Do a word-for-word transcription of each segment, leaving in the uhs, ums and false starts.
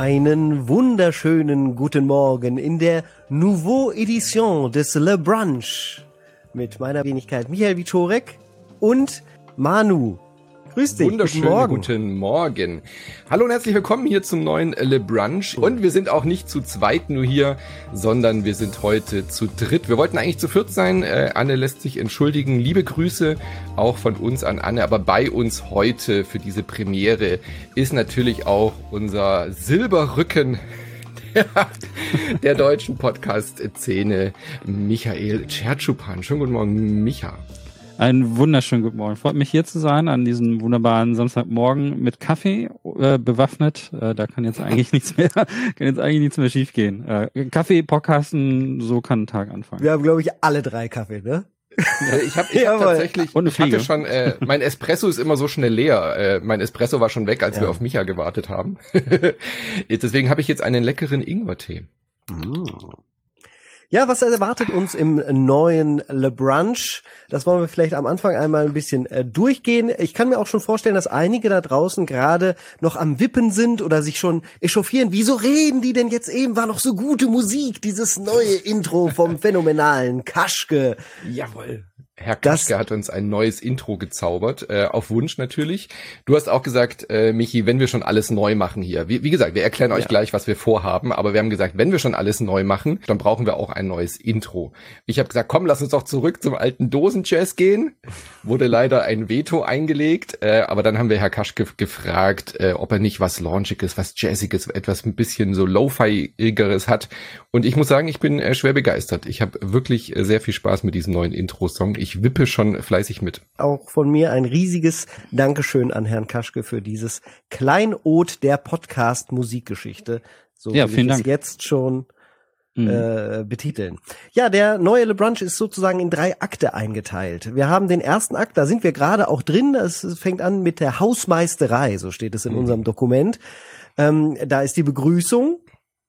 Einen wunderschönen guten Morgen in der Nouveau Edition des Le Brunch mit meiner Wenigkeit Michael Wiczorek und Manu. Grüß dich. Wunderschönen guten Morgen. guten Morgen. Hallo und herzlich willkommen hier zum neuen Le Brunch. Und wir sind auch nicht zu zweit nur hier, sondern wir sind heute zu dritt. Wir wollten eigentlich zu viert sein. Äh, Anne lässt sich entschuldigen. Liebe Grüße auch von uns an Anne. Aber bei uns heute für diese Premiere ist natürlich auch unser Silberrücken der, der deutschen Podcast-Szene, Michael Tschertschupan. Schönen guten Morgen, Micha. Einen wunderschönen guten Morgen. Freut mich hier zu sein an diesem wunderbaren Samstagmorgen mit Kaffee äh, bewaffnet. Äh, da kann jetzt eigentlich nichts mehr, kann jetzt eigentlich nichts mehr schiefgehen. Äh, Kaffee, Podcasten, so kann ein Tag anfangen. Wir haben, glaube ich, alle drei Kaffee, ne? Äh, ich habe ich hab tatsächlich, Und eine ich hatte Fliege. schon, äh, mein Espresso ist immer so schnell leer. Äh, mein Espresso war schon weg, als Ja. wir auf Micha gewartet haben. Deswegen habe ich jetzt einen leckeren Ingwertee. Ja, was erwartet uns im neuen Le Brunch? Das wollen wir vielleicht am Anfang einmal ein bisschen äh, durchgehen. Ich kann mir auch schon vorstellen, dass einige da draußen gerade noch am Wippen sind oder sich schon echauffieren. Wieso reden die denn jetzt eben? War noch so gute Musik, dieses neue Intro vom phänomenalen Kaschke. Jawohl. Herr Das- Kaschke hat uns ein neues Intro gezaubert, äh, auf Wunsch natürlich. Du hast auch gesagt, äh, Michi, wenn wir schon alles neu machen hier. Wie, wie gesagt, wir erklären euch Ja. gleich, was wir vorhaben, aber wir haben gesagt, wenn wir schon alles neu machen, dann brauchen wir auch ein neues Intro. Ich habe gesagt, komm, lass uns doch zurück zum alten Dosenjazz gehen. Wurde leider ein Veto eingelegt, äh, aber dann haben wir Herr Kaschke gefragt, äh, ob er nicht was Launchiges, was Jazziges, etwas ein bisschen so Lo-Fi-igeres hat. Und ich muss sagen, ich bin äh, schwer begeistert. Ich habe wirklich äh, sehr viel Spaß mit diesem neuen Intro-Song. Ich wippe schon fleißig mit. Auch von mir ein riesiges Dankeschön an Herrn Kaschke für dieses Kleinod der Podcast-Musikgeschichte. So Ja, will vielen ich es Dank. jetzt schon Mhm. äh, betiteln. Ja, der neue Le Brunch ist sozusagen in drei Akte eingeteilt. Wir haben den ersten Akt, da sind wir gerade auch drin. Es fängt an mit der Hausmeisterei, so steht es in Mhm. unserem Dokument. Ähm, da ist die Begrüßung.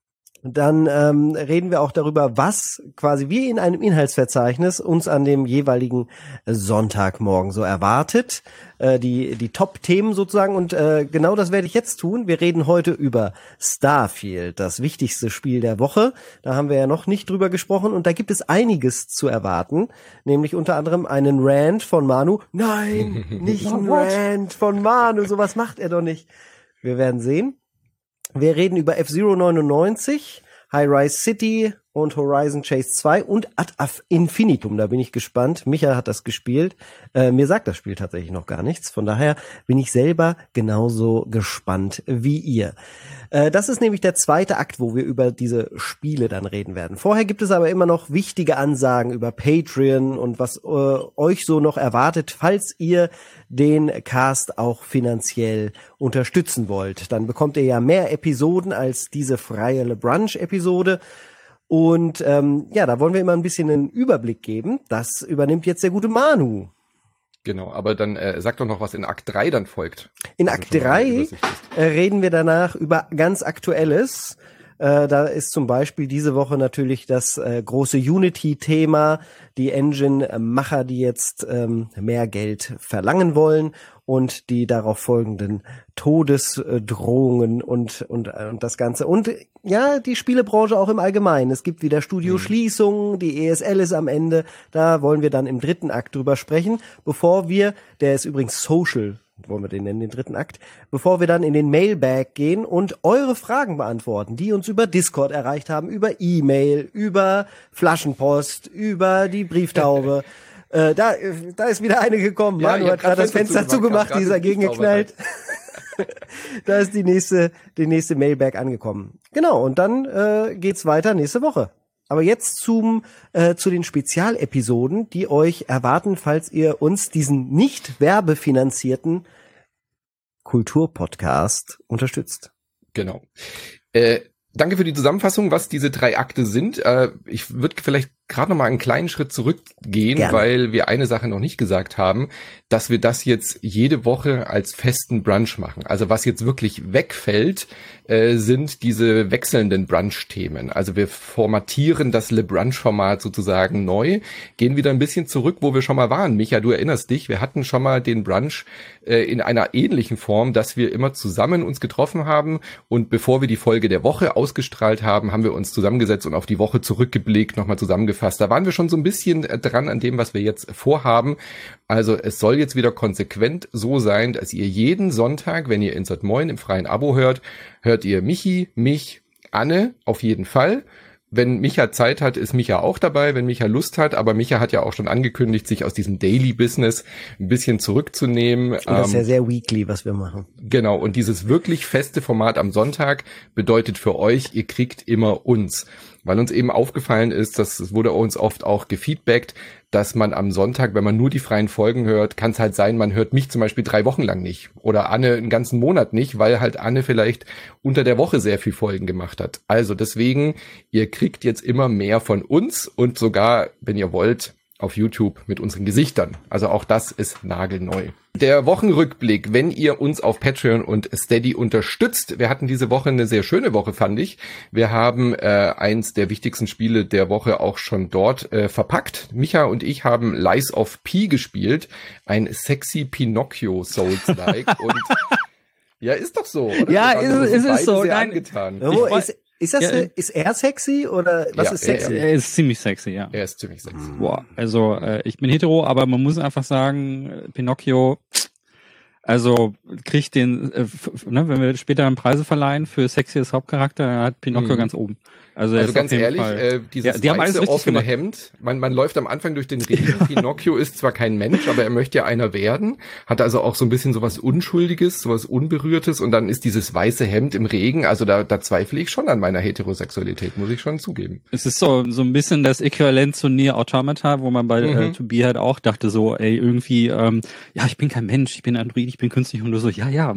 Dann ähm, reden wir auch darüber, was quasi wie in einem Inhaltsverzeichnis uns an dem jeweiligen Sonntagmorgen so erwartet. Äh, die die Top-Themen sozusagen. Und äh, genau das werde ich jetzt tun. Wir reden heute über Starfield, das wichtigste Spiel der Woche. Da haben wir ja noch nicht drüber gesprochen. Und da gibt es einiges zu erwarten. Nämlich unter anderem einen Rant von Manu. Nein, nicht ein Rant von Manu. Sowas macht er doch nicht. Wir werden sehen. Wir reden über F-Zero neunundneunzig, High-Rise City und Horizon Chase zwei und Ad Infinitum. Da bin ich gespannt. Micha hat das gespielt. Äh, mir sagt das Spiel tatsächlich noch gar nichts. Von daher bin ich selber genauso gespannt wie ihr. Äh, das ist nämlich der zweite Akt, wo wir über diese Spiele dann reden werden. Vorher gibt es aber immer noch wichtige Ansagen über Patreon und was äh, euch so noch erwartet, falls ihr den Cast auch finanziell unterstützen wollt. Dann bekommt ihr ja mehr Episoden als diese freie Le Brunch-Episode. Und ähm, ja, da wollen wir immer ein bisschen einen Überblick geben. Das übernimmt jetzt der gute Manu. Genau, aber dann äh, sag doch noch, was in Akt drei dann folgt. In Also Akt schon mal eine drei Übersicht ist. äh, reden wir danach über ganz Aktuelles. Äh, da ist zum Beispiel diese Woche natürlich das äh, große Unity-Thema, die Engine-Macher, die jetzt ähm, mehr Geld verlangen wollen und die darauf folgenden Todesdrohungen und, und, und das Ganze. Und ja, die Spielebranche auch im Allgemeinen. Es gibt wieder Studioschließungen, die E S L ist am Ende. Da wollen wir dann im dritten Akt drüber sprechen, bevor wir, der ist übrigens Social, wollen wir den nennen, den dritten Akt, bevor wir dann in den Mailbag gehen und eure Fragen beantworten, die uns über Discord erreicht haben, über E-Mail, über Flaschenpost, über die Brieftaube. äh, da, da ist wieder eine gekommen. Ja, Manu ich hat hab gerade grad das Fenster Fenster zugemacht, zugemacht, die ist gerade dagegen Brieftaube geknallt. Da ist die nächste, die nächste Mailbag angekommen. Genau, und dann äh, geht's weiter nächste Woche. Aber jetzt zum äh, zu den Spezialepisoden, die euch erwarten, falls ihr uns diesen nicht werbefinanzierten Kulturpodcast unterstützt. Genau. Äh, danke für die Zusammenfassung, was diese drei Akte sind. Äh, ich würde vielleicht gerade noch mal einen kleinen Schritt zurückgehen, Gerne. weil wir eine Sache noch nicht gesagt haben, dass wir das jetzt jede Woche als festen Brunch machen. Also was jetzt wirklich wegfällt, äh, sind diese wechselnden Brunch-Themen. Also wir formatieren das Le Brunch-Format sozusagen neu, gehen wieder ein bisschen zurück, wo wir schon mal waren. Micha, du erinnerst dich, wir hatten schon mal den Brunch äh, in einer ähnlichen Form, dass wir immer zusammen uns getroffen haben und bevor wir die Folge der Woche ausgestrahlt haben, haben wir uns zusammengesetzt und auf die Woche zurückgeblickt, nochmal zusammengefasst. Da waren wir schon so ein bisschen dran an dem, was wir jetzt vorhaben. Also es soll jetzt wieder konsequent so sein, dass ihr jeden Sonntag, wenn ihr Insert Moin im freien Abo hört, hört ihr Michi, mich, Anne auf jeden Fall. Wenn Micha Zeit hat, ist Micha auch dabei, wenn Micha Lust hat. Aber Micha hat ja auch schon angekündigt, sich aus diesem Daily-Business ein bisschen zurückzunehmen. Und das ist ja sehr weekly, was wir machen. Genau, und dieses wirklich feste Format am Sonntag bedeutet für euch, ihr kriegt immer uns. Weil uns eben aufgefallen ist, das wurde uns oft auch gefeedbackt, dass man am Sonntag, wenn man nur die freien Folgen hört, kann es halt sein, man hört mich zum Beispiel drei Wochen lang nicht oder Anne einen ganzen Monat nicht, weil halt Anne vielleicht unter der Woche sehr viel Folgen gemacht hat. Also deswegen, ihr kriegt jetzt immer mehr von uns und sogar, wenn ihr wollt, auf YouTube mit unseren Gesichtern. Also auch das ist nagelneu. Der Wochenrückblick, wenn ihr uns auf Patreon und Steady unterstützt. Wir hatten diese Woche eine sehr schöne Woche, fand ich. Wir haben äh, eins der wichtigsten Spiele der Woche auch schon dort äh, verpackt. Micha und ich haben Lies of P gespielt. Ein sexy Pinocchio Souls-like. Und ja, ist doch so, oder? Ja, ist, ist es so. Sehr Nein, angetan. Oh, ist, ist, das, Ja, äh, ist er sexy oder was Ja, ist er- sexy? er ist ziemlich sexy, ja. Er ist ziemlich sexy. Boah, also äh, ich bin hetero, aber man muss einfach sagen, äh, Pinocchio, also kriegt den, äh, f- f- ne, wenn wir später dann Preise verleihen für sexiest Hauptcharakter, er hat Pinocchio Mhm. ganz oben. Also, er Also ist ganz auf jeden ehrlich, Fall, äh, dieses Ja, die haben alles weiße richtig offene gemacht. Hemd, man, man läuft am Anfang durch den Regen, Pinocchio ist zwar kein Mensch, aber er möchte ja einer werden, hat also auch so ein bisschen sowas Unschuldiges, sowas Unberührtes und dann ist dieses weiße Hemd im Regen, also da, da zweifle ich schon an meiner Heterosexualität, muss ich schon zugeben. es ist so so ein bisschen das Äquivalent zu Nier Automata, wo man bei Mhm. äh, To Be halt auch dachte so, ey, irgendwie, ähm, ja, ich bin kein Mensch, ich bin Android, ich bin künstlich und du so, ja, ja.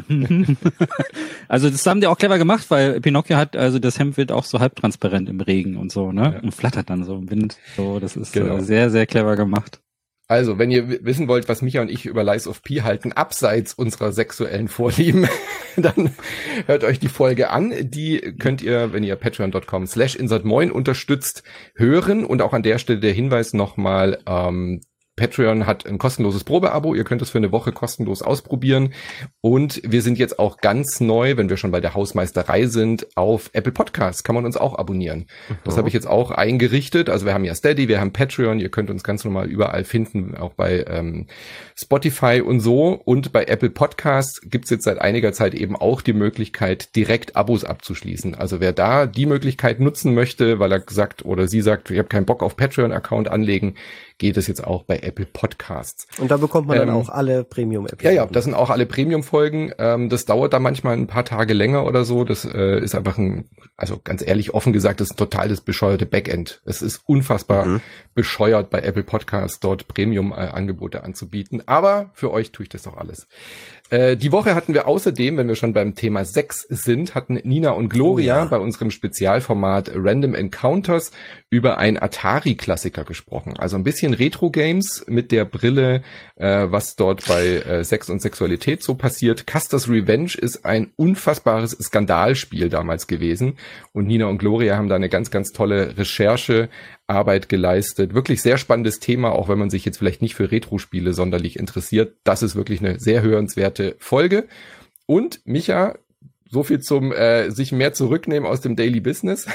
Also das haben die auch clever gemacht, weil Pinocchio hat, also das Hemd wird auch so halbtransparent im Regen und so, ne? Ja. Und flattert dann so im Wind. So, das ist Genau. äh, sehr, sehr clever gemacht. Also, wenn ihr w- wissen wollt, was Micha und ich über Lies of P halten, abseits unserer sexuellen Vorlieben, dann hört euch die Folge an. Die könnt ihr, wenn ihr patreon.com slash insertmoin unterstützt, hören. Und auch an der Stelle der Hinweis nochmal, ähm, Patreon hat ein kostenloses Probeabo. Ihr könnt es für eine Woche kostenlos ausprobieren. Und wir sind jetzt auch ganz neu, wenn wir schon bei der Hausmeisterei sind, auf Apple Podcasts kann man uns auch abonnieren. Das habe ich jetzt auch eingerichtet. Also wir haben ja Steady, wir haben Patreon. Ihr könnt uns ganz normal überall finden, auch bei ähm, Spotify und so. Und bei Apple Podcasts gibt es jetzt seit einiger Zeit eben auch die Möglichkeit, direkt Abos abzuschließen. Also wer da die Möglichkeit nutzen möchte, weil er sagt oder sie sagt, ich habe keinen Bock auf Patreon-Account anlegen, geht es jetzt auch bei Apple Podcasts. Und da bekommt man dann Ähm, auch alle Premium-Episoden. Ja, ja, das sind auch alle Premium-Folgen. Ähm, das dauert da manchmal ein paar Tage länger oder so. Das äh, ist einfach ein, also ganz ehrlich, offen gesagt, das ist ein totales bescheuerte Backend. Es ist unfassbar Mhm. bescheuert, bei Apple Podcasts dort Premium-Angebote anzubieten. Aber für euch tue ich das doch alles. Äh, die Woche hatten wir außerdem, wenn wir schon beim Thema Sex sind, hatten Nina und Gloria Oh ja. bei unserem Spezialformat Random Encounters über einen Atari-Klassiker gesprochen. Also ein bisschen Retro-Games mit der Brille, äh, was dort bei äh, Sex und Sexualität so passiert. Custer's Revenge ist ein unfassbares Skandalspiel damals gewesen. Und Nina und Gloria haben da eine ganz, ganz tolle Recherchearbeit geleistet. Wirklich sehr spannendes Thema, auch wenn man sich jetzt vielleicht nicht für Retro-Spiele sonderlich interessiert. Das ist wirklich eine sehr hörenswerte Folge. Und Micha, so viel zum äh, sich mehr zurücknehmen aus dem Daily Business.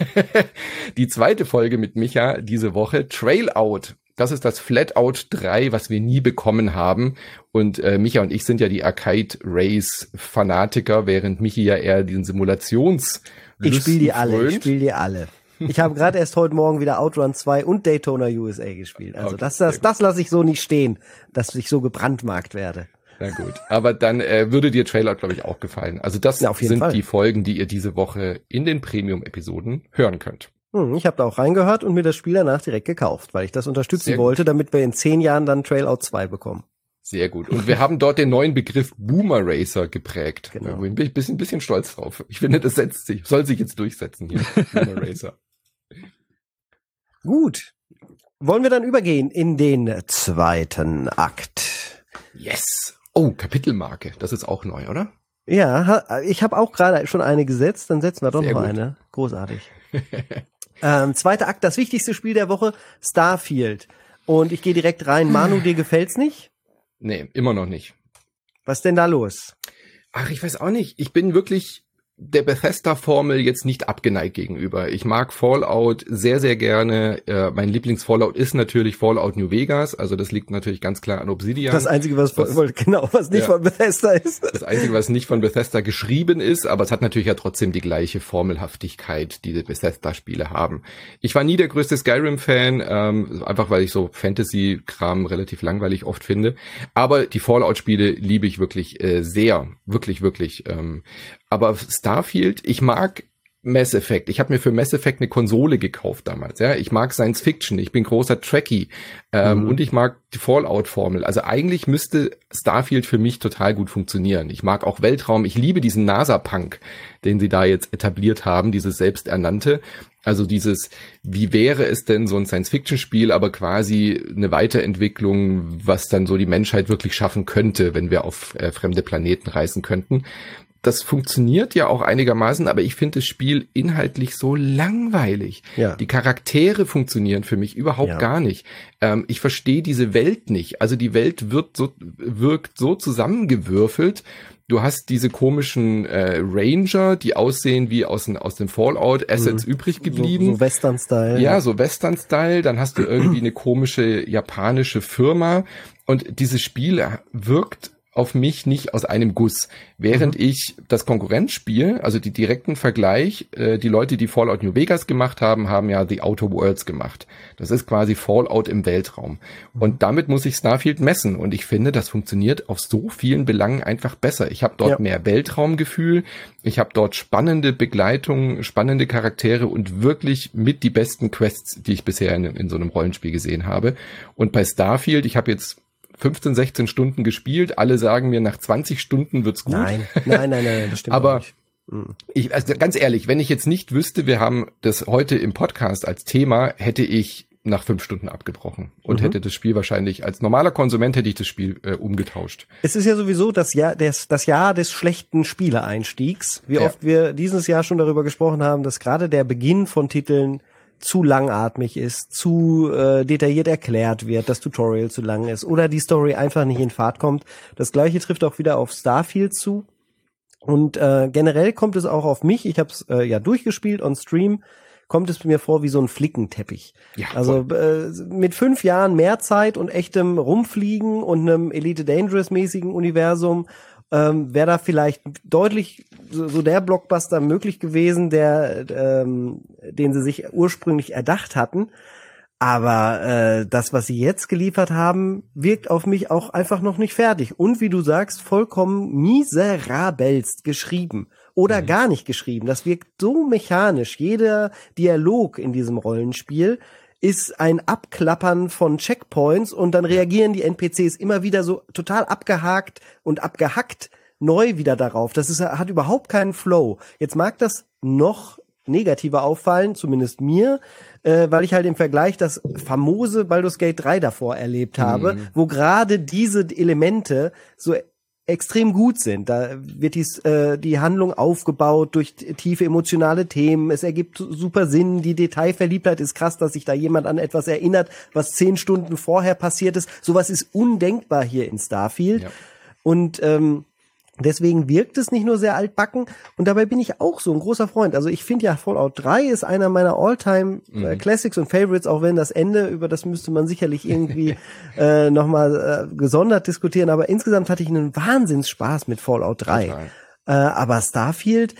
Die zweite Folge mit Micha diese Woche, Trail Out. Das ist das Flatout drei, was wir nie bekommen haben. Und äh, Micha und ich sind ja die Arcade Race Fanatiker, während Michi ja eher diesen Simulations Ich spiele die alle, ich frönt. spiele die alle. Ich habe gerade erst heute Morgen wieder Outrun zwei und Daytona U S A gespielt. Also Okay, das, sehr das, gut. das lasse ich so nicht stehen, dass ich so gebrandmarkt werde. Na gut, aber dann äh, würde dir Trailer, glaube ich, auch gefallen. Also das Ja, auf jeden sind Fall. die Folgen, die ihr diese Woche in den Premium-Episoden hören könnt. Hm, ich habe da auch reingehört und mir das Spiel danach direkt gekauft, weil ich das unterstützen Sehr gut. wollte, damit wir in zehn Jahren dann Trailout zwei bekommen. Sehr gut. Und wir haben dort den neuen Begriff Boomer Racer geprägt. Genau. Da bin ich ein bisschen, bisschen stolz drauf. Ich finde, das setzt sich, soll sich jetzt durchsetzen hier. Boomer Racer. Gut, Wollen wir dann übergehen in den zweiten Akt? Yes. Oh, Kapitelmarke. Das ist auch neu, oder? Ja, ich habe auch gerade schon eine gesetzt. Dann setzen wir doch Sehr noch gut. eine. Großartig. ähm, zweiter Akt, das wichtigste Spiel der Woche, Starfield. Und ich gehe direkt rein. Manu, dir gefällt's nicht? Nee, immer noch nicht. Was ist denn da los? Ach, ich weiß auch nicht. Ich bin wirklich der Bethesda-Formel jetzt nicht abgeneigt gegenüber. Ich mag Fallout sehr, sehr gerne. Äh, mein Lieblings-Fallout ist natürlich Fallout New Vegas. Also das liegt natürlich ganz klar an Obsidian. Das Einzige, was, was von, genau, was nicht ja. von Bethesda ist. Das Einzige, was nicht von Bethesda geschrieben ist, aber es hat natürlich ja trotzdem die gleiche Formelhaftigkeit, die die Bethesda-Spiele haben. Ich war nie der größte Skyrim-Fan, ähm, einfach weil ich so Fantasy-Kram relativ langweilig oft finde. Aber die Fallout-Spiele liebe ich wirklich äh, sehr. Wirklich, wirklich. Ähm, aber Starfield, ich mag Mass Effect. Ich habe mir für Mass Effect eine Konsole gekauft damals. Ja, ich mag Science Fiction. Ich bin großer Trekkie ähm, mhm. und ich mag die Fallout-Formel. Also eigentlich müsste Starfield für mich total gut funktionieren. Ich mag auch Weltraum. Ich liebe diesen NASA-Punk, den sie da jetzt etabliert haben, dieses selbsternannte. Also dieses, wie wäre es denn so ein Science-Fiction-Spiel, aber quasi eine Weiterentwicklung, was dann so die Menschheit wirklich schaffen könnte, wenn wir auf äh, fremde Planeten reisen könnten. Das funktioniert ja auch einigermaßen, aber ich finde das Spiel inhaltlich so langweilig. Ja. Die Charaktere funktionieren für mich überhaupt ja. gar nicht. Ähm, ich verstehe diese Welt nicht. Also die Welt wird so, wirkt so zusammengewürfelt. Du hast diese komischen äh, Ranger, die aussehen wie aus, aus dem Fallout-Assets mhm. übrig geblieben. So, so Western-Style. Ja, so Western-Style. Dann hast du irgendwie eine komische japanische Firma. Und dieses Spiel wirkt auf mich nicht aus einem Guss. Während mhm. ich das Konkurrenzspiel, also die direkten Vergleich, äh, die Leute, die Fallout New Vegas gemacht haben, haben ja The Outer Worlds gemacht. Das ist quasi Fallout im Weltraum. Mhm. Und damit muss ich Starfield messen. Und ich finde, das funktioniert auf so vielen Belangen einfach besser. Ich habe dort ja. mehr Weltraumgefühl. Ich habe dort spannende Begleitung, spannende Charaktere und wirklich mit die besten Quests, die ich bisher in, in so einem Rollenspiel gesehen habe. Und bei Starfield, ich habe jetzt fünfzehn, sechzehn Stunden gespielt. Alle sagen mir, nach zwanzig Stunden wird's gut. Nein, nein, nein, nein, das stimmt Aber nicht. Mhm. Ich, also ganz ehrlich, wenn ich jetzt nicht wüsste, wir haben das heute im Podcast als Thema, hätte ich nach fünf Stunden abgebrochen und mhm. hätte das Spiel wahrscheinlich, als normaler Konsument hätte ich das Spiel äh, umgetauscht. Es ist ja sowieso das Jahr des, das Jahr des schlechten Spieleeinstiegs. Wie ja. oft wir dieses Jahr schon darüber gesprochen haben, dass gerade der Beginn von Titeln zu langatmig ist, zu äh, detailliert erklärt wird, das Tutorial zu lang ist oder die Story einfach nicht in Fahrt kommt. Das gleiche trifft auch wieder auf Starfield zu. Und äh, generell kommt es auch auf mich, ich habe es äh, ja durchgespielt on Stream, kommt es mir vor wie so ein Flickenteppich. Ja, also äh, mit fünf Jahren mehr Zeit und echtem Rumfliegen und einem Elite Dangerous mäßigen Universum ähm, wäre da vielleicht deutlich so, so der Blockbuster möglich gewesen, der ähm, den sie sich ursprünglich erdacht hatten. Aber äh, das, was sie jetzt geliefert haben, wirkt auf mich auch einfach noch nicht fertig. Und wie du sagst, vollkommen miserabelst geschrieben. Oder mhm. gar nicht geschrieben. Das wirkt so mechanisch. Jeder Dialog in diesem Rollenspiel ist ein Abklappern von Checkpoints und dann reagieren die N P Cs immer wieder so total abgehakt und abgehackt neu wieder darauf. Das ist, hat überhaupt keinen Flow. Jetzt mag das noch negativer auffallen, zumindest mir, äh, weil ich halt im Vergleich das famose Baldur's Gate drei davor erlebt habe, mhm. wo gerade diese Elemente so extrem gut sind. Da wird die, äh, die Handlung aufgebaut durch tiefe emotionale Themen. Es ergibt super Sinn. Die Detailverliebtheit ist krass, dass sich da jemand an etwas erinnert, was zehn Stunden vorher passiert ist. Sowas ist undenkbar hier in Starfield. Ja. Und ähm, deswegen wirkt es nicht nur sehr altbacken. Und dabei bin ich auch so ein großer Freund. Also ich finde ja, Fallout drei ist einer meiner All-Time mhm. Classics und Favorites, auch wenn das Ende, über das müsste man sicherlich irgendwie äh, nochmal äh, gesondert diskutieren. Aber insgesamt hatte ich einen Wahnsinnsspaß mit Fallout drei. Äh, aber Starfield...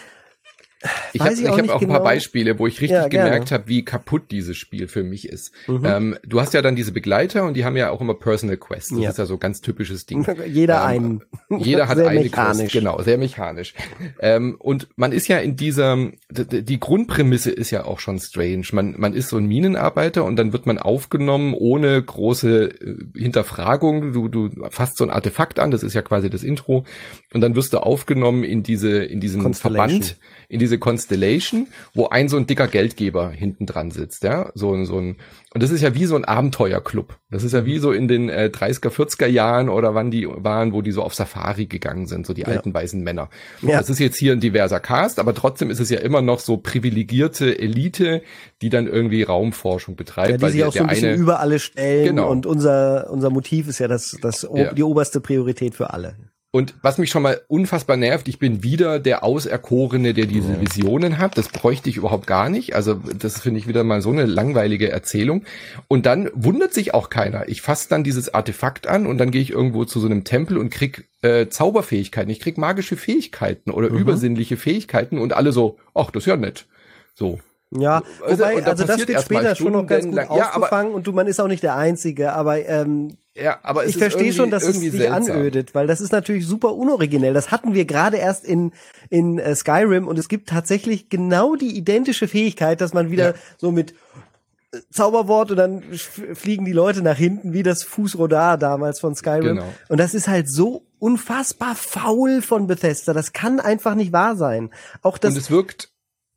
Ich habe ich hab auch genau. ein paar Beispiele, wo ich richtig ja, gemerkt habe, wie kaputt dieses Spiel für mich ist. Mhm. Ähm, du hast ja dann diese Begleiter und die haben ja auch immer Personal Quests. Das ja. ist ja so ein ganz typisches Ding. Jeder ähm, einen. Jeder hat sehr eine mechanisch. Quest. Genau, sehr mechanisch. ähm, und man ist ja in dieser, die Grundprämisse ist ja auch schon strange. Man, man ist so ein Minenarbeiter und dann wird man aufgenommen ohne große Hinterfragung. Du, du fasst so ein Artefakt an, das ist ja quasi das Intro. Und dann wirst du aufgenommen in diese, in diesen Verband, in diesen diese Constellation, wo ein so ein dicker Geldgeber hinten dran sitzt, ja, so, so ein, und das ist ja wie so ein Abenteuerclub. Das ist ja wie so in den äh, dreißiger, vierziger Jahren oder wann die waren, wo die so auf Safari gegangen sind, so die ja. alten weißen Männer. Ja. Das ist jetzt hier ein diverser Cast, aber trotzdem ist es ja immer noch so privilegierte Elite, die dann irgendwie Raumforschung betreibt. Ja, die weil sich der, auch so ein bisschen eine, über alle stellen genau. und unser unser Motiv ist ja das, das ja. die oberste Priorität für alle. Und was mich schon mal unfassbar nervt, ich bin wieder der Auserkorene, der diese ja. Visionen hat. Das bräuchte ich überhaupt gar nicht. Also das finde ich wieder mal so eine langweilige Erzählung. Und dann wundert sich auch keiner. Ich fasse dann dieses Artefakt an und dann gehe ich irgendwo zu so einem Tempel und krieg äh, Zauberfähigkeiten. Ich krieg magische Fähigkeiten oder mhm. übersinnliche Fähigkeiten und alle so, ach, das ist ja nett. So. Ja, wobei, also das wird später schon noch ganz gut lang. aufgefangen ja, und du, man ist auch nicht der Einzige, aber ähm, ja, aber es ich verstehe schon, dass es sich seltsam. anödet, weil das ist natürlich super unoriginell. Das hatten wir gerade erst in in äh, Skyrim und es gibt tatsächlich genau die identische Fähigkeit, dass man wieder ja. so mit Zauberwort und dann fliegen die Leute nach hinten, wie das Fußrodar damals von Skyrim. Genau. Und das ist halt so unfassbar faul von Bethesda. Das kann einfach nicht wahr sein. Auch das. Und es wirkt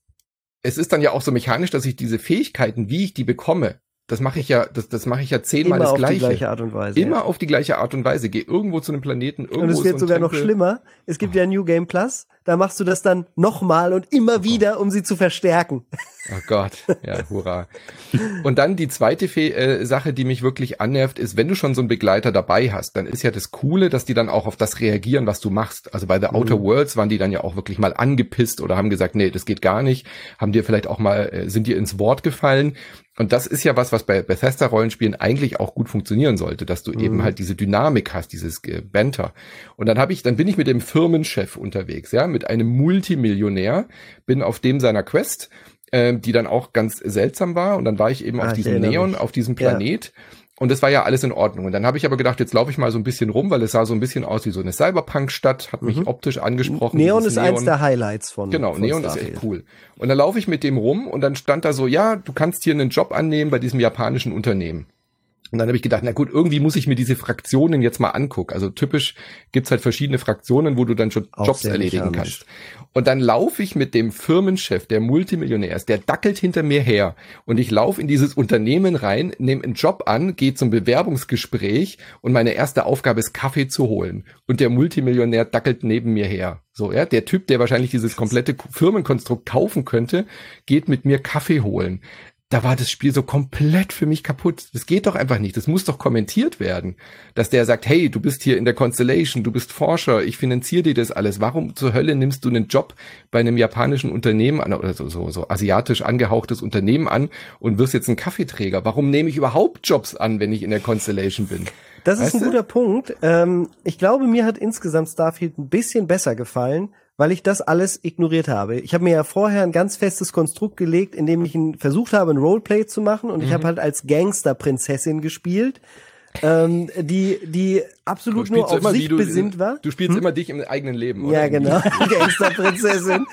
Es ist dann ja auch so mechanisch, dass ich diese Fähigkeiten, wie ich die bekomme, das mache ich ja, das, das mache ich ja zehnmal das Gleiche. Immer auf die gleiche Art und Weise. Immer ja. auf die gleiche Art und Weise. Geh irgendwo zu einem Planeten, irgendwo und es wird so sogar Tempel. noch schlimmer. Es gibt oh. ja New Game Plus. Da machst du das dann nochmal und immer oh wieder, um sie zu verstärken. Oh Gott, ja, hurra. Und dann die zweite Fe- äh, Sache, die mich wirklich annervt, ist, wenn du schon so einen Begleiter dabei hast, dann ist ja das Coole, dass die dann auch auf das reagieren, was du machst. Also bei The Outer mhm. Worlds waren die dann ja auch wirklich mal angepisst oder haben gesagt, nee, das geht gar nicht. Haben dir vielleicht auch mal, äh, sind dir ins Wort gefallen. Und das ist ja was, was bei Bethesda-Rollenspielen eigentlich auch gut funktionieren sollte, dass du mhm. eben halt diese Dynamik hast, dieses äh, Banter. Und dann habe ich, dann bin ich mit dem Firmenchef unterwegs, ja, mit einem Multimillionär, bin auf dem seiner Quest, äh, die dann auch ganz seltsam war. Und dann war ich eben ah, auf diesem Neon, mich. auf diesem Planet. Ja. Und das war ja alles in Ordnung. Und dann habe ich aber gedacht, jetzt laufe ich mal so ein bisschen rum, weil es sah so ein bisschen aus wie so eine Cyberpunk-Stadt, hat mich mhm. optisch angesprochen. Neon ist Neon. eins der Highlights von Genau, von Neon Starfield. ist echt cool. Und dann laufe ich mit dem rum und dann stand da so, ja, du kannst hier einen Job annehmen bei diesem japanischen Unternehmen. Und dann habe ich gedacht, na gut, irgendwie muss ich mir diese Fraktionen jetzt mal angucken. Also typisch gibt's halt verschiedene Fraktionen, wo du dann schon Auch Jobs erledigen mechanisch. kannst. Und dann laufe ich mit dem Firmenchef, der Multimillionär ist, der dackelt hinter mir her. Und ich laufe in dieses Unternehmen rein, nehme einen Job an, gehe zum Bewerbungsgespräch und meine erste Aufgabe ist, Kaffee zu holen. Und der Multimillionär dackelt neben mir her. So, ja, der Typ, der wahrscheinlich dieses komplette Firmenkonstrukt kaufen könnte, geht mit mir Kaffee holen. Da war das Spiel so komplett für mich kaputt. Das geht doch einfach nicht. Das muss doch kommentiert werden. Dass der sagt, hey, du bist hier in der Constellation, du bist Forscher, ich finanziere dir das alles. Warum zur Hölle nimmst du einen Job bei einem japanischen Unternehmen an oder so, so, so asiatisch angehauchtes Unternehmen an und wirst jetzt ein Kaffeeträger? Warum nehme ich überhaupt Jobs an, wenn ich in der Constellation bin? Das ist weißt ein du? guter Punkt. Ähm, ich glaube, mir hat insgesamt Starfield ein bisschen besser gefallen, weil ich das alles ignoriert habe. Ich habe mir ja vorher ein ganz festes Konstrukt gelegt, in dem ich ein, versucht habe, ein Roleplay zu machen und mhm. ich habe halt als Gangsterprinzessin gespielt, ähm, die die absolut nur auf immer, sich du, besinnt war. Du spielst hm? immer dich im eigenen Leben, oder? Ja, genau. Gangsterprinzessin.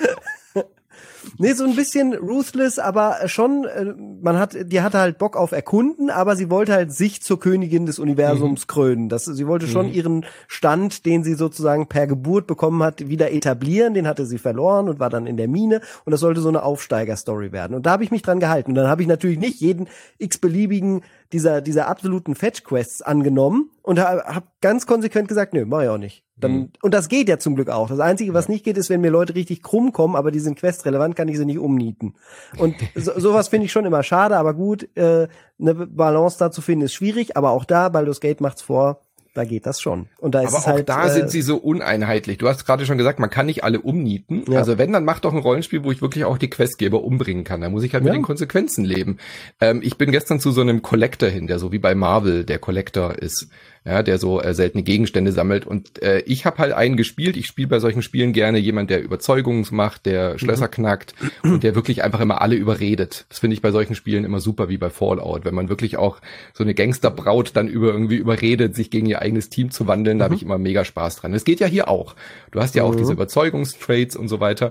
Nee, so ein bisschen ruthless, aber schon, äh, man hat, die hatte halt Bock auf Erkunden, aber sie wollte halt sich zur Königin des Universums mhm. krönen. Das, sie wollte schon mhm. ihren Stand, den sie sozusagen per Geburt bekommen hat, wieder etablieren. Den hatte sie verloren und war dann in der Mine. Und das sollte so eine Aufsteiger-Story werden. Und da habe ich mich dran gehalten. Und dann habe ich natürlich nicht jeden x-beliebigen dieser dieser absoluten Fetch-Quests angenommen und habe hab ganz konsequent gesagt, nö, mach ich auch nicht. Dann, mhm. Und das geht ja zum Glück auch. Das Einzige, was ja. nicht geht, ist, wenn mir Leute richtig krumm kommen, aber die sind questrelevant, kann ich sie nicht umnieten. Und so, sowas finde ich schon immer schade, aber gut, äh, eine Balance da zu finden ist schwierig, aber auch da, Baldur's Gate macht's vor, da geht das schon. Und da ist aber es auch halt, da äh, sind sie so uneinheitlich. Du hast gerade schon gesagt, man kann nicht alle umnieten. Ja. Also wenn, dann mach doch ein Rollenspiel, wo ich wirklich auch die Questgeber umbringen kann. Da muss ich halt ja. mit den Konsequenzen leben. Ähm, ich bin gestern zu so einem Collector hin, der so wie bei Marvel der Collector ist. Ja, der so äh, seltene Gegenstände sammelt. Und äh, ich habe halt einen gespielt. Ich spiele bei solchen Spielen gerne jemand, der Überzeugungen macht, der Schlösser mhm. knackt und der wirklich einfach immer alle überredet. Das finde ich bei solchen Spielen immer super, wie bei Fallout. Wenn man wirklich auch so eine Gangsterbraut dann über irgendwie überredet, sich gegen ihr eigenes Team zu wandeln, mhm. da habe ich immer mega Spaß dran. Das geht ja hier auch. Du hast ja auch mhm. diese Überzeugungstraits und so weiter.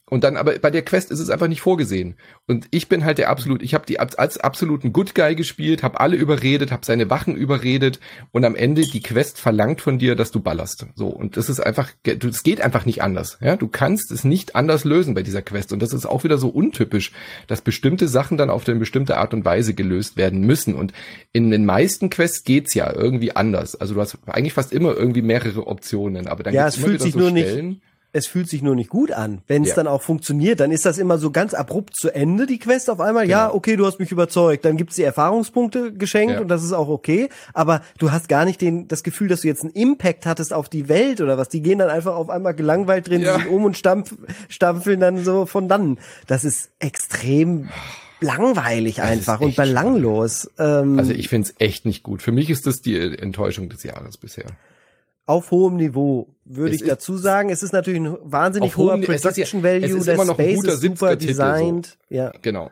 Und dann aber bei der Quest ist es einfach nicht vorgesehen. Und ich bin halt der absolut, ich habe die als absoluten Good Guy gespielt, habe alle überredet, habe seine Wachen überredet und am Ende die Quest verlangt von dir, dass du ballerst. So, und das ist einfach, es geht einfach nicht anders. Ja, du kannst es nicht anders lösen bei dieser Quest. Und das ist auch wieder so untypisch, dass bestimmte Sachen dann auf eine bestimmte Art und Weise gelöst werden müssen. Und in den meisten Quests geht's ja irgendwie anders. Also du hast eigentlich fast immer irgendwie mehrere Optionen, aber dann ja, gibt's es immer fühlt wieder sich so nur Stellen, nicht Es fühlt sich nur nicht gut an. Wenn es Ja. dann auch funktioniert, dann ist das immer so ganz abrupt zu Ende, die Quest auf einmal. Ja, Genau. okay, du hast mich überzeugt. Dann gibt's die Erfahrungspunkte geschenkt Ja. und das ist auch okay. Aber du hast gar nicht den, das Gefühl, dass du jetzt einen Impact hattest auf die Welt oder was. Die gehen dann einfach auf einmal gelangweilt drin, Ja. sich um und stampf, stampfeln dann so von dann. Das ist extrem langweilig Das ist einfach und echt belanglos. Ähm, Also ich find's echt nicht gut. Für mich ist das die Enttäuschung des Jahres bisher. auf hohem Niveau, würde Es ich ist- dazu sagen. Es ist natürlich ein wahnsinnig Auf hoher hohem- es ist ja- Production Value. es ist Der immer noch ein Space guter ist super siebter Titel, so. designt. Ja. Genau.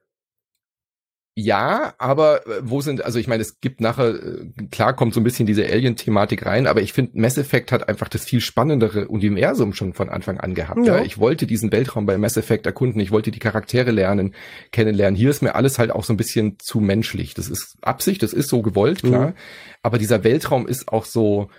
Ja, aber äh, wo sind, also ich meine, es gibt nachher, äh, klar kommt so ein bisschen diese Alien-Thematik rein, aber ich finde, Mass Effect hat einfach das viel spannendere Universum schon von Anfang an gehabt. Ja. Ja. Ich wollte diesen Weltraum bei Mass Effect erkunden, ich wollte die Charaktere lernen, kennenlernen. Hier ist mir alles halt auch so ein bisschen zu menschlich. Das ist Absicht, das ist so gewollt, klar. Mhm. Aber dieser Weltraum ist auch so,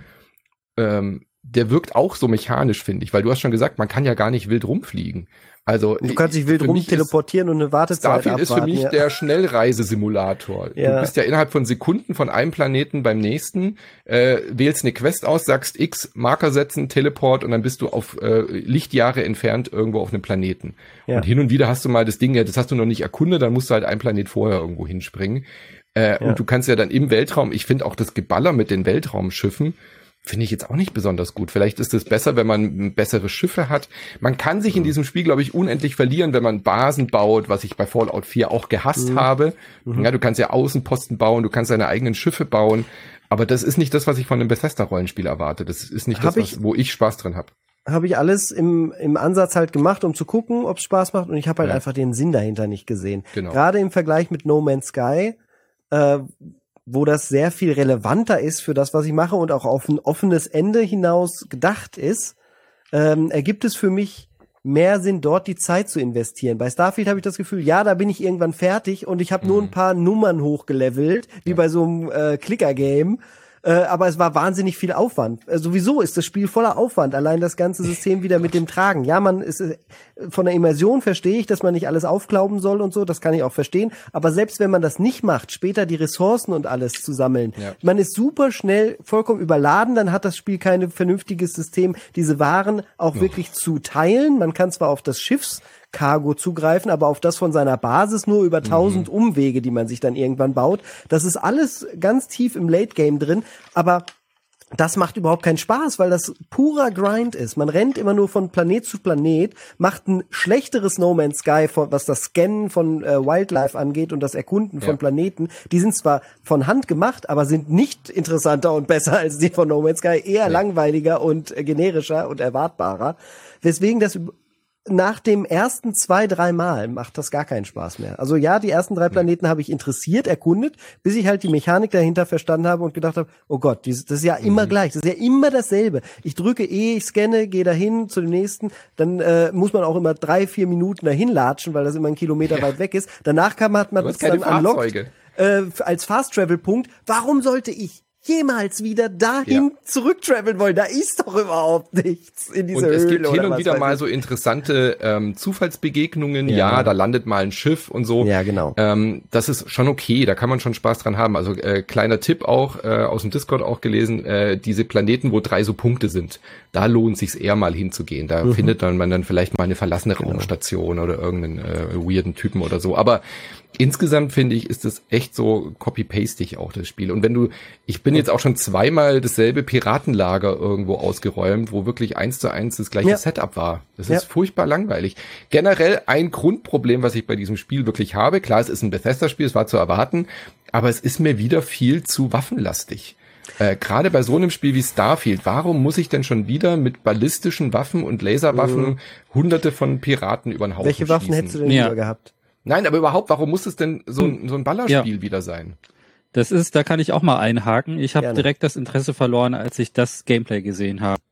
ähm, der wirkt auch so mechanisch, finde ich, weil du hast schon gesagt, man kann ja gar nicht wild rumfliegen. Also Du kannst dich wild für rum mich ist- teleportieren und eine Wartezeit Starfield ist für abwarten. mich ja. der Schnellreisesimulator. Ja. Du bist ja innerhalb von Sekunden von einem Planeten beim nächsten, äh, wählst eine Quest aus, sagst X, Marker setzen, Teleport und dann bist du auf äh, Lichtjahre entfernt irgendwo auf einem Planeten. Ja. Und hin und wieder hast du mal das Ding, ja, das hast du noch nicht erkundet, dann musst du halt einen Planet vorher irgendwo hinspringen. Äh, Ja. Und du kannst ja dann im Weltraum, ich finde auch das Geballer mit den Weltraumschiffen, finde ich jetzt auch nicht besonders gut. Vielleicht ist es besser, wenn man bessere Schiffe hat. Man kann sich in diesem Spiel, glaube ich, unendlich verlieren, wenn man Basen baut, was ich bei Fallout vier auch gehasst Mhm. habe. Mhm. Ja, du kannst ja Außenposten bauen, du kannst deine eigenen Schiffe bauen. Aber das ist nicht das, was ich von einem Bethesda-Rollenspiel erwarte. Das ist nicht Hab das, was, ich- wo ich Spaß drin habe. Habe ich alles im, im Ansatz halt gemacht, um zu gucken, ob es Spaß macht. Und ich habe halt Ja. einfach den Sinn dahinter nicht gesehen. Genau. Gerade im Vergleich mit No Man's Sky, äh, wo das sehr viel relevanter ist für das, was ich mache und auch auf ein offenes Ende hinaus gedacht ist, ähm, ergibt es für mich mehr Sinn, dort die Zeit zu investieren. Bei Starfield habe ich das Gefühl, ja, da bin ich irgendwann fertig und ich habe nur ein paar Nummern hochgelevelt, wie bei so einem äh, Clicker-Game. Äh, aber es war wahnsinnig viel Aufwand. Äh, sowieso ist das Spiel voller Aufwand. Allein das ganze System wieder mit dem Tragen. Ja, man ist äh, von der Immersion verstehe ich, dass man nicht alles aufklauben soll und so. Das kann ich auch verstehen. Aber selbst wenn man das nicht macht, später die Ressourcen und alles zu sammeln, Ja. man ist super schnell vollkommen überladen. Dann hat das Spiel kein vernünftiges System, diese Waren auch Oh. wirklich zu teilen. Man kann zwar auf das Schiffs Cargo zugreifen, aber auf das von seiner Basis nur über tausend Umwege, die man sich dann irgendwann baut. Das ist alles ganz tief im Late Game drin, aber das macht überhaupt keinen Spaß, weil das purer Grind ist. Man rennt immer nur von Planet zu Planet, macht ein schlechteres No Man's Sky, von, was das Scannen von äh, Wildlife angeht und das Erkunden von Ja. Planeten. Die sind zwar von Hand gemacht, aber sind nicht interessanter und besser als die von No Man's Sky, eher Nee. langweiliger und äh, generischer und erwartbarer. Weswegen das üb- nach dem ersten zwei, drei Mal macht das gar keinen Spaß mehr. Also ja, die ersten drei Planeten habe ich interessiert, erkundet, bis ich halt die Mechanik dahinter verstanden habe und gedacht habe, oh Gott, dieses, das ist ja immer gleich, das ist ja immer dasselbe. Ich drücke E, ich scanne, gehe dahin zu dem nächsten, dann äh, muss man auch immer drei, vier Minuten dahin latschen, weil das immer einen Kilometer Ja. weit weg ist. Danach kann man, hat man Du das hast keine dann unlocked Fahrzeuge. äh, als Fast-Travel-Punkt. Warum sollte ich jemals wieder dahin Ja. zurücktraveln wollen? Da ist doch überhaupt nichts in dieser Und es Höhle gibt hin oder und was wieder weiß mal ich. so interessante ähm, Zufallsbegegnungen. Ja. Ja. da landet mal ein Schiff und so. Ja, genau. Ähm, das ist schon okay, da kann man schon Spaß dran haben. Also äh, kleiner Tipp auch, äh, aus dem Discord auch gelesen, äh, diese Planeten, wo drei so Punkte sind, da lohnt sich's eher mal hinzugehen. Da Mhm. findet dann man dann vielleicht mal eine verlassene Genau. Raumstation oder irgendeinen äh, weirden Typen oder so. Aber insgesamt finde ich, ist das echt so copy-pastig auch das Spiel. Und wenn du, ich bin jetzt auch schon zweimal dasselbe Piratenlager irgendwo ausgeräumt, wo wirklich eins zu eins das gleiche Ja. Setup war. Das Ja. ist furchtbar langweilig. Generell ein Grundproblem, was ich bei diesem Spiel wirklich habe. Klar, es ist ein Bethesda-Spiel, es war zu erwarten, aber es ist mir wieder viel zu waffenlastig. Äh, Gerade bei so einem Spiel wie Starfield, warum muss ich denn schon wieder mit ballistischen Waffen und Laserwaffen Mhm. hunderte von Piraten über den Haufen Welche Waffen schießen? hättest du denn Ja. lieber gehabt? Nein, aber überhaupt, warum muss es denn so ein, so ein Ballerspiel Ja. wieder sein? Das ist, da kann ich auch mal einhaken. Ich habe Gerne. direkt das Interesse verloren, als ich das Gameplay gesehen habe.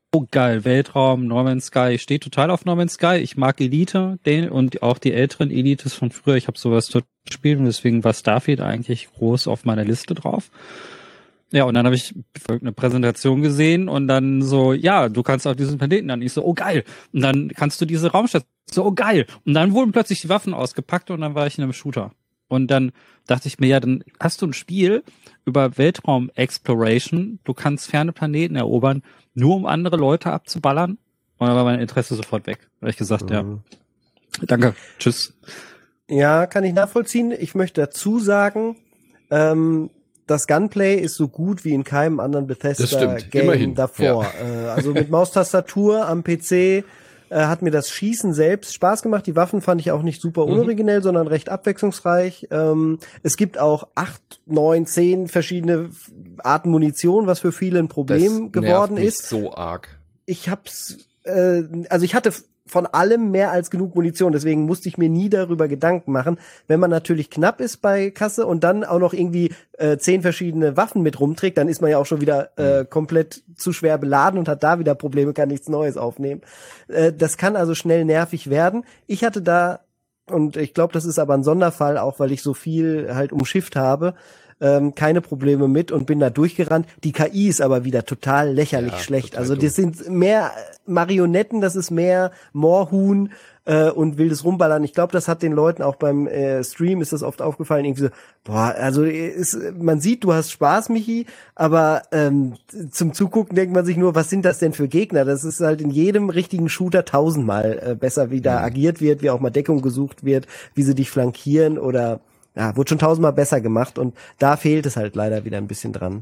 oh geil, Weltraum, No Man's Sky. Ich stehe total auf No Man's Sky. Ich mag Elite den und auch die älteren Elites von früher. Ich habe sowas dort gespielt und deswegen war Starfield eigentlich groß auf meiner Liste drauf. Ja, und dann habe ich eine Präsentation gesehen und dann so, ja, du kannst auf diesen Planeten dann. Ich so, oh geil. Und dann kannst du diese Raumstation. So, oh geil. Und dann wurden plötzlich die Waffen ausgepackt und dann war ich in einem Shooter. Und dann dachte ich mir, ja, dann hast du ein Spiel über Weltraum-Exploration. Du kannst ferne Planeten erobern, nur um andere Leute abzuballern. Und dann war mein Interesse sofort weg. Da habe ich gesagt, mhm. ja, danke, tschüss. Ja, kann ich nachvollziehen. Ich möchte dazu sagen, ähm, das Gunplay ist so gut wie in keinem anderen Bethesda-Game davor. Ja. Äh, also mit Maustastatur am P C äh, hat mir das Schießen selbst Spaß gemacht. Die Waffen fand ich auch nicht super unoriginell, mhm. sondern recht abwechslungsreich. Ähm, es gibt auch acht, neun, zehn verschiedene Arten Munition, was für viele ein Problem das geworden nervt mich ist. So arg. Ich hab's, äh, also ich hatte von allem mehr als genug Munition, deswegen musste ich mir nie darüber Gedanken machen. Wenn man natürlich knapp ist bei Kasse und dann auch noch irgendwie äh, zehn verschiedene Waffen mit rumträgt, dann ist man ja auch schon wieder äh, komplett zu schwer beladen und hat da wieder Probleme, kann nichts Neues aufnehmen. Äh, das kann also schnell nervig werden. Ich hatte da, und ich glaube, das ist aber ein Sonderfall, auch weil ich so viel halt umschifft habe, Ähm, keine Probleme mit und bin da durchgerannt. Die K I ist aber wieder total lächerlich ja, schlecht. Also das sind mehr Marionetten, das ist mehr Moorhuhn äh, und wildes Rumballern. Ich glaube, das hat den Leuten auch beim äh, Stream ist das oft aufgefallen. Irgendwie so, boah, also ist, man sieht, du hast Spaß, Michi, aber ähm, zum Zugucken denkt man sich nur, was sind das denn für Gegner? Das ist halt in jedem richtigen Shooter tausendmal äh, besser, wie da mhm. agiert wird, wie auch mal Deckung gesucht wird, wie sie dich flankieren oder ja, wurde schon tausendmal besser gemacht und da fehlt es halt leider wieder ein bisschen dran.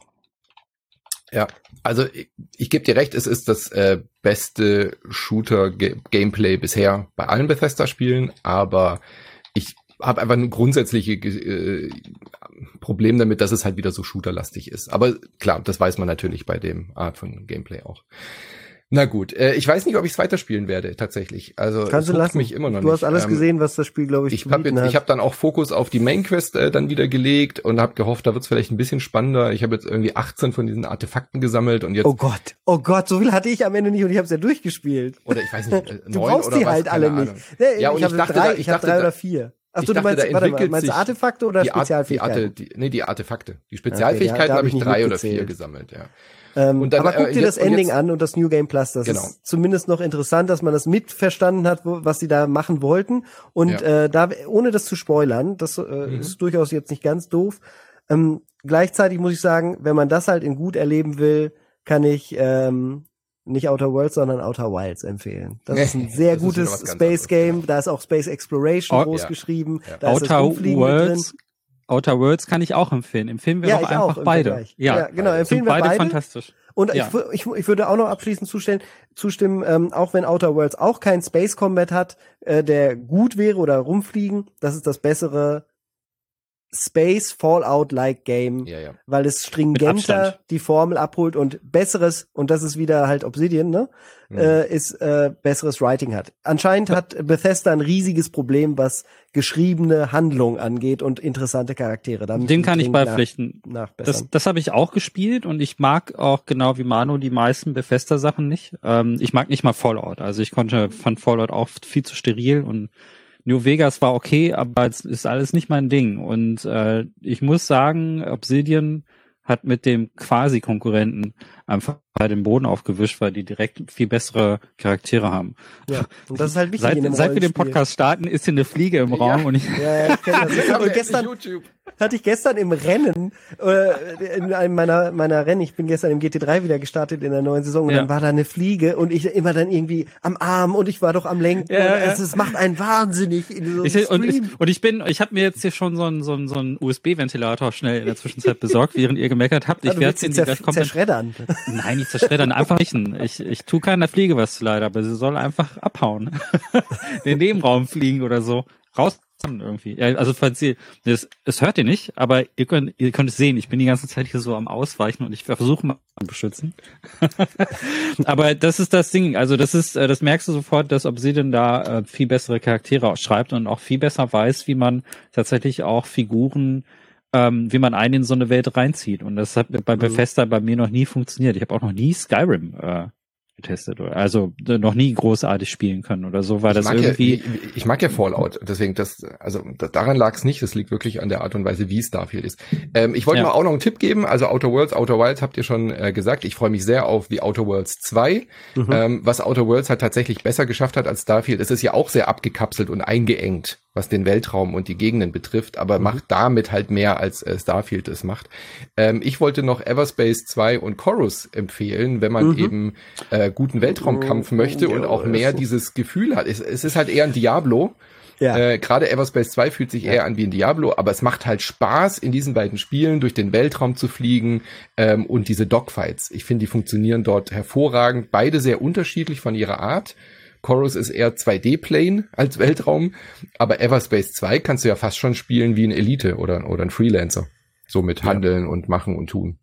Ja, also ich, ich gebe dir recht, es ist das äh, beste Shooter-Gameplay bisher bei allen Bethesda-Spielen, aber ich habe einfach ein grundsätzliches äh, Problem damit, dass es halt wieder so shooterlastig ist. Aber klar, das weiß man natürlich bei dem Art von Gameplay auch. Na gut, äh, ich weiß nicht, ob ich es weiterspielen werde, tatsächlich. Also Kannst es du lassen. mich immer noch du nicht. hast alles ähm, gesehen, was das Spiel, glaube ich, ich habe jetzt, hat. ich habe dann auch Fokus auf die Main Quest äh, dann wieder gelegt und habe gehofft, da wird's vielleicht ein bisschen spannender. Ich habe jetzt irgendwie achtzehn von diesen Artefakten gesammelt und jetzt. Oh Gott, oh Gott, so viel hatte ich am Ende nicht und ich habe es ja durchgespielt. Oder ich weiß nicht, äh, du neun brauchst oder die was, halt alle Ahnung. nicht. Nee, ja, und ich, ich habe drei, da, ich, ich habe drei oder vier. Ach so, du meinst, dachte, warte mal, meinst du Artefakte oder die Spezialfähigkeiten? Art, die Arte, die, nee, die Artefakte. Die Spezialfähigkeiten okay, ja, habe ich drei oder vier gesammelt, ja. Ähm, und dann, aber guck äh, dir jetzt, das Ending jetzt, an und das New Game Plus. Das genau. ist zumindest noch interessant, dass man das mitverstanden hat, wo, was sie da machen wollten. Und ja. äh, da, ohne das zu spoilern, das äh, mhm. ist durchaus jetzt nicht ganz doof. Ähm, gleichzeitig muss ich sagen, wenn man das halt in gut erleben will, kann ich ähm, nicht Outer Worlds, sondern Outer Wilds empfehlen. Das ist ein sehr gutes Space Game. Anderes, da ist auch Space Exploration oh, groß ja. geschrieben. Ja. Da ist Outer Worlds. Outer Worlds kann ich auch empfehlen. Empfehlen wir ja, doch einfach beide. Ja, ja, genau. Empfehlen wir beide. beide. Fantastisch. Und ja. ich, ich, ich würde auch noch abschließend zustimmen, zustimmen ähm, auch wenn Outer Worlds auch kein Space Combat hat, äh, der gut wäre oder rumfliegen, das ist das bessere Space Fallout-like Game, ja, ja. weil es stringenter die Formel abholt und besseres, und das ist wieder halt Obsidian, ne, mhm. äh, ist äh, besseres Writing hat. Anscheinend hat Bethesda ein riesiges Problem, was geschriebene Handlung angeht und interessante Charaktere. Dem kann ich beipflichten. Nach, das das habe ich auch gespielt und ich mag auch genau wie Manu die meisten Bethesda-Sachen nicht. Ähm, ich mag nicht mal Fallout. Also ich konnte fand Fallout auch viel zu steril und New Vegas war okay, aber es ist alles nicht mein Ding. Und äh, ich muss sagen, Obsidian hat mit dem Quasi-Konkurrenten einfach bei dem Boden aufgewischt, weil die direkt viel bessere Charaktere haben. Ja, und das ist halt wichtig seit, in einem seit wir den Podcast starten, ist hier eine Fliege im Raum. Ja. Und ich ja, ich kenn das. Ich habe gestern YouTube. hatte ich gestern im Rennen, äh, in einem meiner meiner Rennen, ich bin gestern im G T drei wieder gestartet in der neuen Saison und ja. dann war da eine Fliege und ich immer dann irgendwie am Arm und ich war doch am Lenken. Ja, und es, ja. es macht einen wahnsinnig in so ich, und, ich, und ich bin, ich habe mir jetzt hier schon so einen so einen, so einen U S B-Ventilator schnell in der Zwischenzeit besorgt, während ihr gemeckert habt. Ich ja, werde den zer gleich komplett zerschreddern. Nein, nicht zerschreddern, einfach nicht. Ich, ich tue keiner Fliege was leider, aber sie soll einfach abhauen. In den Nebenraum fliegen oder so. Raus irgendwie. Ja, also falls ihr, das, es hört ihr nicht, aber ihr könnt, ihr könnt es sehen. Ich bin die ganze Zeit hier so am Ausweichen und ich versuche mal zu beschützen. Aber das ist das Ding. Also das ist, das merkst du sofort, dass Obsidian da äh, viel bessere Charaktere schreibt und auch viel besser weiß, wie man tatsächlich auch Figuren Ähm, wie man einen in so eine Welt reinzieht. Und das hat bei Bethesda bei mir noch nie funktioniert. Ich habe auch noch nie Skyrim äh, getestet oder also noch nie großartig spielen können oder so, war ich das mag irgendwie. Ja, ich, ich mag ja Fallout, deswegen das, also daran lag es nicht, das liegt wirklich an der Art und Weise, wie Starfield ist. Ähm, ich wollte Ja. mal auch noch einen Tipp geben, also Outer Worlds, Outer Wilds habt ihr schon äh, gesagt, ich freue mich sehr auf The Outer Worlds zwei, mhm. ähm, was Outer Worlds halt tatsächlich besser geschafft hat als Starfield. Es ist ja auch sehr abgekapselt und eingeengt, was den Weltraum und die Gegenden betrifft, aber mhm. macht damit halt mehr, als äh, Starfield es macht. Ähm, ich wollte noch Everspace zwei und Chorus empfehlen, wenn man mhm. eben äh, guten Weltraumkampf möchte und auch mehr dieses Gefühl hat. Es, es ist halt eher ein Diablo. Ja. Äh, Gerade Everspace zwei fühlt sich ja. eher an wie ein Diablo, aber es macht halt Spaß, in diesen beiden Spielen durch den Weltraum zu fliegen ähm, und diese Dogfights. Ich finde, die funktionieren dort hervorragend. Beide sehr unterschiedlich von ihrer Art. Chorus ist eher zwei D-Plane als Weltraum, aber Everspace zwei kannst du ja fast schon spielen wie ein Elite oder, oder ein Freelancer. So mit Handeln ja. und Machen und Tun.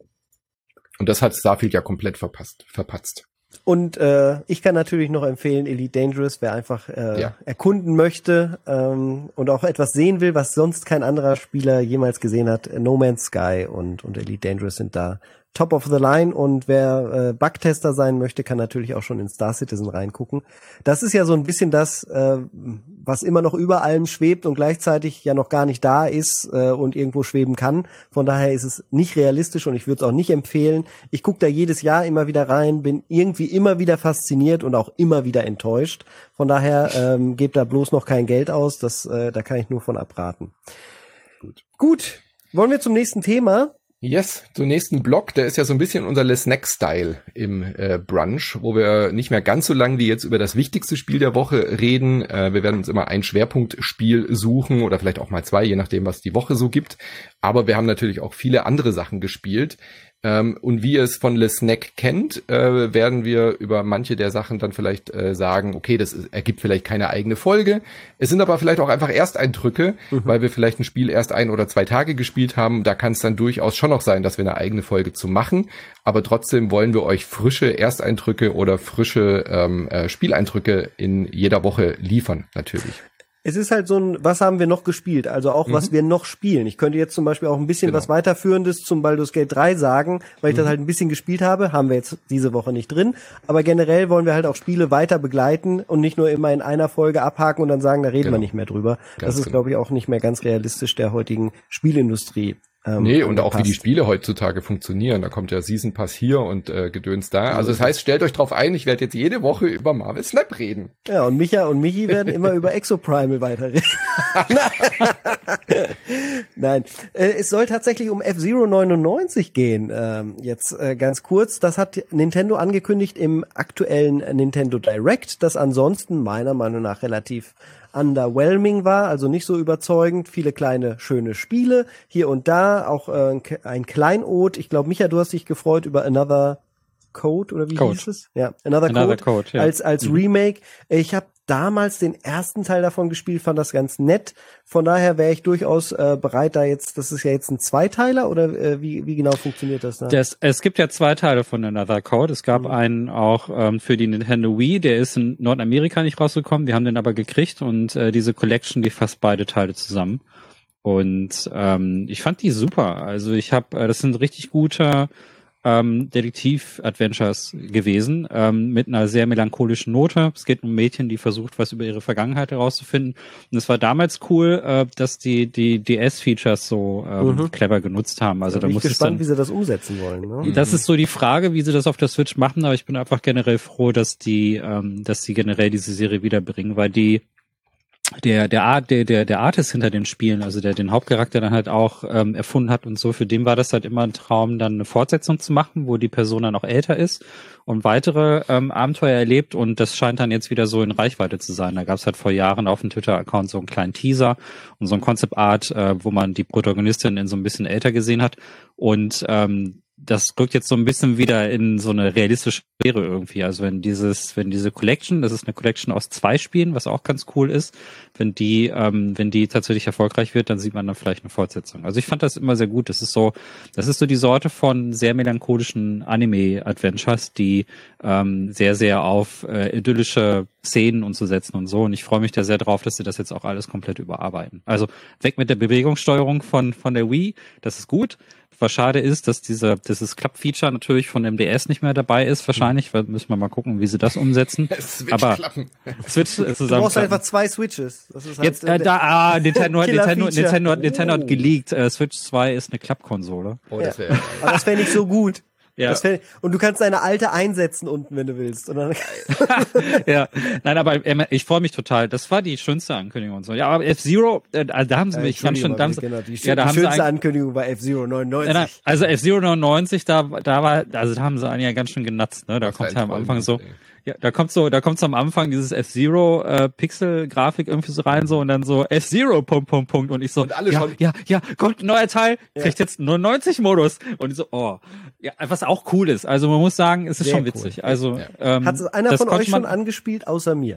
Und das hat Starfield ja komplett verpasst, verpatzt. Und äh, ich kann natürlich noch empfehlen, Elite Dangerous, wer einfach äh, ja. erkunden möchte ähm, und auch etwas sehen will, was sonst kein anderer Spieler jemals gesehen hat. No Man's Sky und, und Elite Dangerous sind da top of the line. Und wer äh, Bugtester sein möchte, kann natürlich auch schon in Star Citizen reingucken. Das ist ja so ein bisschen das, äh, was immer noch über allem schwebt und gleichzeitig ja noch gar nicht da ist äh, und irgendwo schweben kann. Von daher ist es nicht realistisch und ich würde es auch nicht empfehlen. Ich gucke da jedes Jahr immer wieder rein, bin irgendwie immer wieder fasziniert und auch immer wieder enttäuscht. Von daher ähm, gebt da bloß noch kein Geld aus. Das, äh, da kann ich nur von abraten. Gut. Gut. Wollen wir zum nächsten Thema? Yes, zum nächsten Block, der ist ja so ein bisschen unser Les Snack-Style im äh, Brunch, wo wir nicht mehr ganz so lang wie jetzt über das wichtigste Spiel der Woche reden. Äh, wir werden uns immer ein Schwerpunktspiel suchen oder vielleicht auch mal zwei, je nachdem, was die Woche so gibt. Aber wir haben natürlich auch viele andere Sachen gespielt. Ähm, und wie ihr es von Les Snack kennt, äh, werden wir über manche der Sachen dann vielleicht äh, sagen, okay, das ist, ergibt vielleicht keine eigene Folge. Es sind aber vielleicht auch einfach Ersteindrücke, mhm. weil wir vielleicht ein Spiel erst ein oder zwei Tage gespielt haben. Da kann es dann durchaus schon noch sein, dass wir eine eigene Folge zu machen. Aber trotzdem wollen wir euch frische Ersteindrücke oder frische ähm, äh, Spieleindrücke in jeder Woche liefern, natürlich. Es ist halt so ein, was haben wir noch gespielt? Also auch, mhm. was wir noch spielen. Ich könnte jetzt zum Beispiel auch ein bisschen genau. was Weiterführendes zum Baldur's Gate drei sagen, weil ich mhm. das halt ein bisschen gespielt habe. Haben wir jetzt diese Woche nicht drin. Aber generell wollen wir halt auch Spiele weiter begleiten und nicht nur immer in einer Folge abhaken und dann sagen, da reden genau. wir nicht mehr drüber. Ganz das ist, genau. glaube ich, auch nicht mehr ganz realistisch der heutigen Spielindustrie. Ähm, nee, und auch passt. Wie die Spiele heutzutage funktionieren. Da kommt ja Season Pass hier und äh, Gedöns da. Also das heißt, stellt euch drauf ein, ich werde jetzt jede Woche über Marvel Snap reden. Ja, und Micha und Michi werden immer über Exoprimal weiterreden. Nein, äh, es soll tatsächlich um F-Zero neunundneunzig gehen. Ähm, jetzt äh, ganz kurz, das hat Nintendo angekündigt im aktuellen Nintendo Direct, das ansonsten meiner Meinung nach relativ underwhelming war, also nicht so überzeugend. Viele kleine, schöne Spiele hier und da, auch äh, ein Kleinod. Ich glaube, Micha, du hast dich gefreut über Another Code, oder wie Code. hieß es? Ja, Another, Another Code, Code ja. als als mhm. Remake. Ich habe damals den ersten Teil davon gespielt, fand das ganz nett. Von daher wäre ich durchaus äh, bereit, da jetzt, das ist ja jetzt ein Zweiteiler, oder äh, wie wie genau funktioniert das da? Das, es gibt ja zwei Teile von Another Code. Es gab mhm. einen auch ähm, für die Nintendo Wii, der ist in Nordamerika nicht rausgekommen, wir haben den aber gekriegt und äh, diese Collection, die fasst beide Teile zusammen. Und ähm, ich fand die super. Also ich habe, äh, das sind richtig gute ähm, Detektiv-Adventures gewesen, ähm, mit einer sehr melancholischen Note. Es geht um Mädchen, die versucht, was über ihre Vergangenheit herauszufinden. Und es war damals cool, äh, dass die die D S-Features so ähm, mhm. clever genutzt haben. Also da, da muss ich gespannt, dann, wie sie das umsetzen wollen. Ne? Das ist so die Frage, wie sie das auf der Switch machen. Aber ich bin einfach generell froh, dass die, ähm, dass sie generell diese Serie wiederbringen, weil die der der Art der der der Artist hinter den Spielen, also der den Hauptcharakter dann halt auch ähm, erfunden hat und so, für den war das halt immer ein Traum, dann eine Fortsetzung zu machen, wo die Person dann auch älter ist und weitere ähm, Abenteuer erlebt, und das scheint dann jetzt wieder so in Reichweite zu sein. Da gab es halt vor Jahren auf dem Twitter-Account so einen kleinen Teaser und so ein Concept Art, äh, wo man die Protagonistin in so ein bisschen älter gesehen hat, und ähm, das rückt jetzt so ein bisschen wieder in so eine realistische Sphäre irgendwie. Also wenn dieses, wenn diese Collection, das ist eine Collection aus zwei Spielen, was auch ganz cool ist, wenn die, ähm, wenn die tatsächlich erfolgreich wird, dann sieht man dann vielleicht eine Fortsetzung. Also ich fand das immer sehr gut. Das ist so, das ist so die Sorte von sehr melancholischen Anime-Adventures, die ähm, sehr, sehr auf äh, idyllische Szenen und so setzen und so. Und ich freue mich da sehr drauf, dass sie das jetzt auch alles komplett überarbeiten. Also weg mit der Bewegungssteuerung von von der Wii, das ist gut. Was schade ist, dass dieser dieses Klapp-Feature natürlich von M D S nicht mehr dabei ist, wahrscheinlich, weil müssen wir mal gucken, wie sie das umsetzen. Switch Aber klappen. Switch Du zusammen. brauchst einfach zwei Switches. Das ist halt Jetzt äh, da ah, Nintendo, Killer Nintendo, Feature. Nintendo, Nintendo Oh. hat geleakt. Äh, Switch zwei ist eine Klappkonsole. Oh, das Ja. wäre Aber das wäre nicht so gut. Ja. Das wär, und du kannst deine alte einsetzen unten, wenn du willst. Und dann, Ja, nein, aber ähm, ich freue mich total. Das war die schönste Ankündigung und so. Ja, aber F-Zero, äh, da haben sie mich ganz schön, da haben sie, genau, die, ja, da die haben sie schönste ein- Ankündigung war F-Zero neunundneunzig. Ja, nein, also F-Zero neunundneunzig, da, da war, also da haben sie einen ja ganz schön genatzt, ne? Da Das war kommt ja am ein Anfang so, Traum, ey. ja, da kommt so, da kommt so am Anfang dieses F-Zero äh, Pixel-Grafik irgendwie so rein so und dann so F-Zero Punkt Punkt Punkt und ich so, Und alle ja, schon- ja, ja, kommt ein neuer Teil, kriegt jetzt einen neunundneunzig Modus und ich so, oh, ja, was auch cool ist. Also man muss sagen, es ist Sehr schon cool. witzig. Also Ja. ähm, Hat einer das von konnte euch schon man- angespielt, außer mir?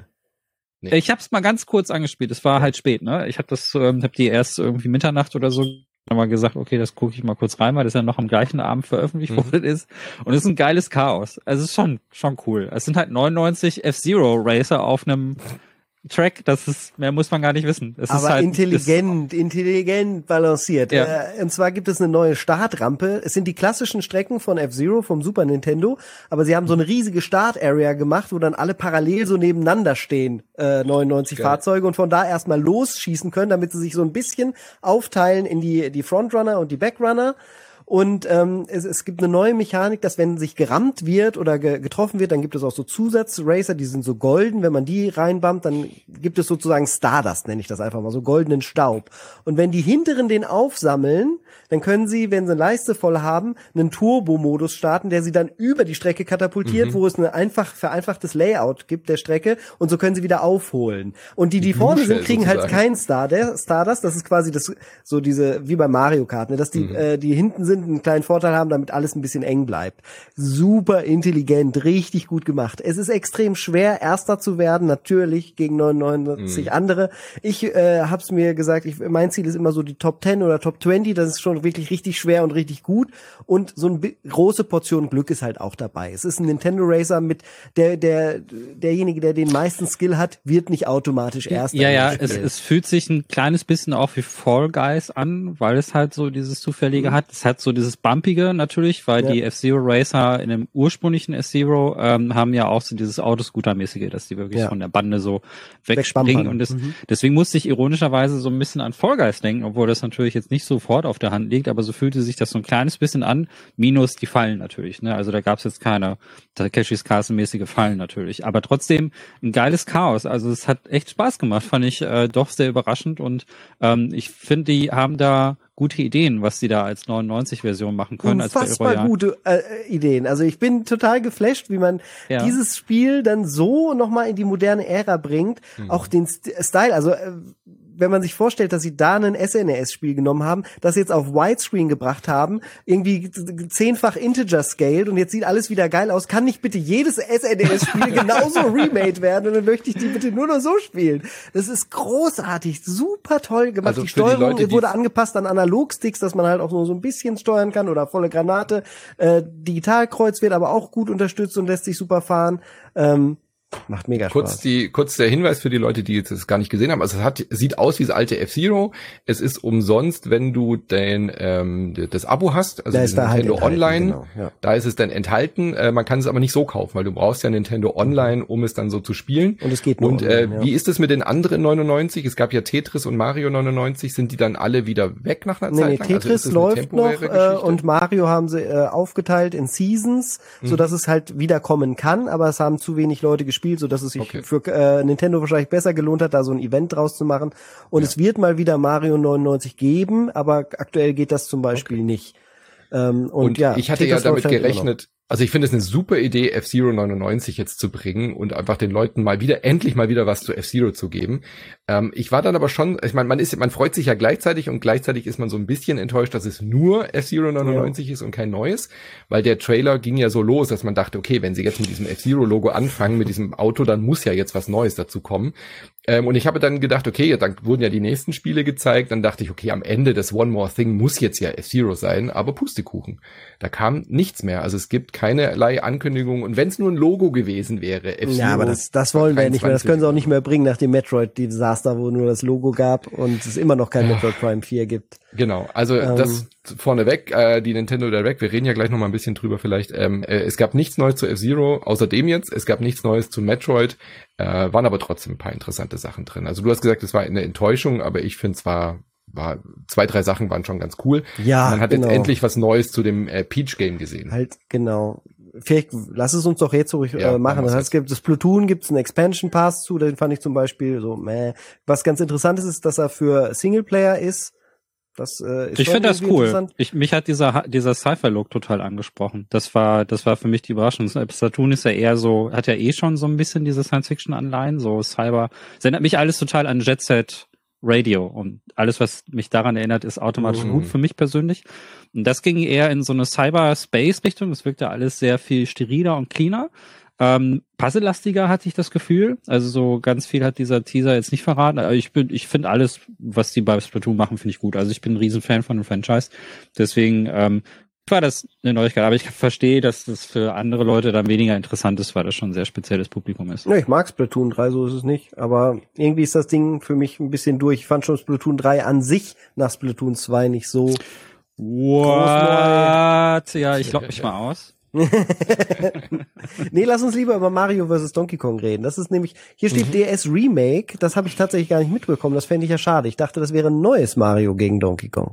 Ich habe es mal ganz kurz angespielt. Es war halt spät, ne? Ich habe das, ähm, habe die erst irgendwie Mitternacht oder so mal gesagt, okay, das gucke ich mal kurz rein, weil das ja noch am gleichen Abend veröffentlicht Mhm. worden ist. Und es ist ein geiles Chaos. Also es ist schon schon cool. Es sind halt neunundneunzig F-Zero Racer auf einem Track. Das ist, mehr muss man gar nicht wissen. Es ist Aber halt, intelligent, intelligent balanciert. Ja. Äh, und zwar gibt es eine neue Startrampe. Es sind die klassischen Strecken von F-Zero vom Super Nintendo, aber sie haben so eine riesige Start-Area gemacht, wo dann alle parallel so nebeneinander stehen, äh, neunundneunzig Geil. Fahrzeuge, und von da erstmal losschießen können, damit sie sich so ein bisschen aufteilen in die, die Frontrunner und die Backrunner. Und ähm, es, es gibt eine neue Mechanik, dass wenn sich gerammt wird oder ge getroffen wird, dann gibt es auch so Zusatzracer, die sind so golden. Wenn man die reinbammt, dann gibt es sozusagen Stardust, nenne ich das einfach mal, so goldenen Staub. Und wenn die hinteren den aufsammeln, dann können sie, wenn sie eine Leiste voll haben, einen Turbo-Modus starten, der sie dann über die Strecke katapultiert, Mhm. wo es ein einfach vereinfachtes Layout gibt der Strecke, und so können sie wieder aufholen. Und die, die vorne sind, Blue-Shell kriegen halt sozusagen. kein Star, der Stardust, das ist quasi das, so diese, wie bei Mario Kart, ne, dass die, Mhm. äh, die hinten sind, einen kleinen Vorteil haben, damit alles ein bisschen eng bleibt. Super intelligent, richtig gut gemacht. Es ist extrem schwer, Erster zu werden, natürlich, gegen neunundneunzig Mhm. andere. Ich äh, hab's mir gesagt, ich, mein Ziel ist immer so die Top zehn oder Top zwanzig, das ist schon wirklich richtig schwer und richtig gut. Und so eine große Portion Glück ist halt auch dabei. Es ist ein Nintendo Racer mit der, der, derjenige, der den meisten Skill hat, wird nicht automatisch Erster. ja, ja, im es, Spiel. es fühlt sich ein kleines bisschen auch wie Fall Guys an, weil es halt so dieses Zufällige hat. Es hat so dieses Bumpige natürlich, weil Ja. die F-Zero Racer in dem ursprünglichen F-Zero ähm, haben ja auch so dieses Autoscooter-mäßige, dass die wirklich Ja. von der Bande so wegspringen. Wegbumpern. Und das, Mhm. deswegen musste ich ironischerweise so ein bisschen an Fall Guys denken, obwohl das natürlich jetzt nicht sofort auf der Hand liegt, aber so fühlte sich das so ein kleines bisschen an, minus die Fallen natürlich. Ne? Also da gab es jetzt keine Takeshis Castle-mäßige Fallen natürlich. Aber trotzdem ein geiles Chaos. Also es hat echt Spaß gemacht, fand ich äh, doch sehr überraschend. Und ähm, ich finde, die haben da gute Ideen, was die da als neunundneunzig-Version machen können. Als bei Unfassbar Royal. gute äh, Ideen. Also ich bin total geflasht, wie man Ja. dieses Spiel dann so nochmal in die moderne Ära bringt. Auch den St Style, also äh, wenn man sich vorstellt, dass sie da ein S N E S-Spiel genommen haben, das jetzt auf Widescreen gebracht haben, irgendwie zehnfach Integer scaled, und jetzt sieht alles wieder geil aus, kann nicht bitte jedes S N E S-Spiel genauso remade werden, und dann möchte ich die bitte nur noch so spielen. Das ist großartig, super toll gemacht. Also die für die Steuerung Leute, die- wurde angepasst an Analogsticks, dass man halt auch nur so ein bisschen steuern kann, oder volle Granate. Äh, Digitalkreuz wird aber auch gut unterstützt und lässt sich super fahren. Ähm, macht mega Kurz Spaß. die, kurz der Hinweis für die Leute, die jetzt das gar nicht gesehen haben. Also es hat, sieht aus wie das alte F-Zero. Es ist umsonst, wenn du dein, ähm, das Abo hast, also Da ist diesen da halt Nintendo enthalten, Online. genau, ja. Da ist es dann enthalten. Äh, man kann es aber nicht so kaufen, weil du brauchst ja Nintendo Online, um es dann so zu spielen. Und es geht nur Und äh, online, ja. wie ist es mit den anderen neunundneunzig? Es gab ja Tetris und Mario neunundneunzig. Sind die dann alle wieder weg nach einer Nee, Zeit nee, lang? Tetris also ist das eine läuft noch temporäre äh, Geschichte? und Mario haben sie äh, aufgeteilt in Seasons, Mhm. so dass es halt wiederkommen kann, aber es haben zu wenig Leute gespielt, so dass es sich Okay. für äh, Nintendo wahrscheinlich besser gelohnt hat, da so ein Event draus zu machen. Und Ja. es wird mal wieder Mario neunundneunzig geben, aber aktuell geht das zum Beispiel nicht. Ähm, und, Und ja, ich hatte Tetris ja damit läuft halt immer noch. gerechnet, also ich finde es eine super Idee, F-Zero neunundneunzig jetzt zu bringen und einfach den Leuten mal wieder, endlich mal wieder was zu F-Zero zu geben. Ähm, ich war dann aber schon, ich meine, man ist, man freut sich ja gleichzeitig und gleichzeitig ist man so ein bisschen enttäuscht, dass es nur F-Zero neunundneunzig ist und kein neues, weil der Trailer ging ja so los, dass man dachte, okay, wenn sie jetzt mit diesem F-Zero-Logo anfangen, mit diesem Auto, dann muss ja jetzt was Neues dazu kommen. Ähm, und ich habe dann gedacht, okay, dann wurden ja die nächsten Spiele gezeigt, dann dachte ich, okay, am Ende des One More Thing muss jetzt ja F-Zero sein, aber Pustekuchen. Da kam nichts mehr, also es gibt keinerlei Ankündigung, und wenn es nur ein Logo gewesen wäre, F-Zero. Ja, aber das, das wollen wir ja nicht mehr. Das können sie auch nicht mehr bringen nach dem Metroid-Desaster, wo nur das Logo gab und es immer noch kein Ja. Metroid Prime vier gibt. Genau, also ähm, das vorneweg, äh, die Nintendo Direct, wir reden ja gleich noch mal ein bisschen drüber vielleicht. Ähm, äh, es gab nichts Neues zu F-Zero, außer dem jetzt. Es gab nichts Neues zu Metroid, äh, waren aber trotzdem ein paar interessante Sachen drin. Also du hast gesagt, es war eine Enttäuschung, aber ich finde zwar war zwei, drei Sachen waren schon ganz cool. Ja, Man hat genau. jetzt endlich was Neues zu dem äh, Peach-Game gesehen. Halt, genau. Vielleicht lass es uns doch jetzt ruhig ja, äh, machen. Das heißt, es gibt das Splatoon, gibt es einen Expansion Pass zu, den fand ich zum Beispiel so, meh. Was ganz interessant ist, ist, dass er für Singleplayer ist. Das äh, ist ich finde das cool. Ich, mich hat dieser dieser Sci-Fi-Look total angesprochen. Das war das war für mich die Überraschung. Splatoon ist ja eher so, hat ja eh schon so ein bisschen diese Science-Fiction-Anleihen, so Cyber. Das erinnert mich alles total an Jet Set Radio und alles, was mich daran erinnert, ist automatisch mhm. gut für mich persönlich. Und das ging eher in so eine Cyber-Space-Richtung. Das wirkte alles sehr viel steriler und cleaner. Ähm, puzzle-lastiger hatte ich das Gefühl. Also so ganz viel hat dieser Teaser jetzt nicht verraten. Aber ich bin, ich finde alles, was die bei Splatoon machen, finde ich gut. Also ich bin ein Riesenfan von dem Franchise. Deswegen ähm, war das eine Neuigkeit. Aber ich verstehe, dass das für andere Leute dann weniger interessant ist, weil das schon ein sehr spezielles Publikum ist. Ja, ich mag Splatoon drei, so ist es nicht. Aber irgendwie ist das Ding für mich ein bisschen durch. Ich fand schon Splatoon drei an sich nach Splatoon zwei nicht so What? Ja, ich logge mich mal aus. Nee, lass uns lieber über Mario versus. Donkey Kong reden. Das ist nämlich, hier steht mhm. D S Remake, das habe ich tatsächlich gar nicht mitbekommen, das fände ich ja schade. Ich dachte, das wäre ein neues Mario gegen Donkey Kong.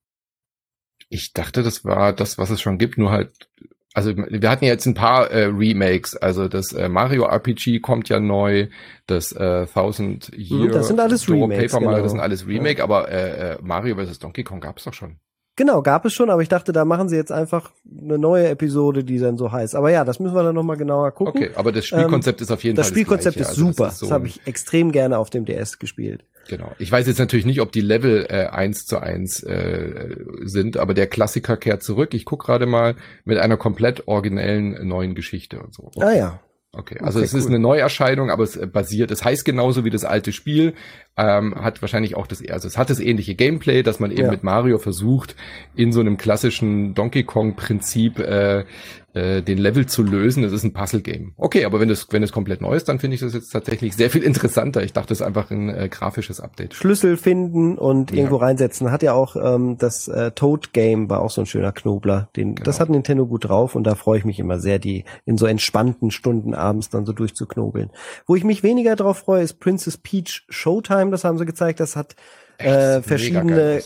Ich dachte, das war das, was es schon gibt, nur halt, also wir hatten ja jetzt ein paar äh, Remakes, also das äh, Mario R P G kommt ja neu, das äh, Thousand Year das sind alles Remakes, Paper Mario, genau. Das sind alles Remake, ja. aber äh, Mario versus. Donkey Kong gab's doch schon. Genau, gab es schon, aber ich dachte, da machen sie jetzt einfach eine neue Episode, die dann so heißt. Aber ja, das müssen wir dann nochmal genauer gucken. Okay, aber das Spielkonzept ähm, ist auf jeden das Fall Spielkonzept das Spielkonzept ist super. Also das, so das habe ich extrem gerne auf dem D S gespielt. Genau. Ich weiß jetzt natürlich nicht, ob die Level äh, eins zu eins äh, sind, aber der Klassiker kehrt zurück. Ich guck gerade mal mit einer komplett originellen neuen Geschichte und so. Okay. Ah ja. Okay, also okay, es ist cool. eine Neuerscheinung, aber es basiert, es heißt genauso wie das alte Spiel, ähm, hat wahrscheinlich auch das, also es hat das ähnliche Gameplay, dass man eben ja. mit Mario versucht, in so einem klassischen Donkey Kong Prinzip äh, äh, den Level zu lösen. Es ist ein Puzzle-Game. Okay, aber wenn das wenn es komplett neu ist, dann finde ich das jetzt tatsächlich sehr viel interessanter. Ich dachte, es ist einfach ein äh, grafisches Update. Schlüssel finden und ja. irgendwo reinsetzen. Hat ja auch ähm, das äh, Toad-Game war auch so ein schöner Knobler. Den, Genau. Das hat Nintendo gut drauf und da freue ich mich immer sehr, die in so entspannten Stunden abends dann so durchzuknobeln. Wo ich mich weniger drauf freue, ist Princess Peach Showtime. Das haben sie gezeigt. Das hat äh, verschiedene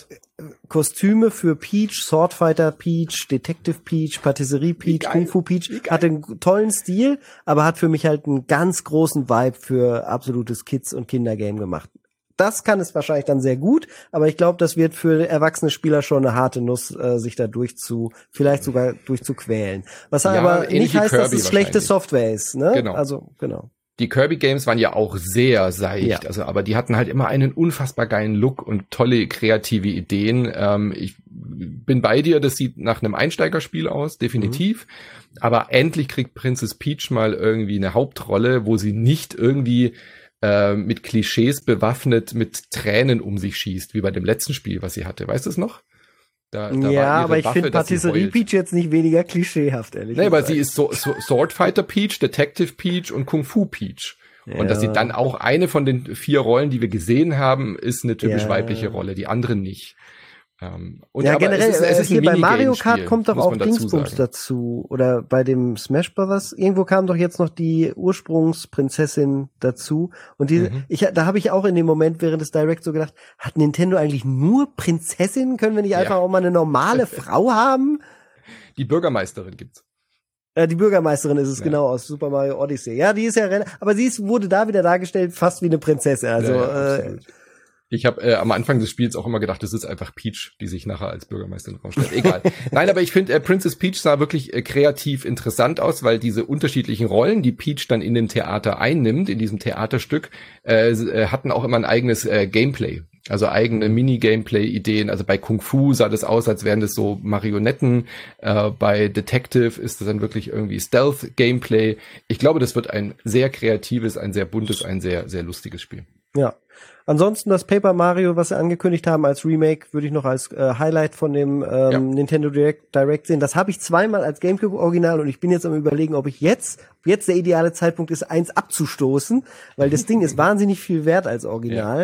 Kostüme für Peach, Swordfighter Peach, Detective Peach, Patisserie Peach, Kung Fu Peach. Hat einen tollen Stil, aber hat für mich halt einen ganz großen Vibe für absolutes Kids- und Kindergame gemacht. Das kann es wahrscheinlich dann sehr gut, aber ich glaube, das wird für erwachsene Spieler schon eine harte Nuss, äh, sich da durchzu, vielleicht sogar durchzuquälen. Was ja, aber nicht heißt, Kirby dass es schlechte Software ist, ne? Genau. Also, genau. Die Kirby-Games waren ja auch sehr seicht, ja. also aber die hatten halt immer einen unfassbar geilen Look und tolle kreative Ideen. Ähm, ich bin bei dir, das sieht nach einem Einsteigerspiel aus, definitiv. Mhm. Aber endlich kriegt Princess Peach mal irgendwie eine Hauptrolle, wo sie nicht irgendwie äh, mit Klischees bewaffnet mit Tränen um sich schießt, wie bei dem letzten Spiel, was sie hatte. Weißt du es noch? Da, da ja, aber ich finde Patisserie Peach jetzt nicht weniger klischeehaft, ehrlich gesagt. Nee, aber sie ist so, so Swordfighter Peach, Detective Peach und Kung Fu Peach. Ja. Und dass sie dann auch eine von den vier Rollen, die wir gesehen haben, ist eine typisch ja. weibliche Rolle, die anderen nicht. Ähm, und ja, aber generell, es ist, es ist hier bei Mario Kart kommt doch auch dazu Dingsbums sagen. dazu. Oder bei dem Smash Brothers, irgendwo kam doch jetzt noch die Ursprungsprinzessin dazu. Und die, mhm. ich, da habe ich auch in dem Moment während des Direct so gedacht, hat Nintendo eigentlich nur Prinzessinnen? Können wir nicht einfach ja. auch mal eine normale Frau haben? Die Bürgermeisterin gibt's. Äh, die Bürgermeisterin ist es, ja. genau, aus Super Mario Odyssey. Ja, die ist ja, aber sie ist, wurde da wieder dargestellt fast wie eine Prinzessin. Also, ja, ja, äh, Ich habe äh, am Anfang des Spiels auch immer gedacht, das ist einfach Peach, die sich nachher als Bürgermeisterin rausstellt. Egal. Nein, aber ich finde, äh, Princess Peach sah wirklich äh, kreativ interessant aus, weil diese unterschiedlichen Rollen, die Peach dann in dem Theater einnimmt, in diesem Theaterstück, äh, äh, hatten auch immer ein eigenes äh, Gameplay. Also eigene Mini-Gameplay-Ideen. Also bei Kung Fu sah das aus, als wären das so Marionetten. Äh, bei Detective ist das dann wirklich irgendwie Stealth-Gameplay. Ich glaube, das wird ein sehr kreatives, ein sehr buntes, ein sehr, sehr lustiges Spiel. Ja. Ansonsten das Paper Mario, was sie angekündigt haben als Remake, würde ich noch als äh, Highlight von dem ähm, ja. Nintendo Direct, Direct sehen. Das habe ich zweimal als GameCube-Original und ich bin jetzt am Überlegen, ob ich jetzt, ob jetzt der ideale Zeitpunkt ist, eins abzustoßen, weil das Ding ist wahnsinnig viel wert als Original. Ja.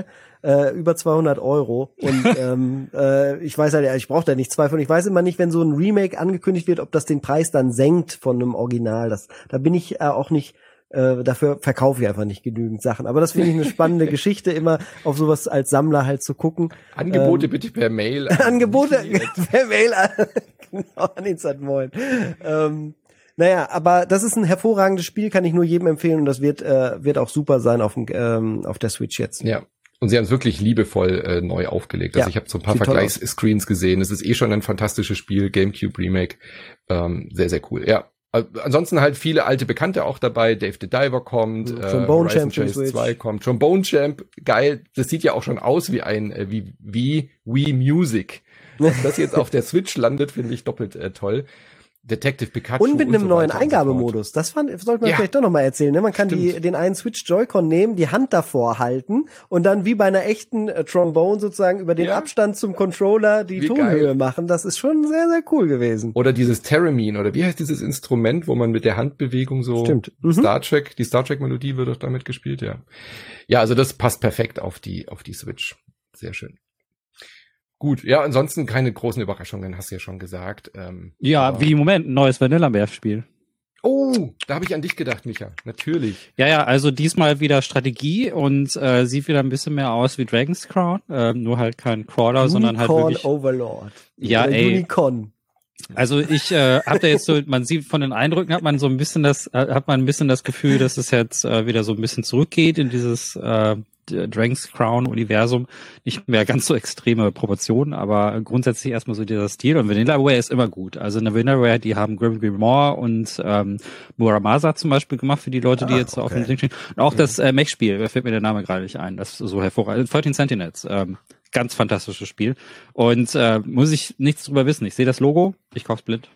äh, über zweihundert Euro und ähm, äh, ich weiß halt, ich brauche da nicht zwei von. Ich weiß immer nicht, wenn so ein Remake angekündigt wird, ob das den Preis dann senkt von einem Original. Das, da bin ich äh, auch nicht, äh, dafür verkaufe ich einfach nicht genügend Sachen. Aber das finde ich eine spannende Geschichte, immer auf sowas als Sammler halt zu gucken. Angebote ähm, bitte per Mail. Angebote per Mail genau, an Instant Moin. Ähm, Naja, aber das ist ein hervorragendes Spiel, kann ich nur jedem empfehlen und das wird äh, wird auch super sein auf dem ähm, auf der Switch jetzt. Ja. Und sie haben es wirklich liebevoll äh, neu aufgelegt. Also ja, ich habe so ein paar Vergleichsscreens gesehen. Es ist eh schon ein fantastisches Spiel, GameCube Remake. Ähm, sehr, sehr cool. Ja. Also, ansonsten halt viele alte Bekannte auch dabei. Dave the Diver kommt, mhm. äh, Trombone Champ Chase zwei kommt, Trombone Champ, geil. Das sieht ja auch schon aus wie ein äh, wie wie Wii Music. Dass das jetzt auf der Switch landet, finde ich doppelt äh, toll. Detective Pikachu und mit einem so neuen weiter Eingabemodus. Das fand, sollte man ja. vielleicht doch noch mal erzählen. Ne? Man kann die, den einen Switch Joy-Con nehmen, die Hand davor halten und dann wie bei einer echten äh, Trombone sozusagen über den ja. Abstand zum Controller die wie Tonhöhe geil. machen. Das ist schon sehr, sehr cool gewesen. Oder dieses Theremin, oder wie heißt dieses Instrument, wo man mit der Handbewegung so Stimmt. Mhm. Star Trek, die Star Trek Melodie wird doch damit gespielt, ja. Ja, also das passt perfekt auf die, auf die Switch. Sehr schön. Gut, ja, ansonsten keine großen Überraschungen, hast du ja schon gesagt. Ähm, ja, wie im Moment, ein neues Vanilla-Bear-Spiel. Oh, da habe ich an dich gedacht, Micha, natürlich. Ja, ja, also diesmal wieder Strategie und äh, sieht wieder ein bisschen mehr aus wie Dragon's Crown, äh, nur halt kein Crawler, Unicorn sondern halt wirklich... Overlord. Ja, ey. Unicorn. Also ich äh, habe da jetzt so, man sieht von den Eindrücken hat man so ein bisschen das, äh, hat man ein bisschen das Gefühl, dass es jetzt äh, wieder so ein bisschen zurückgeht in dieses äh, Dragon's Crown Universum, nicht mehr ganz so extreme Proportionen, aber grundsätzlich erstmal so dieser Stil und Vanillaware ist immer gut. Also in der Vanillaware, die haben Grim Grimoire und ähm, Muramasa zum Beispiel gemacht für die Leute, die ah, jetzt okay. auf dem Ding stehen. Und auch mhm. das äh, Mech-Spiel, da fällt mir der Name gerade nicht ein, das ist so hervorragend. dreizehn Sentinels, ähm, ganz fantastisches Spiel. Und äh, muss ich nichts drüber wissen. Ich sehe das Logo, ich kauf's blind.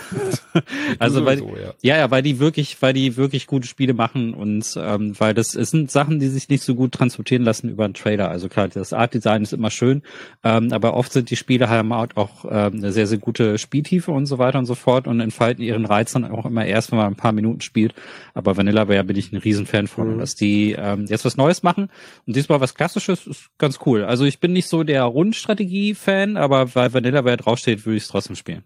also weil sowieso, ja. ja ja weil die wirklich weil die wirklich gute Spiele machen und ähm, weil das es sind Sachen, die sich nicht so gut transportieren lassen über einen Trailer. Also klar, das Art Design ist immer schön, ähm, aber oft sind die Spiele haben auch ähm, eine sehr sehr gute Spieltiefe und so weiter und so fort und entfalten ihren Reiz dann auch immer erst, wenn man ein paar Minuten spielt. Aber Vanillaware bin ich ein Riesenfan von, mhm. dass die ähm, jetzt was Neues machen und diesmal was Klassisches ist ganz cool. Also ich bin nicht so der Rundstrategie-Fan, aber weil Vanillaware draufsteht, würde ich es trotzdem spielen.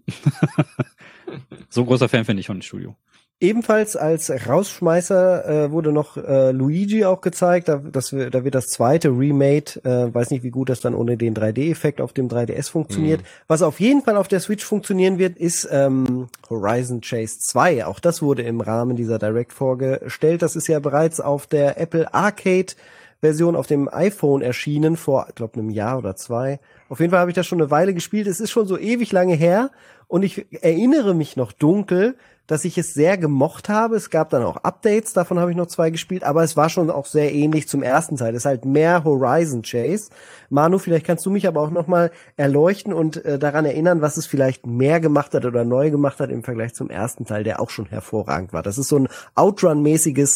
So großer Fan finde ich von dem Studio. Ebenfalls als Rausschmeißer äh, wurde noch äh, Luigi auch gezeigt. Da, das, da wird das zweite Remade. Äh, weiß nicht, wie gut das dann ohne den drei D-Effekt auf dem drei D S funktioniert. Mhm. Was auf jeden Fall auf der Switch funktionieren wird, ist ähm, Horizon Chase zwei. Auch das wurde im Rahmen dieser Direct vorgestellt. Das ist ja bereits auf der Apple Arcade Version auf dem iPhone erschienen vor, ich glaube, einem Jahr oder zwei. Auf jeden Fall habe ich das schon eine Weile gespielt. Es ist schon so ewig lange her und ich erinnere mich noch dunkel, dass ich es sehr gemocht habe. Es gab dann auch Updates, davon habe ich noch zwei gespielt, aber es war schon auch sehr ähnlich zum ersten Teil. Es ist halt mehr Horizon Chase. Manu, vielleicht kannst du mich aber auch noch mal erleuchten und äh, daran erinnern, was es vielleicht mehr gemacht hat oder neu gemacht hat im Vergleich zum ersten Teil, der auch schon hervorragend war. Das ist so ein Outrun-mäßiges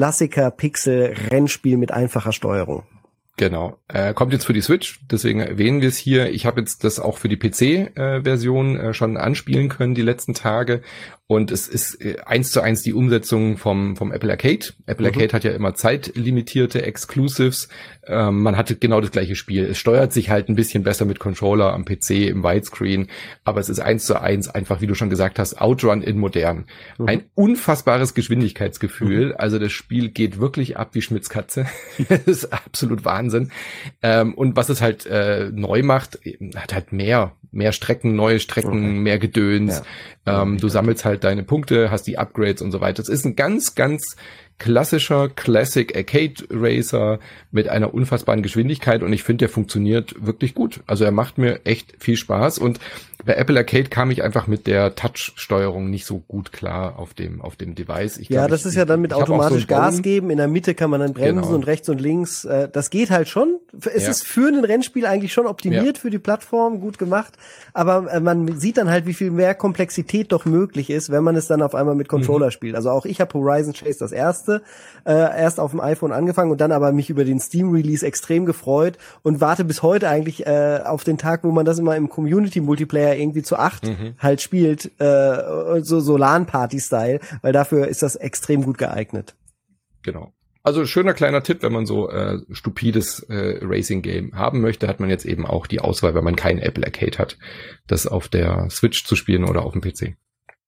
Klassiker-Pixel-Rennspiel mit einfacher Steuerung. Genau. Äh, kommt jetzt für die Switch, deswegen erwähnen wir es hier. Ich habe jetzt das auch für die P C-Version äh, äh, schon anspielen können die letzten Tage. Und es ist äh, eins zu eins die Umsetzung vom vom Apple Arcade. Apple mhm. Arcade hat ja immer zeitlimitierte Exclusives. Ähm, man hatte genau das gleiche Spiel. Es steuert sich halt ein bisschen besser mit Controller am P C im Widescreen. Aber es ist eins zu eins einfach, wie du schon gesagt hast, Outrun in modern. Mhm. Ein unfassbares Geschwindigkeitsgefühl. Mhm. Also das Spiel geht wirklich ab wie Schmitz Katze. Das ist absolut Wahnsinn. Ähm, und was es halt äh, neu macht, hat halt mehr, mehr Strecken, neue Strecken, okay. mehr Gedöns. Ja. Ähm, du sammelst halt deine Punkte, hast die Upgrades und so weiter. Es ist ein ganz, ganz klassischer Classic Arcade Racer mit einer unfassbaren Geschwindigkeit und ich finde, der funktioniert wirklich gut. Also er macht mir echt viel Spaß und bei Apple Arcade kam ich einfach mit der Touch-Steuerung nicht so gut klar auf dem auf dem Device. Ich ja, glaub, das ich, ist ja dann mit automatisch so Gas geben. In der Mitte kann man dann bremsen genau. und rechts und links. Das geht halt schon. Es ja. ist für ein Rennspiel eigentlich schon optimiert ja. für die Plattform, gut gemacht. Aber man sieht dann halt, wie viel mehr Komplexität doch möglich ist, wenn man es dann auf einmal mit Controller mhm. spielt. Also auch ich habe Horizon Chase das erste äh, erst auf dem iPhone angefangen und dann aber mich über den Steam-Release extrem gefreut und warte bis heute eigentlich äh, auf den Tag, wo man das immer im Community-Multiplayer irgendwie zu acht mhm. halt spielt, äh, so, so LAN-Party-Style, weil dafür ist das extrem gut geeignet. Genau. Also schöner kleiner Tipp, wenn man so äh, stupides äh, Racing-Game haben möchte, hat man jetzt eben auch die Auswahl, wenn man keinen Apple Arcade hat, das auf der Switch zu spielen oder auf dem P C.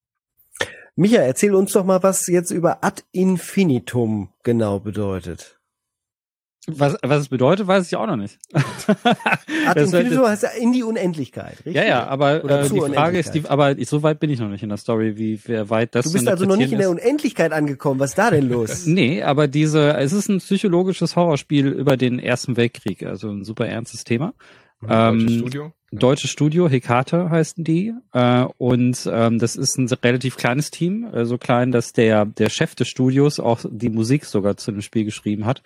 Micha, erzähl uns doch mal, was jetzt über Ad Infinitum genau bedeutet. Was, was es bedeutet, weiß ich auch noch nicht. Ad Infinitum heißt ja in die Unendlichkeit, richtig? Ja, ja, aber Oder äh, die zur Frage ist, die, aber ich, so weit bin ich noch nicht in der Story, wie wer weit das Du bist zu also noch nicht in der ist. Unendlichkeit angekommen. Was ist da denn los? Nee, aber diese, es ist ein psychologisches Horrorspiel über den Ersten Weltkrieg, also ein super ernstes Thema. Deutsches Ähm, Studio. Deutsches Studio, Hekate heißen die, äh, und ähm, das ist ein relativ kleines Team, äh, so klein, dass der der Chef des Studios auch die Musik sogar zu dem Spiel geschrieben hat.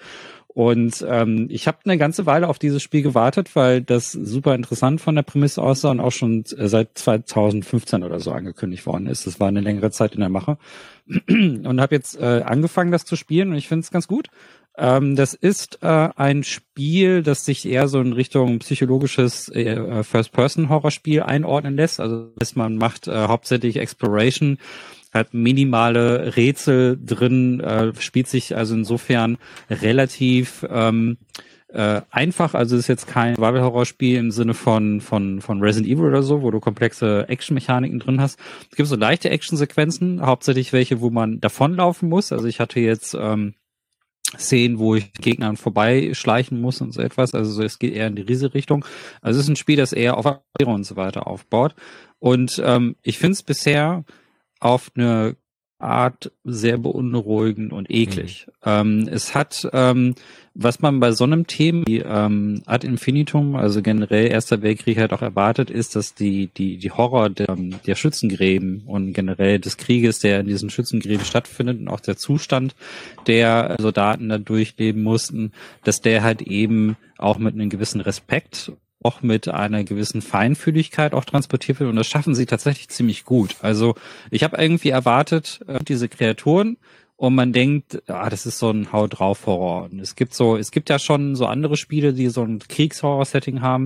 Und ähm, ich habe eine ganze Weile auf dieses Spiel gewartet, weil das super interessant von der Prämisse aussah und auch schon seit zweitausendfünfzehn oder so angekündigt worden ist. Das war eine längere Zeit in der Mache. Und habe jetzt äh, angefangen, das zu spielen und ich finde es ganz gut. Ähm, das ist äh, ein Spiel, das sich eher so in Richtung psychologisches äh, First-Person-Horrorspiel einordnen lässt. Also man macht äh, hauptsächlich Exploration, hat minimale Rätsel drin, äh, spielt sich also insofern relativ ähm, äh, einfach. Also ist jetzt kein Survival-Horror-Spiel im Sinne von von von Resident Evil oder so, wo du komplexe Action-Mechaniken drin hast. Es gibt so leichte Action-Sequenzen, hauptsächlich welche, wo man davonlaufen muss. Also ich hatte jetzt ähm, Szenen, wo ich Gegnern vorbeischleichen muss und so etwas. Also es geht eher in die Riese-Richtung. Also es ist ein Spiel, das eher auf Aktion und so weiter aufbaut. Und ähm, ich finde es bisher auf eine Art sehr beunruhigend und eklig. Mhm. Ähm, es hat, ähm, was man bei so einem Thema wie ähm, Ad Infinitum, also generell Erster Weltkrieg halt auch erwartet, ist, dass die die die Horror der, der Schützengräben und generell des Krieges, der in diesen Schützengräben stattfindet und auch der Zustand der Soldaten da durchleben mussten, dass der halt eben auch mit einem gewissen Respekt auch mit einer gewissen Feinfühligkeit auch transportiert wird und das schaffen sie tatsächlich ziemlich gut. Also ich habe irgendwie erwartet, äh, diese Kreaturen und man denkt, ah, das ist so ein Hau drauf Horror. Und es gibt so, es gibt ja schon so andere Spiele, die so ein Kriegshorror-Setting haben,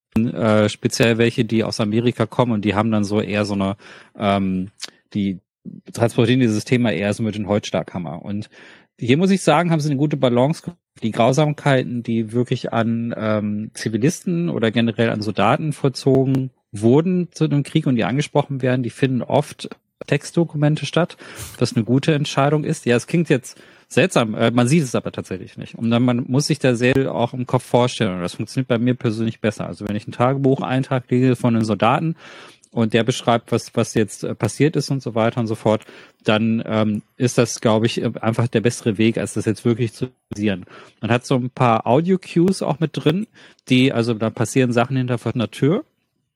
äh, speziell welche, die aus Amerika kommen und die haben dann so eher so eine, ähm, die transportieren dieses Thema eher so mit dem Holzstarkhammer. Und hier muss ich sagen, haben sie eine gute Balance. Die Grausamkeiten, die wirklich an ähm, Zivilisten oder generell an Soldaten vollzogen wurden zu dem Krieg und die angesprochen werden, die finden oft Textdokumente statt, was eine gute Entscheidung ist. Ja, es klingt jetzt seltsam, äh, man sieht es aber tatsächlich nicht. Und dann man muss sich da sehr auch im Kopf vorstellen und das funktioniert bei mir persönlich besser. Also wenn ich ein Tagebucheintrag lese von einem Soldaten und der beschreibt, was was jetzt äh, passiert ist und so weiter und so fort, dann ähm, ist das, glaube ich, einfach der bessere Weg, als das jetzt wirklich zu basieren. Man hat so ein paar Audio-Cues auch mit drin, die, also da passieren Sachen hinter einer Tür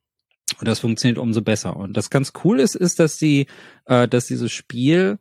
und das funktioniert umso besser. Und das ganz cool ist, ist, dass die, äh, dass dieses Spiel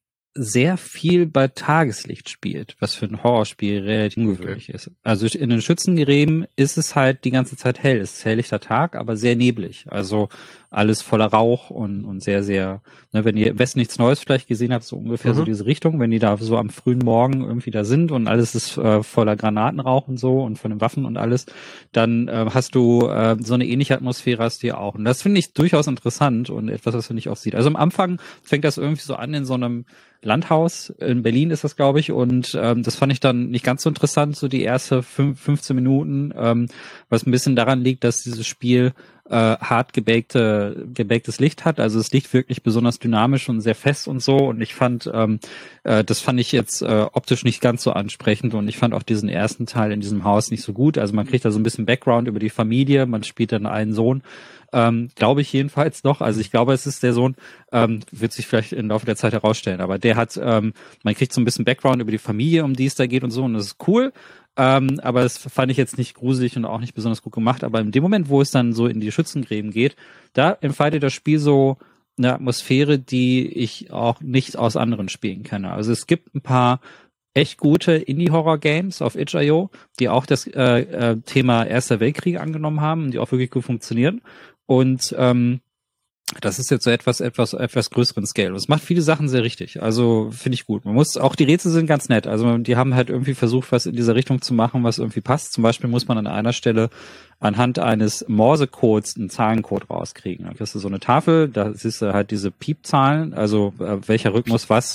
sehr viel bei Tageslicht spielt, was für ein Horrorspiel relativ ungewöhnlich ist. Also in den Schützengräben ist es halt die ganze Zeit hell. Es ist helllichter Tag, aber sehr neblig. Also alles voller Rauch und, und sehr, sehr, ne, wenn ihr Westen nichts Neues vielleicht gesehen habt, so ungefähr mhm. so diese Richtung, wenn die da so am frühen Morgen irgendwie da sind und alles ist äh, voller Granatenrauch und so und von den Waffen und alles, dann äh, hast du äh, so eine ähnliche Atmosphäre hast du ja auch. Und das finde ich durchaus interessant und etwas, was man nicht oft sieht. Also am Anfang fängt das irgendwie so an in so einem Landhaus, in Berlin ist das, glaube ich, und ähm, das fand ich dann nicht ganz so interessant, so die erste fünf, fünfzehn Minuten, ähm, was ein bisschen daran liegt, dass dieses Spiel äh, hart gebakte, gebaktes Licht hat, also das Licht wirklich besonders dynamisch und sehr fest und so und ich fand, ähm, äh, das fand ich jetzt äh, optisch nicht ganz so ansprechend und ich fand auch diesen ersten Teil in diesem Haus nicht so gut, also man kriegt da so ein bisschen Background über die Familie, man spielt dann einen Sohn, Ähm, glaube ich jedenfalls noch. Also ich glaube, es ist der Sohn, ähm, wird sich vielleicht im Laufe der Zeit herausstellen. Aber der hat, ähm, man kriegt so ein bisschen Background über die Familie, um die es da geht und so. Und das ist cool. Ähm, aber das fand ich jetzt nicht gruselig und auch nicht besonders gut gemacht. Aber in dem Moment, wo es dann so in die Schützengräben geht, da entfaltet das Spiel so eine Atmosphäre, die ich auch nicht aus anderen Spielen kenne. Also es gibt ein paar echt gute Indie-Horror-Games auf itch punkt io, die auch das äh, äh, Thema Erster Weltkrieg angenommen haben und die auch wirklich gut funktionieren. Und ähm, das ist jetzt so etwas, etwas, etwas größeren Scale. Und es macht viele Sachen sehr richtig. Also finde ich gut. Man muss, auch die Rätsel sind ganz nett. Also die haben halt irgendwie versucht, was in dieser Richtung zu machen, was irgendwie passt. Zum Beispiel muss man an einer Stelle anhand eines Morsecodes einen Zahlencode rauskriegen. Da kriegst du so eine Tafel, da siehst du halt diese Piepzahlen, also äh, welcher Rhythmus was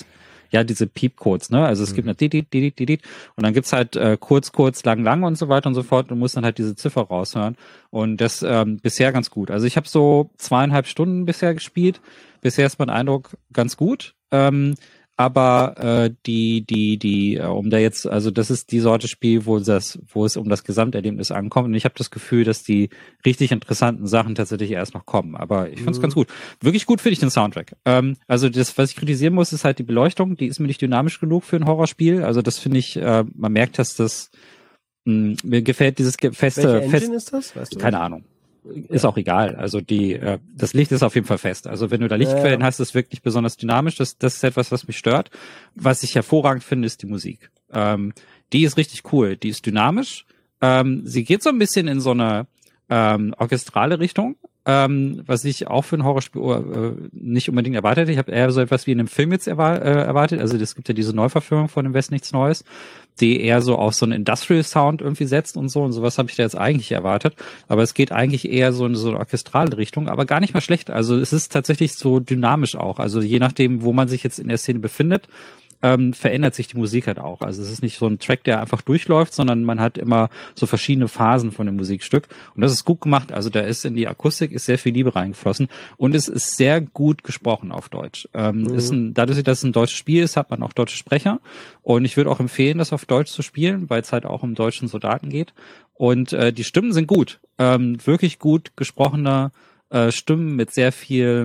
ja, diese Piepcodes, ne? Also es mhm. gibt eine dit, dit, dit, dit, dit, und dann gibt's halt äh, kurz, kurz, lang, lang und so weiter und so fort und musst dann halt diese Ziffer raushören. Und das ähm, bisher ganz gut. Also ich habe so zweieinhalb Stunden bisher gespielt. Bisher ist mein Eindruck ganz gut. Ähm, Aber äh, die, die, die, äh, um da jetzt, also das ist die Sorte Spiel, wo das, wo es um das Gesamterlebnis ankommt. Und ich habe das Gefühl, dass die richtig interessanten Sachen tatsächlich erst noch kommen. Aber ich finde es mhm. ganz gut. Wirklich gut finde ich den Soundtrack. Ähm, also das, was ich kritisieren muss, ist halt die Beleuchtung. Die ist mir nicht dynamisch genug für ein Horrorspiel. Also das finde ich, äh, man merkt, dass das mh, mir gefällt dieses feste. Welche Engine fest, ist das? Weißt du keine was? Ahnung. Ist auch egal. Also die, äh, das Licht ist auf jeden Fall fest. Also wenn du da Lichtquellen ja. hast, ist es wirklich besonders dynamisch. Das, das ist etwas, was mich stört. Was ich hervorragend finde, ist die Musik. Ähm, die ist richtig cool. Die ist dynamisch. Ähm, sie geht so ein bisschen in so eine ähm, orchestrale Richtung, ähm, was ich auch für ein Horrorspiel äh, nicht unbedingt erwartet hätte. Ich habe eher so etwas wie in einem Film jetzt erwa- äh, erwartet. Also es gibt ja diese Neuverfilmung von dem West Nichts Neues, die eher so auf so einen Industrial Sound irgendwie setzt und so. Und sowas habe ich da jetzt eigentlich erwartet. Aber es geht eigentlich eher so in so eine orchestrale Richtung, aber gar nicht mal schlecht. Also es ist tatsächlich so dynamisch auch. Also je nachdem, wo man sich jetzt in der Szene befindet, ähm, verändert sich die Musik halt auch. Also es ist nicht so ein Track, der einfach durchläuft, sondern man hat immer so verschiedene Phasen von dem Musikstück. Und das ist gut gemacht. Also da ist in die Akustik ist sehr viel Liebe reingeflossen und es ist sehr gut gesprochen auf Deutsch. Ähm, mhm. ist ein, dadurch, dass es ein deutsches Spiel ist, hat man auch deutsche Sprecher. Und ich würde auch empfehlen, das auf Deutsch zu spielen, weil es halt auch um deutschen Soldaten geht. Und äh, die Stimmen sind gut. Ähm, wirklich gut gesprochene äh, Stimmen mit sehr viel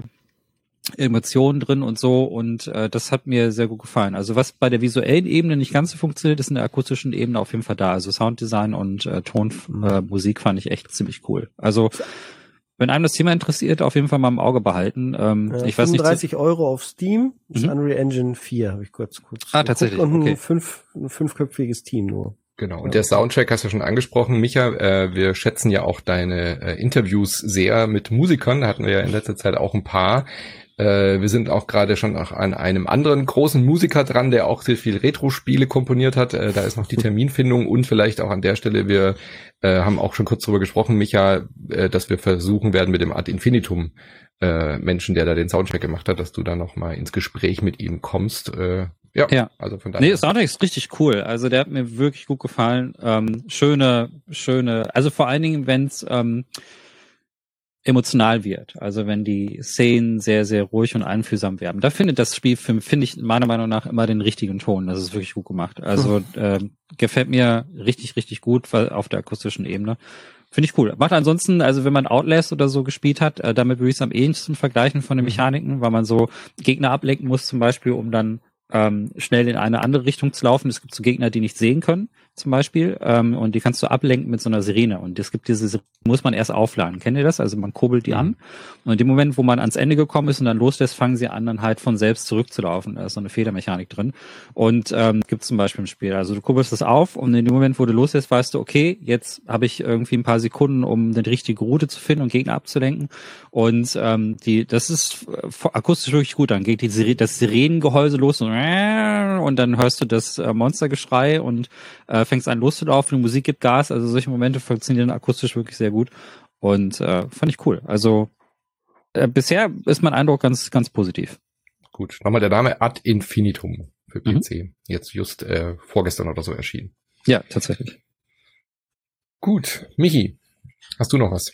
Emotionen drin und so, und äh, das hat mir sehr gut gefallen. Also was bei der visuellen Ebene nicht ganz so funktioniert, ist in der akustischen Ebene auf jeden Fall da. Also Sounddesign und äh, Tonmusik äh, fand ich echt ziemlich cool. Also wenn einem das Thema interessiert, auf jeden Fall mal im Auge behalten. Ähm, ja, ich weiß nicht, fünfunddreißig Euro auf Steam, ist mhm. Unreal Engine vier, habe ich kurz kurz Ah, tatsächlich. Und ein, okay. fünf, ein fünfköpfiges Team nur. Genau, und der Soundtrack hast du schon angesprochen, Micha, äh, wir schätzen ja auch deine äh, Interviews sehr mit Musikern, da hatten wir ja in letzter Zeit auch ein paar. Äh, wir sind auch gerade schon auch an einem anderen großen Musiker dran, der auch sehr viel Retro-Spiele komponiert hat. Äh, da ist noch die Terminfindung und vielleicht auch an der Stelle, wir äh, haben auch schon kurz drüber gesprochen, Micha, äh, dass wir versuchen werden mit dem Ad Infinitum äh, Menschen, der da den Soundtrack gemacht hat, dass du da noch mal ins Gespräch mit ihm kommst. Äh, ja, ja, also von daher. Nee, Soundtrack ist richtig cool. Also der hat mir wirklich gut gefallen. Ähm, schöne, schöne, also vor allen Dingen, wenn es ähm, emotional wird. Also wenn die Szenen sehr, sehr ruhig und einfühlsam werden. Da findet das Spiel, finde ich, meiner Meinung nach immer den richtigen Ton. Das ist wirklich gut gemacht. Also äh, gefällt mir richtig, richtig gut auf der akustischen Ebene. Finde ich cool. Macht ansonsten, also wenn man Outlast oder so gespielt hat, äh, damit würde ich es am ähnlichsten vergleichen von den Mechaniken, weil man so Gegner ablenken muss zum Beispiel, um dann ähm, schnell in eine andere Richtung zu laufen. Es gibt so Gegner, die nicht sehen können, zum Beispiel, ähm, und die kannst du ablenken mit so einer Sirene. Und es gibt diese, muss man erst aufladen. Kennt ihr das? Also man kurbelt die mhm. an. Und in dem Moment, wo man ans Ende gekommen ist und dann loslässt, fangen sie an, dann halt von selbst zurückzulaufen. Da ist so eine Federmechanik drin. Und ähm, gibt es zum Beispiel im Spiel. Also du kurbelst das auf und in dem Moment, wo du loslässt, weißt du, okay, jetzt habe ich irgendwie ein paar Sekunden, um eine richtige Route zu finden und Gegner abzulenken. Und ähm, die, das ist akustisch wirklich gut. Dann geht die Sire- das Sirenengehäuse los und, und dann hörst du das äh, Monstergeschrei und äh, fängst an loszulaufen, die Musik gibt Gas. Also solche Momente funktionieren akustisch wirklich sehr gut. Und äh, fand ich cool. Also äh, bisher ist mein Eindruck ganz, ganz positiv. Gut, nochmal der Name Ad Infinitum für P C. Mhm. Jetzt just äh, vorgestern oder so erschienen. Ja, tatsächlich. Gut, Michi, hast du noch was?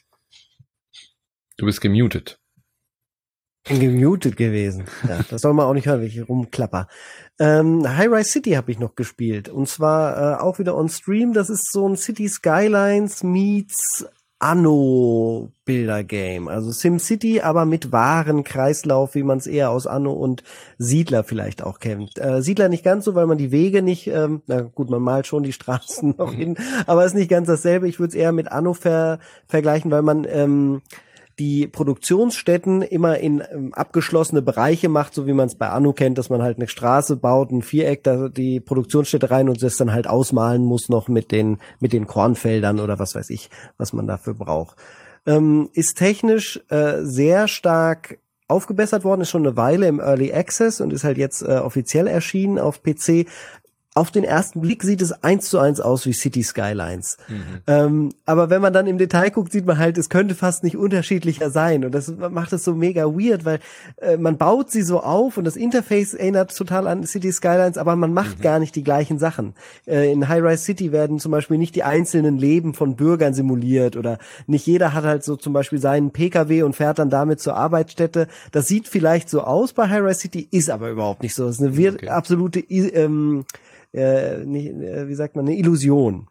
Du bist gemutet. Bin gemutet gewesen. Ja, das soll man auch nicht hören, wenn ich hier rumklapper. Ähm, High-Rise City habe ich noch gespielt. Und zwar äh, auch wieder on Stream. Das ist so ein City Skylines meets Anno-Bilder-Game. Also SimCity, aber mit wahren Kreislauf, wie man es eher aus Anno und Siedler vielleicht auch kennt. Äh, Siedler nicht ganz so, weil man die Wege nicht, ähm, na gut, man malt schon die Straßen noch hin, aber ist nicht ganz dasselbe. Ich würde es eher mit Anno ver- vergleichen, weil man ähm, die Produktionsstätten immer in ähm, abgeschlossene Bereiche macht, so wie man es bei Anno kennt, dass man halt eine Straße baut, ein Viereck, da die Produktionsstätte rein und das dann halt ausmalen muss noch mit den mit den Kornfeldern oder was weiß ich, was man dafür braucht. Ähm, ist technisch äh, sehr stark aufgebessert worden, ist schon eine Weile im Early Access und ist halt jetzt äh, offiziell erschienen auf P C. auf den ersten Blick sieht es eins zu eins aus wie City Skylines. Mhm. Ähm, aber wenn man dann im Detail guckt, sieht man halt, es könnte fast nicht unterschiedlicher sein. Und das macht es so mega weird, weil äh, man baut sie so auf und das Interface erinnert total an City Skylines, aber man macht mhm. gar nicht die gleichen Sachen. Äh, in High-Rise City werden zum Beispiel nicht die einzelnen Leben von Bürgern simuliert oder nicht jeder hat halt so zum Beispiel seinen P K W und fährt dann damit zur Arbeitsstätte. Das sieht vielleicht so aus bei High-Rise City, ist aber überhaupt nicht so. Das ist eine okay. absolute ähm, Äh, nicht, äh, wie sagt man, eine Illusion.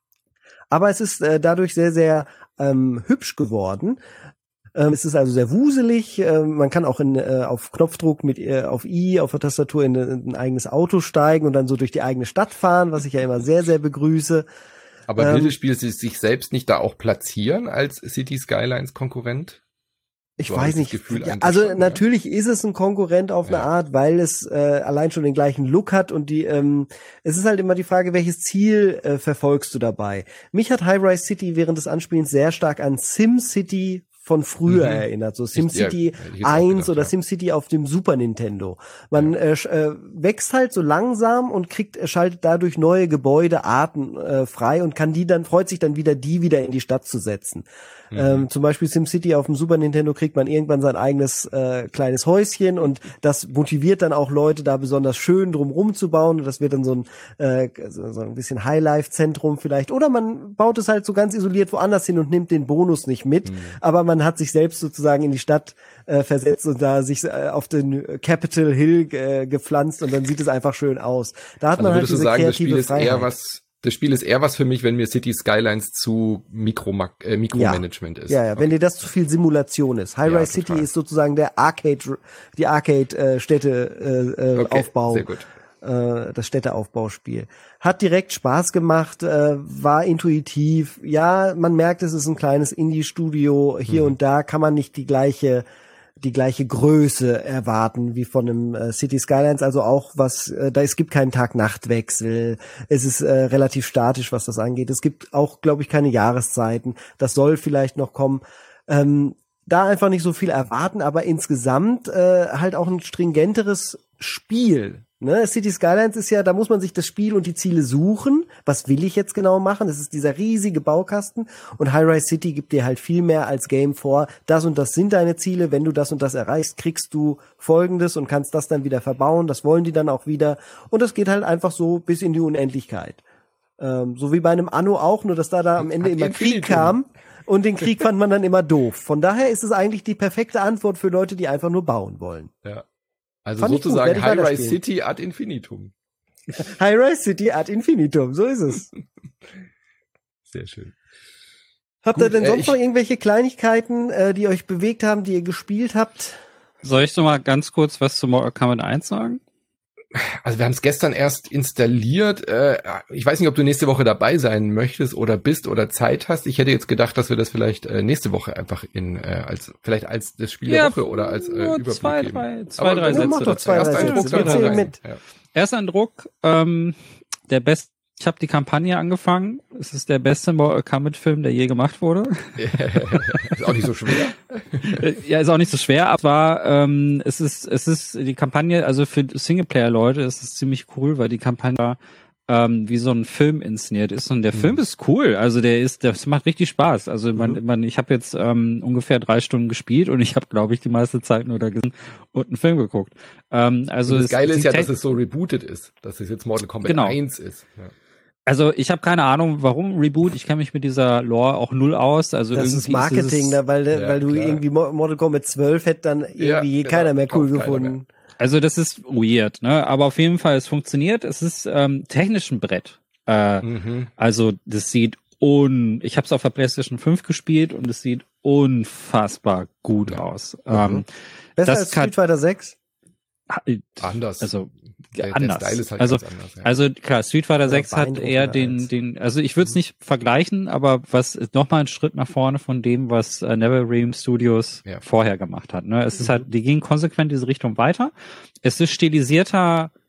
Aber es ist äh, dadurch sehr, sehr ähm, hübsch geworden. Ähm, es ist also sehr wuselig. Äh, man kann auch in, äh, auf Knopfdruck mit äh, auf I auf der Tastatur in, in ein eigenes Auto steigen und dann so durch die eigene Stadt fahren, was ich ja immer sehr, sehr begrüße. Aber will ähm, das Spiel sich selbst nicht da auch platzieren als City Skylines Konkurrent? Ich so weiß nicht. Ja, also schon, natürlich ja? ist es ein Konkurrent auf eine ja. Art, weil es äh, allein schon den gleichen Look hat und die. Ähm, es ist halt immer die Frage, welches Ziel äh, verfolgst du dabei? Mich hat High-Rise City während des Anspielens sehr stark an SimCity von früher mhm. erinnert, so SimCity ja, eins gedacht, oder ja. SimCity auf dem Super Nintendo. Man ja. äh, wächst halt so langsam und kriegt schaltet dadurch neue Gebäudearten äh, frei und kann die dann freut sich dann wieder die wieder in die Stadt zu setzen. Mhm. Ähm, zum Beispiel SimCity auf dem Super Nintendo kriegt man irgendwann sein eigenes äh, kleines Häuschen und das motiviert dann auch Leute, da besonders schön drumrum zu bauen und das wird dann so ein äh, so, so ein bisschen Highlife-Zentrum vielleicht oder man baut es halt so ganz isoliert woanders hin und nimmt den Bonus nicht mit, mhm. aber man hat sich selbst sozusagen in die Stadt äh, versetzt und da sich äh, auf den Capitol Hill äh, gepflanzt und dann sieht es einfach schön aus. Da hat also man halt diese sagen, kreative das Spiel Freiheit. Ist eher was Das Spiel ist eher was für mich, wenn mir City Skylines zu Mikro, äh, Mikromanagement ja. ist. Ja, ja, okay. Wenn dir das zu viel Simulation ist. High-Rise ja, City ist sozusagen der Arcade, die Arcade-Städte äh, äh, okay, Aufbau. Sehr gut. Äh, das Städteaufbauspiel. Hat direkt Spaß gemacht, äh, war intuitiv. Ja, man merkt, es ist ein kleines Indie-Studio. Hier mhm. und da kann man nicht die gleiche die gleiche Größe erwarten wie von einem äh, City Skylines, also auch was, äh, da es gibt keinen Tag-Nacht-Wechsel, es ist äh, relativ statisch, was das angeht. Es gibt auch, glaube ich, keine Jahreszeiten. Das soll vielleicht noch kommen. Ähm, da einfach nicht so viel erwarten, aber insgesamt äh, halt auch ein stringenteres Spiel. Ne, City Skylines ist ja, da muss man sich das Spiel und die Ziele suchen. Was will ich jetzt genau machen? Das ist dieser riesige Baukasten. Und High-Rise City gibt dir halt viel mehr als Game vor. Das und das sind deine Ziele. Wenn du das und das erreichst, kriegst du Folgendes und kannst das dann wieder verbauen. Das wollen die dann auch wieder. Und das geht halt einfach so bis in die Unendlichkeit. Ähm, so wie bei einem Anno auch, nur dass da da am Ende immer Krieg kam. Und den Krieg fand man dann immer doof. Von daher ist es eigentlich die perfekte Antwort für Leute, die einfach nur bauen wollen. Ja. Also Fand sozusagen High-Rise City ad infinitum. High-Rise City ad infinitum, so ist es. Sehr schön. Habt Gut, ihr denn äh, sonst noch irgendwelche Kleinigkeiten, äh, die euch bewegt haben, die ihr gespielt habt? Soll ich noch mal ganz kurz was zu Mortal Kombat eins sagen? Also wir haben es gestern erst installiert. Äh, ich weiß nicht, ob du nächste Woche dabei sein möchtest oder bist oder Zeit hast. Ich hätte jetzt gedacht, dass wir das vielleicht äh, nächste Woche einfach in äh, als vielleicht als das Spiel der ja, Woche oder als äh, Überblick zwei, geben. Drei, zwei, drei Sätze. Mach doch zwei, drei Sätze. Sätze. Mit. Ja. Ersteindruck, ähm, der beste. Ich habe die Kampagne angefangen. Es ist der beste Mortal Kombat-Film, der je gemacht wurde. Ist auch nicht so schwer. Ja, ist auch nicht so schwer, aber ähm, es ist es ist die Kampagne, also für Singleplayer-Leute ist es ziemlich cool, weil die Kampagne ähm, wie so ein Film inszeniert ist und der mhm. Film ist cool. Also der ist, das macht richtig Spaß. Also man, mhm. man ich habe jetzt ähm, ungefähr drei Stunden gespielt und ich habe, glaube ich, die meiste Zeit nur da gesessen und einen Film geguckt. Ähm, also und das es, Geile es ist ja, dass es so rebootet ist, dass es jetzt Mortal Kombat genau. eins ist. Ja. Also ich habe keine Ahnung, warum Reboot. Ich kenne mich mit dieser Lore auch null aus. Also das irgendwie ist Marketing, ist da, weil, ja, weil du klar. irgendwie Mortal Kombat zwölf hätte dann irgendwie ja, genau. keiner mehr cool Kauft gefunden. Mehr. Also das ist weird, ne? Aber auf jeden Fall, es funktioniert. Es ist ähm, technisch ein Brett. Äh, mhm. Also das sieht un. Ich habe es auf der PlayStation fünf gespielt und es sieht unfassbar gut ja. aus. Mhm. Ähm, Besser als Street Fighter sechs? Anders. Also der, anders. Der Style ist halt also, ganz anders, ja. also klar, Street Fighter sechs hat eher den, den, also ich würde es nicht vergleichen, aber was ist nochmal ein Schritt nach vorne von dem, was äh, NetherRealm Studios ja. vorher gemacht hat. Ne? Es ist halt, die gehen konsequent diese Richtung weiter. Es ist stilisierter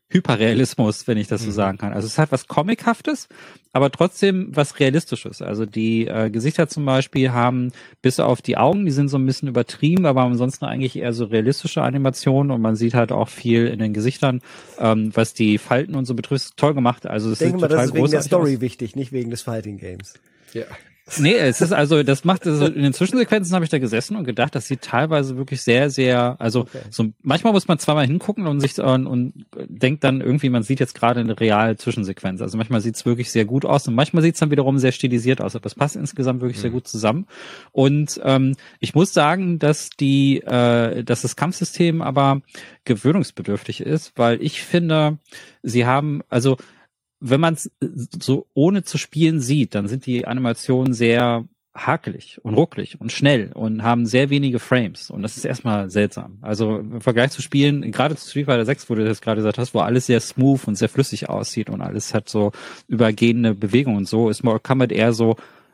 Hyperrealismus, wenn ich das so sagen kann. Also es hat was Comichaftes, aber trotzdem was Realistisches. Also die äh, Gesichter zum Beispiel haben bis auf die Augen, die sind so ein bisschen übertrieben, aber ansonsten eigentlich eher so realistische Animationen und man sieht halt auch viel in den Gesichtern, ähm, was die Falten und so betrifft, ist toll gemacht. Also es ich denke ist mal, total das ist wegen der Story aus. wichtig, nicht wegen des Fighting Games. Ja. Nee, es ist also, das macht, also in den Zwischensequenzen habe ich da gesessen und gedacht, das sieht teilweise wirklich sehr, sehr, also okay. so manchmal muss man zweimal hingucken und sich und, und denkt dann irgendwie, man sieht jetzt gerade eine reale Zwischensequenz. Also manchmal sieht es wirklich sehr gut aus und manchmal sieht es dann wiederum sehr stilisiert aus. Aber es passt insgesamt wirklich mhm. sehr gut zusammen. Und ähm, ich muss sagen, dass die, äh, dass das Kampfsystem aber gewöhnungsbedürftig ist, weil ich finde, sie haben, also wenn man es so ohne zu spielen sieht, dann sind die Animationen sehr hakelig und rucklig und schnell und haben sehr wenige Frames. Und das ist erstmal seltsam. Also im Vergleich zu Spielen, gerade zu Street Fighter sechs, wo du das gerade gesagt hast, wo alles sehr smooth und sehr flüssig aussieht und alles hat so übergehende Bewegungen und so, ist Mortal Kombat eher so,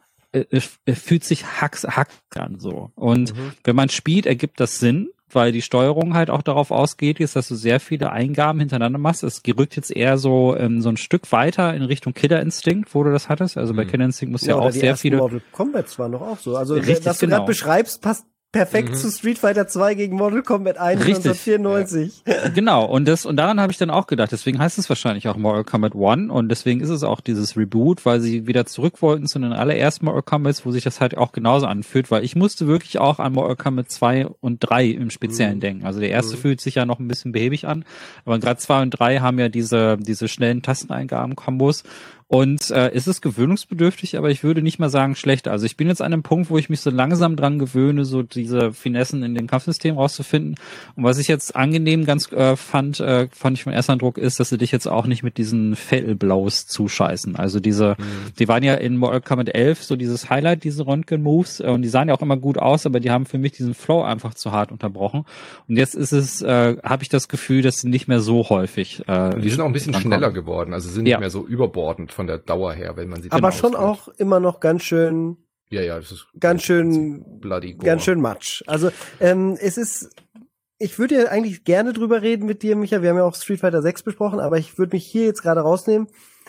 es fühlt sich hacks, hack an so. Und mhm. wenn man spielt, ergibt das Sinn, weil die Steuerung halt auch darauf ausgeht, ist, dass du sehr viele Eingaben hintereinander machst. Es rückt jetzt eher so ähm, so ein Stück weiter in Richtung Killer Instinct, wo du das hattest. Also mhm. bei Killer Instinct musst du ja, ja auch sehr viele... Mortal Kombat war noch auch so. Also richtig, was du genau. gerade beschreibst, passt perfekt mhm. zu Street Fighter zwei gegen Mortal Kombat eins neunzehnhundertvierundneunzig. Ja. Genau, und das und daran habe ich dann auch gedacht, deswegen heißt es wahrscheinlich auch Mortal Kombat eins und deswegen ist es auch dieses Reboot, weil sie wieder zurück wollten zu den allerersten Mortal Kombats, wo sich das halt auch genauso anfühlt, weil ich musste wirklich auch an Mortal Kombat zwei und drei im Speziellen mhm. denken. Also der erste mhm. fühlt sich ja noch ein bisschen behäbig an, aber gerade zwei und drei haben ja diese diese schnellen Tasteneingaben-Kombos. Und äh, es ist gewöhnungsbedürftig, aber ich würde nicht mal sagen schlecht. Also ich bin jetzt an einem Punkt, wo ich mich so langsam dran gewöhne, so diese Finessen in den Kampfsystemen rauszufinden. Und was ich jetzt angenehm ganz äh, fand, äh, fand ich vom ersten Eindruck, ist, dass sie dich jetzt auch nicht mit diesen Fellblaus zuscheißen. Also diese, mhm. die waren ja in Mortal Kombat elf so dieses Highlight, diese Röntgen-Moves, äh, und die sahen ja auch immer gut aus, aber die haben für mich diesen Flow einfach zu hart unterbrochen. Und jetzt ist es, äh, habe ich das Gefühl, dass sie nicht mehr so häufig. Äh, die sind auch ein bisschen drankommen. schneller geworden, also sind ja. nicht mehr so überbordend von der Dauer her, wenn man sie aber schon auch immer noch ganz schön ja ja das ist ganz schön bloody gore. ganz schön matsch. Also ähm, es ist ich würde ja eigentlich gerne drüber reden mit dir, Micha, wir haben ja auch Street Fighter sechs besprochen, aber ich würde mich hier jetzt gerade rausnehmen,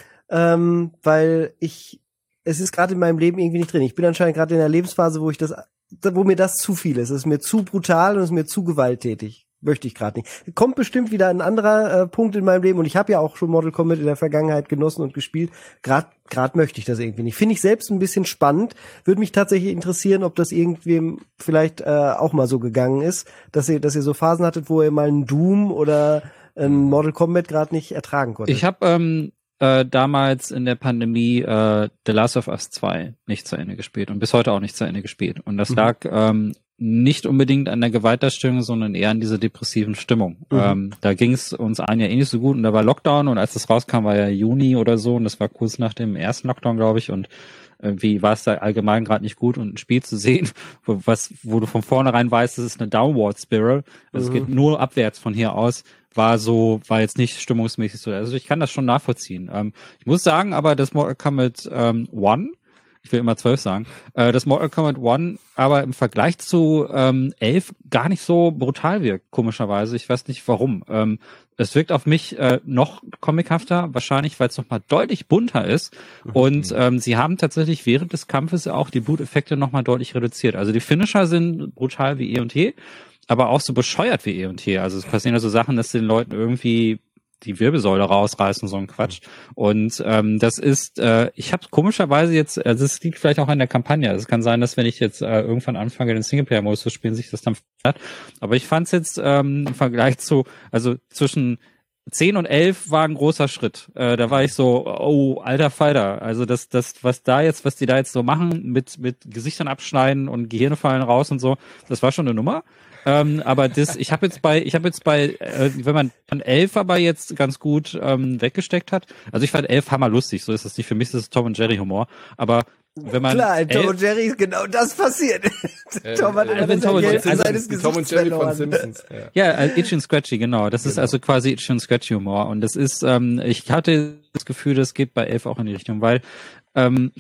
ähm, weil ich es ist gerade in meinem Leben irgendwie nicht drin. Ich bin anscheinend gerade in einer Lebensphase, wo ich das wo mir das zu viel ist. Es ist mir zu brutal und es ist mir zu gewalttätig. Möchte ich gerade nicht. Kommt bestimmt wieder ein anderer äh, Punkt in meinem Leben und ich habe ja auch schon Mortal Kombat in der Vergangenheit genossen und gespielt. Gerade gerade möchte ich das irgendwie nicht. Finde ich selbst ein bisschen spannend. Würde mich tatsächlich interessieren, ob das irgendwem vielleicht äh, auch mal so gegangen ist, dass ihr dass ihr so Phasen hattet, wo ihr mal einen Doom oder ein Mortal Kombat gerade nicht ertragen konntet. Ich habe ähm, äh, damals in der Pandemie äh, The Last of Us zwei nicht zu Ende gespielt und bis heute auch nicht zu Ende gespielt. Und das mhm. lag ähm, nicht unbedingt an der Gewaltdarstellung, sondern eher an dieser depressiven Stimmung. Mhm. Ähm, da ging es uns ein Jahr eh nicht so gut und da war Lockdown und als das rauskam, war ja Juni oder so und das war kurz nach dem ersten Lockdown, glaube ich, und irgendwie war es da allgemein gerade nicht gut und ein Spiel zu sehen, wo, was, wo du von vornherein weißt, das ist eine Downward Spiral, also mhm. es geht nur abwärts von hier aus, war so, war jetzt nicht stimmungsmäßig so. Also ich kann das schon nachvollziehen. Ähm, ich muss sagen, aber das Mortal Kombat ähm, One, ich will immer zwölf sagen, äh, das Mortal Kombat One aber im Vergleich zu ähm, elf gar nicht so brutal wirkt, komischerweise. Ich weiß nicht warum. Ähm, es wirkt auf mich äh, noch comichafter, wahrscheinlich, weil es nochmal deutlich bunter ist. Mhm. Und ähm, sie haben tatsächlich während des Kampfes auch die Bluteffekte nochmal deutlich reduziert. Also die Finisher sind brutal wie eh und je, aber auch so bescheuert wie eh und je. Also es passieren ja so Sachen, dass den Leuten irgendwie die Wirbelsäule rausreißen, so ein Quatsch. Und ähm, das ist, äh, ich habe komischerweise jetzt, also es liegt vielleicht auch an der Kampagne. Es kann sein, dass wenn ich jetzt äh, irgendwann anfange, den Singleplayer-Modus zu spielen, sich das dann verändert. Aber ich fand es jetzt ähm, im Vergleich zu, also zwischen zehn und elf war ein großer Schritt. Äh, da war ich so, oh, alter Falter. Also das, das, was da jetzt, was die da jetzt so machen, mit mit Gesichtern abschneiden und Gehirne fallen raus und so, das war schon eine Nummer. Ähm, aber das, ich habe jetzt bei, ich habe jetzt bei, äh, wenn man von elf aber jetzt ganz gut ähm, weggesteckt hat. Also ich fand elf hammerlustig, so ist das nicht. Für mich ist das Tom und Jerry Humor. Aber wenn man klar, in Tom und Jerry ist genau das passiert. Äh, Tom hat äh, das Tom, Geld also, seines Tom und Jerry von Simpsons. Ja, ja äh, Itchy and Scratchy, genau. Das genau. ist also quasi Itchy and Scratchy Humor. Und das ist, ähm, ich hatte das Gefühl, das geht bei elf auch in die Richtung, weil ähm,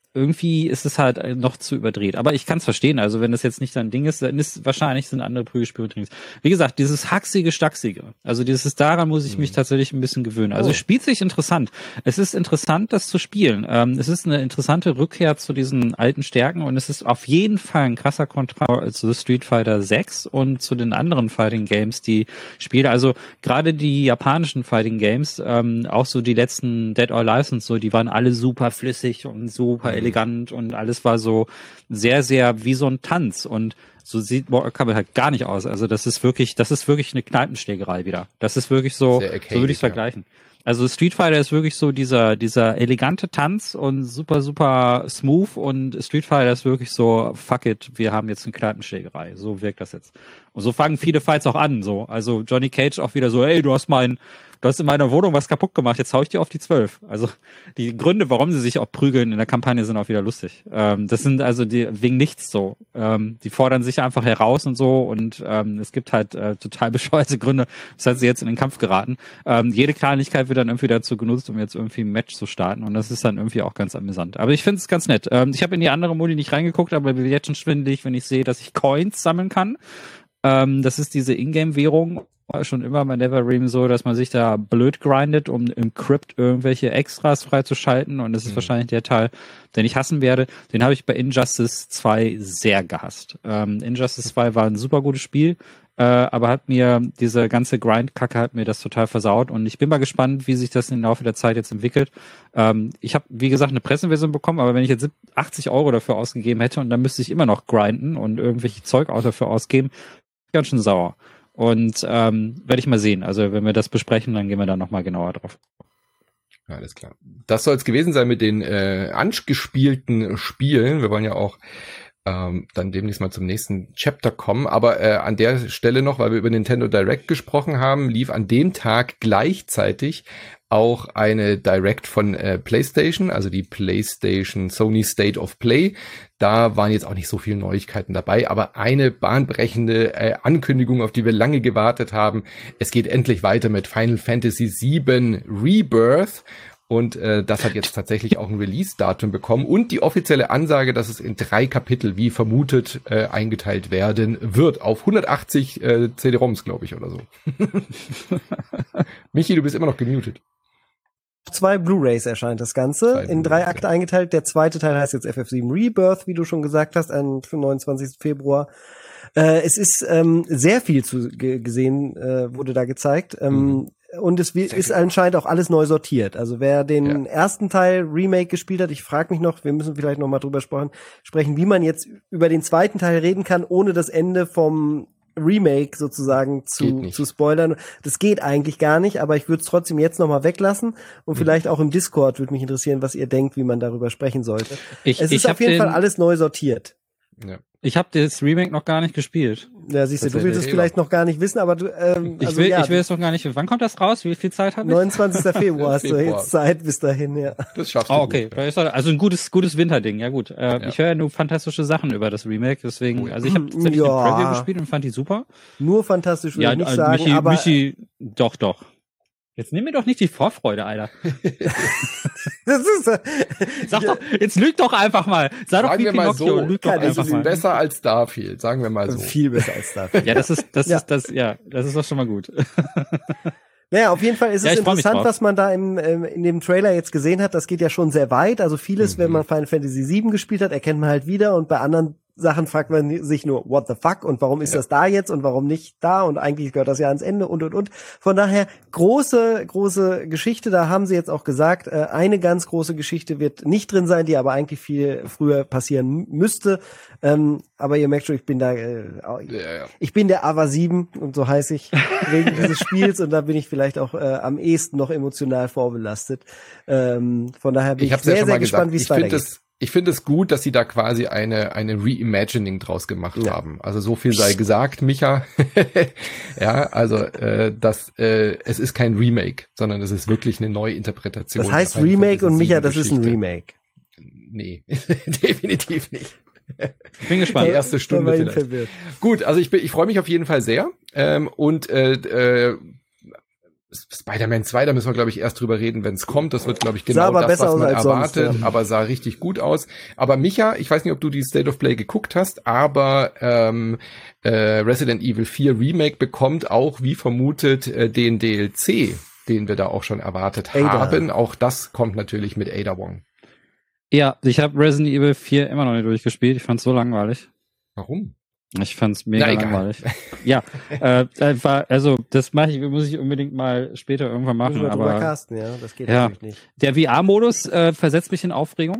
irgendwie ist es halt noch zu überdreht. Aber ich kann es verstehen. Also wenn das jetzt nicht dein Ding ist, dann ist wahrscheinlich sind andere Prügelspiele drin. Wie gesagt, dieses Haxige, Stachsige. Also dieses daran muss ich mich tatsächlich ein bisschen gewöhnen. Also Oh. es spielt sich interessant. Es ist interessant, das zu spielen. Ähm, es ist eine interessante Rückkehr zu diesen alten Stärken und es ist auf jeden Fall ein krasser Kontrast zu Street Fighter sechs und zu den anderen Fighting Games, die spiele. Also gerade die japanischen Fighting Games, ähm, auch so die letzten Dead or Alive und so, die waren alle super flüssig und super elegant und alles war so sehr, sehr wie so ein Tanz und so sieht Mortal Kombat halt gar nicht aus. Also das ist wirklich, das ist wirklich eine Kneipenschlägerei wieder. Das ist wirklich so, Sehr arcadig, so würde ich es ja. vergleichen. Also Street Fighter ist wirklich so dieser, dieser elegante Tanz und super, super smooth und Street Fighter ist wirklich so, fuck it, wir haben jetzt eine Kneipenschlägerei. So wirkt das jetzt. Und so fangen viele Fights auch an, so. Also Johnny Cage auch wieder so, ey, du hast mein, du hast in meiner Wohnung was kaputt gemacht, jetzt hau ich dir auf die zwölf. Also die Gründe, warum sie sich auch prügeln in der Kampagne, sind auch wieder lustig. Ähm, das sind also die wegen nichts so. Ähm, die fordern sich einfach heraus und so und ähm, es gibt halt äh, total bescheuerte Gründe, weshalb sie jetzt in den Kampf geraten. Ähm, jede Kleinigkeit wird dann irgendwie dazu genutzt, um jetzt irgendwie ein Match zu starten und das ist dann irgendwie auch ganz amüsant. Aber ich finde es ganz nett. Ähm, ich habe in die andere Modi nicht reingeguckt, aber mir wird jetzt schon schwindelig, wenn ich sehe, dass ich Coins sammeln kann. Ähm, das ist diese Ingame-Währung. War schon immer bei Neverrealm so, dass man sich da blöd grindet, um im Crypt irgendwelche Extras freizuschalten und das ist mhm. wahrscheinlich der Teil, den ich hassen werde. Den habe ich bei Injustice zwei sehr gehasst. Ähm, Injustice zwei war ein super gutes Spiel, äh, aber hat mir diese ganze Grind-Kacke hat mir das total versaut und ich bin mal gespannt, wie sich das im Laufe der Zeit jetzt entwickelt. Ähm, ich habe, wie gesagt, eine Presseversion bekommen, aber wenn ich jetzt achtzig Euro dafür ausgegeben hätte und dann müsste ich immer noch grinden und irgendwelche Zeug auch dafür ausgeben, ganz schön sauer. Und ähm, werde ich mal sehen. Also wenn wir das besprechen, dann gehen wir da nochmal genauer drauf. Alles klar. Das soll es gewesen sein mit den äh, angespielten Spielen. Wir wollen ja auch ähm, dann demnächst mal zum nächsten Chapter kommen. Aber äh, an der Stelle noch, weil wir über Nintendo Direct gesprochen haben, lief an dem Tag gleichzeitig auch eine Direct von äh, PlayStation, also die PlayStation Sony State of Play. Da waren jetzt auch nicht so viele Neuigkeiten dabei, aber eine bahnbrechende äh, Ankündigung, auf die wir lange gewartet haben. Es geht endlich weiter mit Final Fantasy sieben Rebirth. Und äh, das hat jetzt tatsächlich auch ein Release-Datum bekommen und die offizielle Ansage, dass es in drei Kapitel, wie vermutet, äh, eingeteilt werden wird. Auf hundertachtzig äh, C D-ROMs, glaube ich, oder so. Michi, du bist immer noch gemutet. Zwei Blu-Rays erscheint das Ganze, Zwei in drei Blu-rays, Akte ja. eingeteilt. Der zweite Teil heißt jetzt F F sieben Rebirth, wie du schon gesagt hast, am neunundzwanzigsten Februar. Äh, es ist ähm, sehr viel zu ge- gesehen, äh, wurde da gezeigt. Ähm, Mhm. Und es wi- ist anscheinend auch alles neu sortiert. Also wer den Ja. ersten Teil Remake gespielt hat, ich frage mich noch, wir müssen vielleicht noch mal drüber sprechen, sprechen, wie man jetzt über den zweiten Teil reden kann, ohne das Ende vom Remake sozusagen Geht zu, nicht. zu spoilern. Das geht eigentlich gar nicht, aber ich würde es trotzdem jetzt noch mal weglassen und Mhm. vielleicht auch im Discord würde mich interessieren, was ihr denkt, wie man darüber sprechen sollte. Ich, Es ich ist auf hab jeden den, Fall alles neu sortiert. Ja. Ich habe das Remake noch gar nicht gespielt. Ja, siehst du, du Tatsächlich. willst es vielleicht noch gar nicht wissen, aber du, ähm, Ich also will, ja, ich will es noch gar nicht. Wann kommt das raus? Wie viel Zeit habe ich? neunundzwanzigsten Februar hast du Februar. jetzt Zeit bis dahin, ja. Das schaffst du Ah, okay. gut. Da ist Also ein gutes, gutes Winterding. Ja gut. Äh, Ja. Ich höre ja nur fantastische Sachen über das Remake, deswegen. Oh ja. Also ich habe tatsächlich Ja. eine Preview gespielt und fand die super. Nur fantastisch würde Ja, ich nicht äh, sagen, Michi, aber Michi, doch, doch. Jetzt nimm mir doch nicht die Vorfreude, Alter. das ist äh, Sag doch, jetzt lüg doch einfach mal. Sei doch Sagen wie wir mal Pinocchio, so, lüg doch kann ich einfach Es ist mal. besser als Starfield, sagen wir mal so. viel besser als das. Ja, das ist, das Ja. ist, das, ja, das ist doch schon mal gut. Naja, auf jeden Fall ist Ja, es ich freu mich interessant, drauf. was man da im, ähm, in dem Trailer jetzt gesehen hat. Das geht ja schon sehr weit. Also vieles, Mhm. wenn man Final Fantasy sieben gespielt hat, erkennt man halt wieder. Und bei anderen Sachen fragt man sich nur, what the fuck? Und warum ist Ja. das da jetzt? Und warum nicht da? Und eigentlich gehört das ja ans Ende und, und, und. Von daher, große, große Geschichte. Da haben sie jetzt auch gesagt, äh, eine ganz große Geschichte wird nicht drin sein, die aber eigentlich viel früher passieren m- müsste. Ähm, aber ihr merkt schon, ich bin da, äh, Ja, ja. ich bin der Ava sieben und so heiße ich wegen dieses Spiels und da bin ich vielleicht auch äh, am ehesten noch emotional vorbelastet. Ähm, von daher bin Ich ich, habe ja sehr, schon sehr mal gespannt, gesagt, wie es ich finde weitergeht. es ich finde es gut, dass sie da quasi eine eine Reimagining draus gemacht Ja. haben. Also so viel sei gesagt, Micha. Ja, also äh, das äh, es ist kein Remake, sondern es ist wirklich eine Neuinterpretation. Das heißt der Final Remake und Fantasy Micha, das ist ein Geschichte. Remake. Nee, definitiv nicht. Ich bin gespannt. Die erste Stunde Da war ich vielleicht. verwirrt. Gut, also ich bin, ich freue mich auf jeden Fall sehr. Ähm, und äh, äh, Spider-Man zwei, da müssen wir, glaube ich, erst drüber reden, wenn es kommt. Das wird, glaube ich, genau sah aber das, besser was aus man als erwartet, sonst, ja. aber sah richtig gut aus. Aber Micha, ich weiß nicht, ob du die State of Play geguckt hast, aber ähm, äh, Resident Evil vier Remake bekommt auch, wie vermutet, äh, den D L C, den wir da auch schon erwartet Ada. haben. Auch das kommt natürlich mit Ada Wong. Ja, ich habe Resident Evil vier immer noch nicht durchgespielt. Ich fand's so langweilig. Warum? Ich fand's mega Na, egal. langweilig. Ja, äh, war, also das mache ich, muss ich unbedingt mal später irgendwann machen. Müssen wir aber drüber casten, ja, das geht ja, natürlich nicht. Der V R-Modus äh, versetzt mich in Aufregung.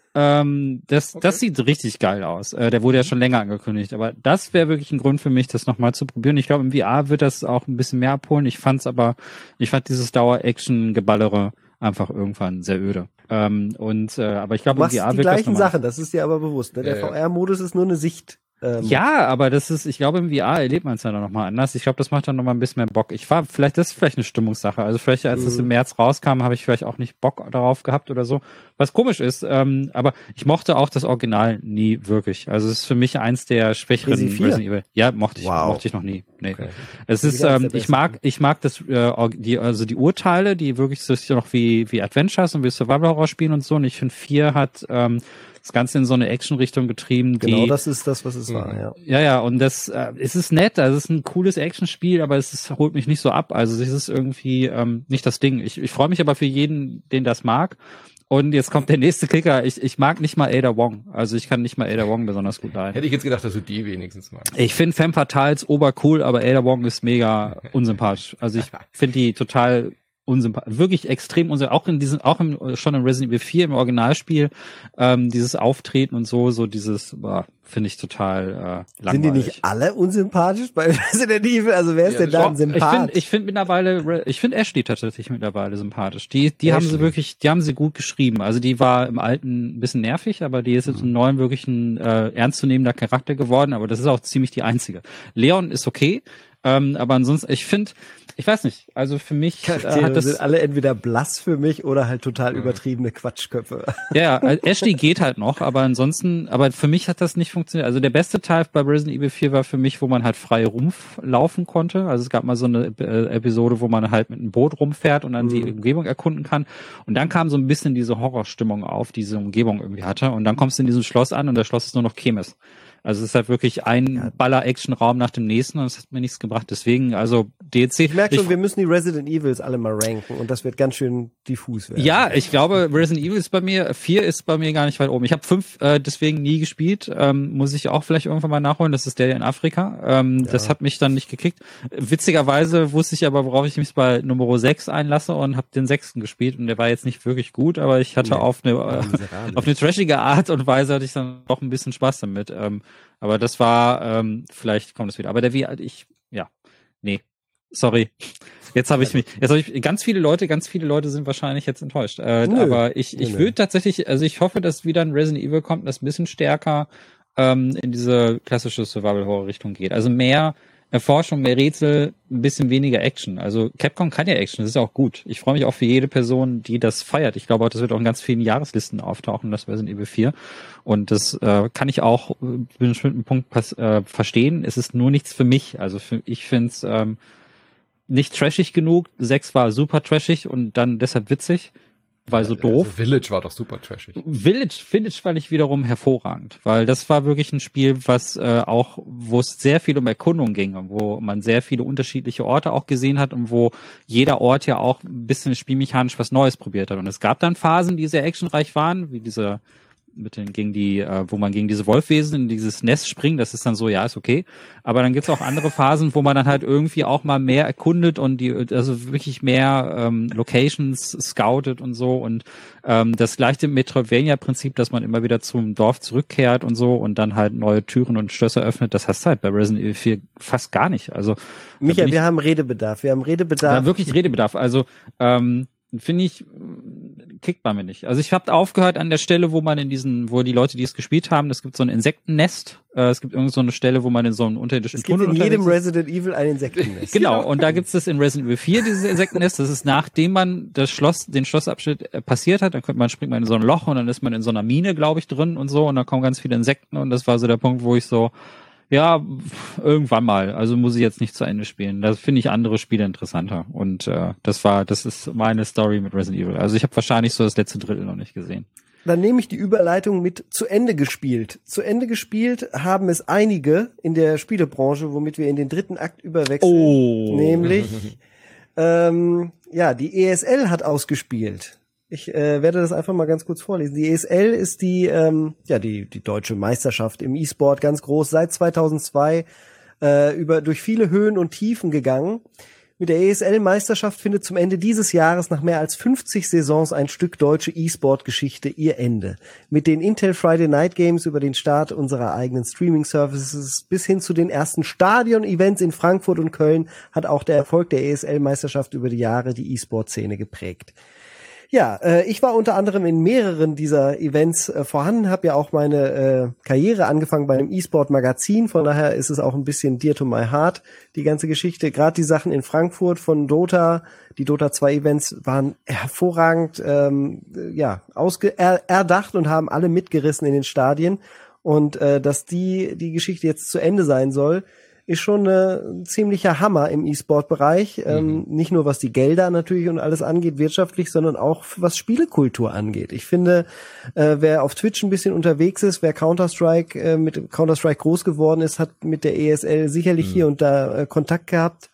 Ähm, das, Okay. das sieht richtig geil aus. Äh, der wurde ja schon länger angekündigt, aber das wäre wirklich ein Grund für mich, das nochmal zu probieren. Ich glaube, im V R wird das auch ein bisschen mehr abholen. Ich fand's aber, ich fand dieses Dauer-Action-Geballere einfach irgendwann sehr öde. Ähm, und äh, aber ich Du glaube, im machst V R die wird das gleichen nochmal. Sachen, das ist dir aber bewusst. Ne? Der Ja, ja. V R-Modus ist nur eine Sicht. Ähm, Ja, aber das ist, ich glaube, im V R erlebt man es ja dann nochmal anders. Ich glaube, das macht dann nochmal ein bisschen mehr Bock. Ich war, vielleicht, das ist vielleicht eine Stimmungssache. Also vielleicht, als es Mhm. im März rauskam, habe ich vielleicht auch nicht Bock darauf gehabt oder so. Was komisch ist, ähm, aber ich mochte auch das Original nie wirklich. Also es ist für mich eins der schwächeren Resi vier? Resident Evil. Ja, mochte ich, Wow. mochte ich noch nie. Nee. Okay. Es ist, Wieder eins ähm, der ich mag, besten. ich mag das, äh, die, also die Urteile, die wirklich so ist ja noch wie, wie Adventures und wie Survival Horror spielen und so. Und ich finde, vier hat, ähm, das Ganze in so eine Action-Richtung getrieben, Genau, die, das ist das, was es war, Mhm. ja. ja, ja, und das, äh, es ist nett, also es ist ein cooles Actionspiel, aber es ist, holt mich nicht so ab. Also es ist irgendwie ähm, nicht das Ding. Ich, ich freue mich aber für jeden, den das mag. Und jetzt kommt der nächste Kicker. Ich, ich mag nicht mal Ada Wong. Also ich kann nicht mal Ada Wong besonders gut leiden. Hätte ich jetzt gedacht, dass du die wenigstens magst. Ich finde Femme Fatales obercool, aber Ada Wong ist mega unsympathisch. Also ich finde die total unsympathisch, wirklich extrem unsympathisch. Auch in diesem, auch im, schon in Resident Evil vier im Originalspiel, ähm, dieses Auftreten und so, so dieses, boah, finde ich total äh, langweilig. Sind die nicht alle unsympathisch bei Resident Evil? Also wer ist Ja, denn da doch. ein Ich Sympath? finde, ich finde mittlerweile, ich finde Ashley tatsächlich mittlerweile sympathisch. Die, die haben sie Ashley. wirklich, die haben sie gut geschrieben. Also die war im Alten ein bisschen nervig, aber die ist jetzt im Neuen wirklich ein äh, ernstzunehmender Charakter geworden. Aber das ist auch ziemlich die einzige. Leon ist okay, ähm, aber ansonsten, ich finde, ich weiß nicht. Also für mich äh, Die hat das, sind alle entweder blass für mich oder halt total übertriebene Quatschköpfe. ja, ja, Ashley geht halt noch, aber ansonsten, aber für mich hat das nicht funktioniert. Also der beste Teil bei Resident Evil vier war für mich, wo man halt frei rumlaufen konnte. Also es gab mal so eine äh, Episode, wo man halt mit einem Boot rumfährt und dann Mhm. die Umgebung erkunden kann. Und dann kam so ein bisschen diese Horrorstimmung auf, die diese Umgebung irgendwie hatte. Und dann kommst du in dieses Schloss an und das Schloss ist nur noch Chemis. Also es ist halt wirklich ein Ja. Baller-Action-Raum nach dem nächsten und das hat mir nichts gebracht. Deswegen, also D L C. Ich merke schon, ich- wir müssen die Resident Evils alle mal ranken und das wird ganz schön diffus werden. Ja, ich glaube, Resident Evil ist bei mir, vier ist bei mir gar nicht weit oben. Ich habe fünf äh, deswegen nie gespielt, ähm, muss ich auch vielleicht irgendwann mal nachholen. Das ist der in Afrika. Ähm, Ja. Das hat mich dann nicht gekickt. Witzigerweise wusste ich aber, worauf ich mich bei Nummer sechs einlasse und habe den sechsten gespielt und der war jetzt nicht wirklich gut, aber ich hatte Nee, auf eine war äh, miserabel. auf eine trashige Art und Weise hatte ich dann doch ein bisschen Spaß damit. Ähm, aber das war, ähm, vielleicht kommt es wieder. Aber der wie ich, ja, nee, sorry. Jetzt habe ich mich, jetzt habe ich ganz viele Leute, ganz viele Leute sind wahrscheinlich jetzt enttäuscht. Äh, Nö. aber ich, ich Nö, nö. würde tatsächlich, also ich hoffe, dass wieder ein Resident Evil kommt, das ein bisschen stärker ähm, in diese klassische Survival-Horror-Richtung geht. Also mehr Erforschung, mehr Rätsel, ein bisschen weniger Action. Also Capcom kann ja Action, das ist ja auch gut. Ich freue mich auch für jede Person, die das feiert. Ich glaube auch, das wird auch in ganz vielen Jahreslisten auftauchen, das Resident Evil vier. Und das äh, kann ich auch äh, zu einem bestimmten Punkt pass äh, verstehen. Es ist nur nichts für mich. Also für, ich finde es ähm, nicht trashig genug. Sechs war super trashig und dann deshalb witzig, weil so doof. Also Village war doch super trashig. Village, Village fand ich wiederum hervorragend, weil das war wirklich ein Spiel, was äh, auch, wo es sehr viel um Erkundung ging und wo man sehr viele unterschiedliche Orte auch gesehen hat und wo jeder Ort ja auch ein bisschen spielmechanisch was Neues probiert hat. Und es gab dann Phasen, die sehr actionreich waren, wie diese mit den gegen die, äh, wo man gegen diese Wolfwesen in dieses Nest springt, das ist dann so, ja, ist okay. Aber dann gibt's auch andere Phasen, wo man dann halt irgendwie auch mal mehr erkundet und die, also wirklich mehr ähm, Locations scoutet und so und ähm, das gleiche Metroidvania-Prinzip, dass man immer wieder zum Dorf zurückkehrt und so und dann halt neue Türen und Schlösser öffnet, das hast du halt bei Resident Evil vier fast gar nicht. Also da Micha, bin ich- wir haben Redebedarf. Wir haben Redebedarf. da wirklich Redebedarf. Also ähm, finde ich, kickt man mir nicht. Also ich habe aufgehört an der Stelle, wo man in diesen, wo die Leute, die es gespielt haben, es gibt so ein Insektennest, äh, es gibt irgend so eine Stelle, wo man in so einem unterirdischen Es gibt Tunnel in jedem unterwegs ist. Resident Evil ein Insektennest. Genau, und da gibt's das in Resident Evil vier, dieses Insektennest. Das ist nachdem man das Schloss, den Schlossabschnitt äh, passiert hat, dann könnte man, springt man in so ein Loch und dann ist man in so einer Mine, glaube ich, drin und so und dann kommen ganz viele Insekten und das war so der Punkt, wo ich so, Ja, irgendwann mal. Also muss ich jetzt nicht zu Ende spielen. Da finde ich andere Spiele interessanter. Und äh, das war, das ist meine Story mit Resident Evil. Also ich habe wahrscheinlich so das letzte Drittel noch nicht gesehen. Dann nehme ich die Überleitung mit zu Ende gespielt. Zu Ende gespielt haben es einige in der Spielebranche, womit wir in den dritten Akt überwechseln. Oh. Nämlich, ähm, ja, die E S L hat ausgespielt. Ich äh, werde das einfach mal ganz kurz vorlesen. Die E S L ist die, ähm, ja, die die deutsche Meisterschaft im E-Sport, ganz groß, seit zweitausendzwei äh, über durch viele Höhen und Tiefen gegangen. Mit der E S L-Meisterschaft findet zum Ende dieses Jahres nach mehr als fünfzig Saisons ein Stück deutsche E-Sport-Geschichte ihr Ende. Mit den Intel Friday Night Games über den Start unserer eigenen Streaming-Services bis hin zu den ersten Stadion-Events in Frankfurt und Köln hat auch der Erfolg der E S L-Meisterschaft über die Jahre die E-Sport-Szene geprägt. Ja, äh, ich war unter anderem in mehreren dieser Events äh, vorhanden, habe ja auch meine äh, Karriere angefangen bei einem E-Sport-Magazin, von daher ist es auch ein bisschen dear to my heart, die ganze Geschichte. Gerade die Sachen in Frankfurt von Dota, die Dota zwei Events waren hervorragend ähm, ja ausge er erdacht und haben alle mitgerissen in den Stadien. Und äh, dass die die Geschichte jetzt zu Ende sein soll, ist schon ein ziemlicher Hammer im E-Sport-Bereich. Mhm. Ähm, nicht nur was die Gelder natürlich und alles angeht, wirtschaftlich, sondern auch was Spielekultur angeht. Ich finde, äh, wer auf Twitch ein bisschen unterwegs ist, wer Counter-Strike äh, mit Counter-Strike groß geworden ist, hat mit der E S L sicherlich mhm. hier und da äh, Kontakt gehabt.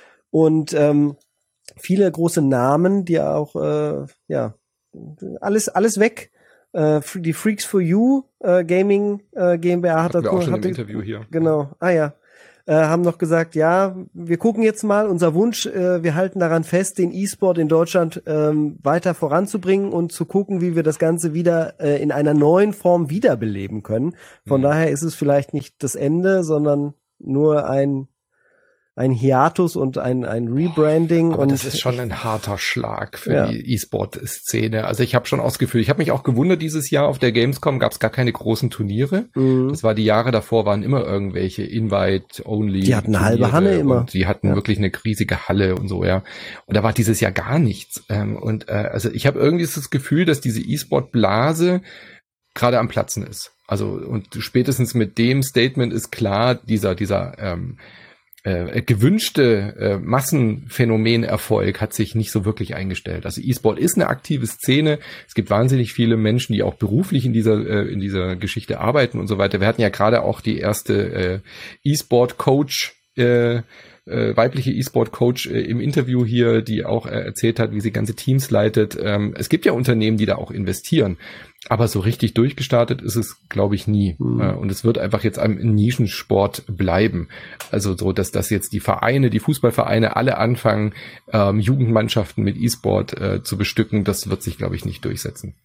Und ähm, viele große Namen, die auch, äh, ja, alles alles weg. Uh, die Freaks for You uh, Gaming uh, GmbH hat das auch schon hat im Interview hier. Genau. Ah ja. Uh, haben noch gesagt, ja, wir gucken jetzt mal, unser Wunsch, uh, wir halten daran fest, den E-Sport in Deutschland um, weiter voranzubringen und zu gucken, wie wir das Ganze wieder uh, in einer neuen Form wiederbeleben können. Von mhm. daher ist es vielleicht nicht das Ende, sondern nur ein ein Hiatus und ein ein Rebranding. Aber und das ist schon ein harter Schlag für ja. die E-Sport-Szene. Also ich habe schon das Gefühl, ich habe mich auch gewundert, dieses Jahr auf der Gamescom gab es gar keine großen Turniere. Mhm. Das war die Jahre davor, waren immer irgendwelche Invite-Only. Die hatten eine halbe Halle immer. Und die hatten ja. wirklich eine riesige Halle und so, ja. Und da war dieses Jahr gar nichts. Und äh, also ich habe irgendwie das Gefühl, dass diese E-Sport-Blase gerade am Platzen ist. Also und spätestens mit dem Statement ist klar, dieser dieser ähm, Äh, gewünschte äh, Massenphänomenerfolg hat sich nicht so wirklich eingestellt. Also E-Sport ist eine aktive Szene. Es gibt wahnsinnig viele Menschen, die auch beruflich in dieser äh, in dieser Geschichte arbeiten und so weiter. Wir hatten ja gerade auch die erste äh, E-Sport-Coach äh, Äh, weibliche E-Sport-Coach äh, im Interview hier, die auch äh, erzählt hat, wie sie ganze Teams leitet. Ähm, es gibt ja Unternehmen, die da auch investieren, aber so richtig durchgestartet ist es, glaube ich, nie. Mhm. Äh, und es wird einfach jetzt am Nischensport bleiben. Also so, dass das jetzt die Vereine, die Fußballvereine alle anfangen, ähm, Jugendmannschaften mit E-Sport äh, zu bestücken, das wird sich, glaube ich, nicht durchsetzen.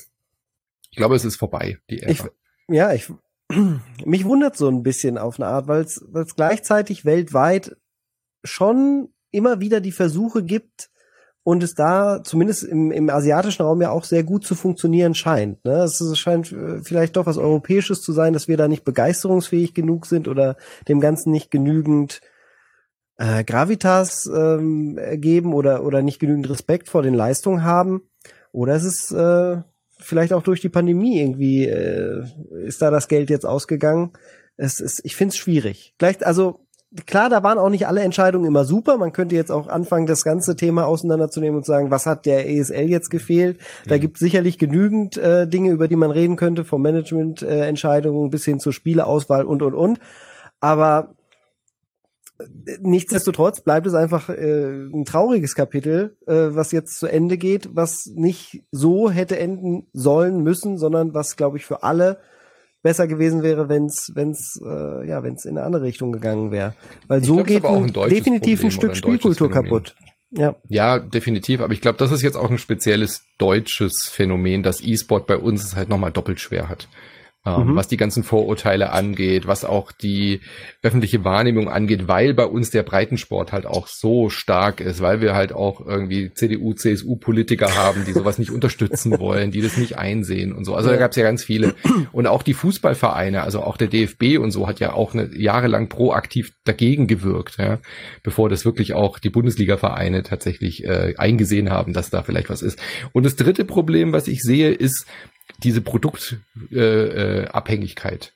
Ich glaube, es ist vorbei, die Ära. Ich, ja, ich mich wundert so ein bisschen auf eine Art, weil es weil es gleichzeitig weltweit schon immer wieder die Versuche gibt und es da zumindest im, im asiatischen Raum ja auch sehr gut zu funktionieren scheint. Ne? Es scheint vielleicht doch was Europäisches zu sein, dass wir da nicht begeisterungsfähig genug sind oder dem Ganzen nicht genügend äh, Gravitas ähm, geben oder oder nicht genügend Respekt vor den Leistungen haben. Oder es ist äh, vielleicht auch durch die Pandemie irgendwie äh, ist da das Geld jetzt ausgegangen. Es ist, ich finde es schwierig. Gleich, also klar, da waren auch nicht alle Entscheidungen immer super. Man könnte jetzt auch anfangen, das ganze Thema auseinanderzunehmen und sagen, was hat der E S L jetzt gefehlt? Da mhm. gibt es sicherlich genügend äh, Dinge, über die man reden könnte, vom Management-Entscheidungen äh, bis hin zur Spieleauswahl und, und, und. Aber nichtsdestotrotz bleibt es einfach äh, ein trauriges Kapitel, äh, was jetzt zu Ende geht, was nicht so hätte enden sollen müssen, sondern was, glaube ich, für alle besser gewesen wäre, wenn es wenn's, äh, ja, wenn's in eine andere Richtung gegangen wäre. Weil ich so glaub, geht ein ein definitiv ein Stück ein Spielkultur kaputt. Ja. ja, definitiv. Aber ich glaube, das ist jetzt auch ein spezielles deutsches Phänomen, dass E-Sport bei uns es halt nochmal doppelt schwer hat. Ähm, mhm. Was die ganzen Vorurteile angeht, was auch die öffentliche Wahrnehmung angeht, weil bei uns der Breitensport halt auch so stark ist, weil wir halt auch irgendwie C D U, C S U-Politiker haben, die sowas nicht unterstützen wollen, die das nicht einsehen und so. Also da gab es ja ganz viele. Und auch die Fußballvereine, also auch der D F B und so, hat ja auch eine, jahrelang proaktiv dagegen gewirkt, ja, bevor das wirklich auch die Bundesliga-Vereine tatsächlich äh, eingesehen haben, dass da vielleicht was ist. Und das dritte Problem, was ich sehe, ist diese Produktabhängigkeit. Äh, äh,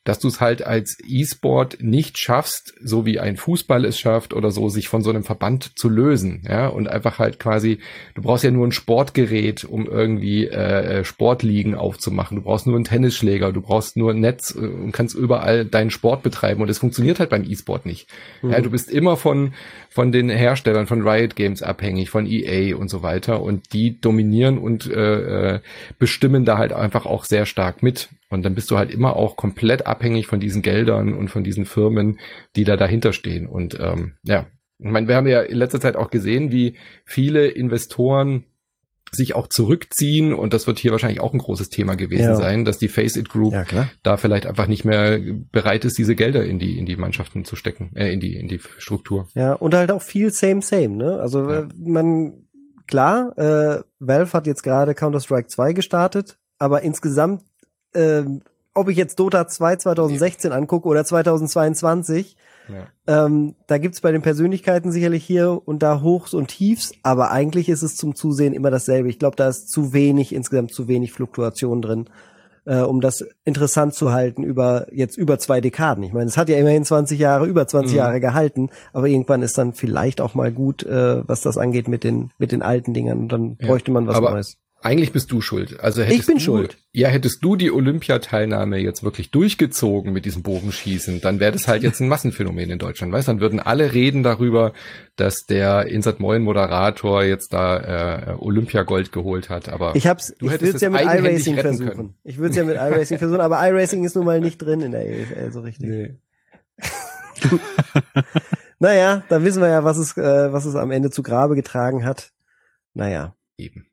dass du es halt als E-Sport nicht schaffst, so wie ein Fußball es schafft oder so, sich von so einem Verband zu lösen, ja, und einfach halt quasi, du brauchst ja nur ein Sportgerät, um irgendwie äh, Sportligen aufzumachen, du brauchst nur einen Tennisschläger, du brauchst nur ein Netz äh, und kannst überall deinen Sport betreiben und es funktioniert halt beim E-Sport nicht. Mhm. Ja, du bist immer von von den Herstellern, von Riot Games abhängig, von E A und so weiter und die dominieren und äh, bestimmen da halt einfach auch sehr stark mit. Und dann bist du halt immer auch komplett abhängig von diesen Geldern und von diesen Firmen, die da dahinter stehen. Und ähm, ja, ich meine, wir haben ja in letzter Zeit auch gesehen, wie viele Investoren sich auch zurückziehen und das wird hier wahrscheinlich auch ein großes Thema gewesen ja. sein, dass die Face-It Group ja, da vielleicht einfach nicht mehr bereit ist, diese Gelder in die in die Mannschaften zu stecken, äh, in die in die Struktur. Ja, und halt auch viel same same, ne? Also ja. man klar, äh, Valve hat jetzt gerade Counter-Strike zwei gestartet, aber insgesamt äh, ob ich jetzt Dota zwei zwanzig sechzehn angucke oder zwanzig zweiundzwanzig, ja. ähm, da gibt's bei den Persönlichkeiten sicherlich hier und da Hochs und Tiefs, aber eigentlich ist es zum Zusehen immer dasselbe. Ich glaube, da ist zu wenig, insgesamt zu wenig Fluktuation drin, äh, um das interessant zu halten über jetzt über zwei Dekaden. Ich meine, es hat ja immerhin zwanzig Jahre, über zwanzig mhm. Jahre gehalten, aber irgendwann ist dann vielleicht auch mal gut, äh, was das angeht mit den mit den alten Dingern und dann ja. bräuchte man was aber Neues. Eigentlich bist du schuld. Also hättest ich bin du, schuld. Ja, hättest du die Olympiateilnahme jetzt wirklich durchgezogen mit diesem Bogenschießen, dann wäre das halt jetzt ein Massenphänomen in Deutschland, weißt? Dann würden alle reden darüber, dass der Insat Moin Moderator jetzt da äh, Olympiagold geholt hat. Aber ich hab's, du ich hättest es ja mit iRacing versuchen. Können. Ich würde es ja mit iRacing versuchen, aber iRacing ist nun mal nicht drin in der E F L so richtig. Nee. Naja, dann wissen wir ja, was es, äh, was es am Ende zu Grabe getragen hat. Naja. Eben.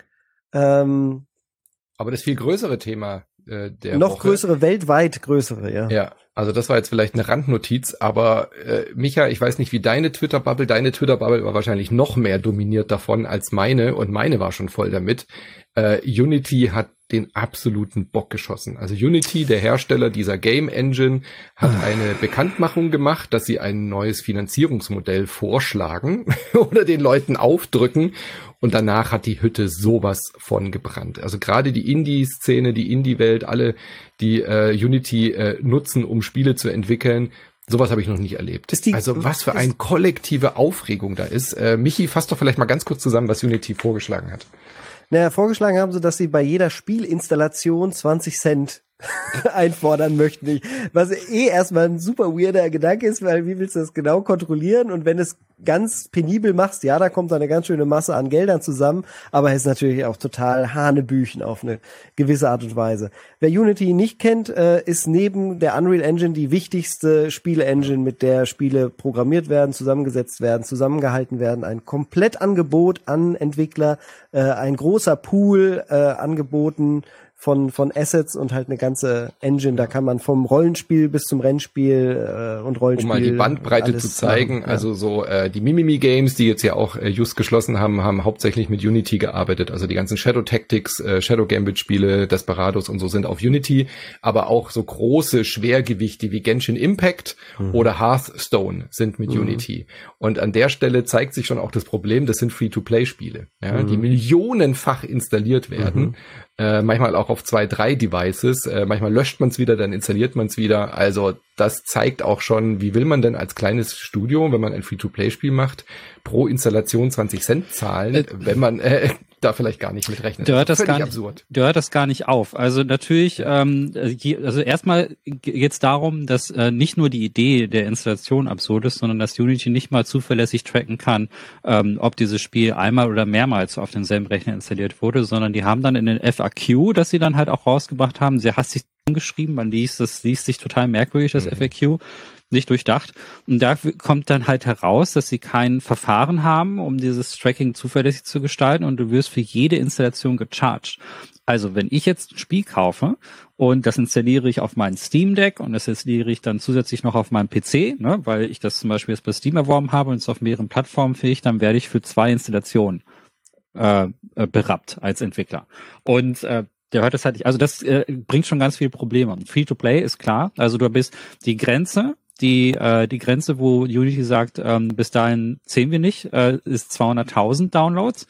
Ähm, Aber das viel größere Thema äh, der noch Woche, größere, weltweit größere, ja. Ja, also das war jetzt vielleicht eine Randnotiz, aber äh, Micha, ich weiß nicht, wie deine Twitter-Bubble, deine Twitter-Bubble war wahrscheinlich noch mehr dominiert davon als meine und meine war schon voll damit. Äh, Unity hat den absoluten Bock geschossen. Also Unity, der Hersteller dieser Game Engine, hat eine Bekanntmachung gemacht, dass sie ein neues Finanzierungsmodell vorschlagen oder den Leuten aufdrücken. Und danach hat die Hütte sowas von gebrannt. Also gerade die Indie-Szene, die Indie-Welt, alle, die äh, Unity äh, nutzen, um Spiele zu entwickeln, sowas habe ich noch nicht erlebt. Die, also was für eine kollektive Aufregung da ist. Äh, Michi, fass doch vielleicht mal ganz kurz zusammen, was Unity vorgeschlagen hat. Naja, vorgeschlagen haben sie, dass sie bei jeder Spielinstallation zwanzig Cent einfordern möchten. Ich, was eh erstmal ein super weirder Gedanke ist, weil wie willst du das genau kontrollieren? Und wenn du es ganz penibel machst, ja, da kommt da eine ganz schöne Masse an Geldern zusammen, aber es ist natürlich auch total Hanebüchen auf eine gewisse Art und Weise. Wer Unity nicht kennt, äh, ist neben der Unreal Engine die wichtigste Spiele-Engine, mit der Spiele programmiert werden, zusammengesetzt werden, zusammengehalten werden. Ein Komplettangebot an Entwickler, äh, ein großer Pool äh, angeboten von von Assets und halt eine ganze Engine. Da kann man vom Rollenspiel bis zum Rennspiel äh, und Rollenspiel. Um mal die Bandbreite zu zeigen, machen, ja. Also so äh, die Mimimi Games, die jetzt ja auch äh, just geschlossen haben, haben hauptsächlich mit Unity gearbeitet. Also die ganzen Shadow Tactics, äh, Shadow Gambit Spiele, Desperados und so sind auf Unity. Aber auch so große Schwergewichte wie Genshin Impact mhm. oder Hearthstone sind mit mhm. Unity. Und an der Stelle zeigt sich schon auch das Problem, das sind Free-to-Play-Spiele, ja, mhm. die millionenfach installiert werden. Mhm. Äh, manchmal auch auf zwei, drei Devices. Äh, manchmal löscht man es wieder, dann installiert man es wieder. Also das zeigt auch schon, wie will man denn als kleines Studio, wenn man ein Free-to-Play-Spiel macht, pro Installation zwanzig Cent zahlen, äh, wenn man äh, da vielleicht gar nicht mit rechnet. Du hört das, das gar nicht, absurd. Du hört das gar nicht auf. Also natürlich, ja. ähm, also erstmal geht es darum, dass äh, nicht nur die Idee der Installation absurd ist, sondern dass Unity nicht mal zuverlässig tracken kann, ähm, ob dieses Spiel einmal oder mehrmals auf denselben Rechner installiert wurde, sondern die haben dann in den F A Q, das sie dann halt auch rausgebracht haben, sehr hastig geschrieben, man liest, das liest sich total merkwürdig, das mhm. F A Q, nicht durchdacht. Und da kommt dann halt heraus, dass sie kein Verfahren haben, um dieses Tracking zuverlässig zu gestalten und du wirst für jede Installation gecharged. Also wenn ich jetzt ein Spiel kaufe und das installiere ich auf meinen Steam Deck und das installiere ich dann zusätzlich noch auf meinem P C, ne, weil ich das zum Beispiel jetzt bei Steam erworben habe und es auf mehreren Plattformen fähig, dann werde ich für zwei Installationen äh, berappt als Entwickler. Und äh, der hört das halt nicht. Also das äh, bringt schon ganz viele Probleme. Free-to-Play ist klar. Also du bist die Grenze, die äh, die Grenze, wo Unity sagt, ähm, bis dahin zählen wir nicht, äh, ist zweihunderttausend Downloads.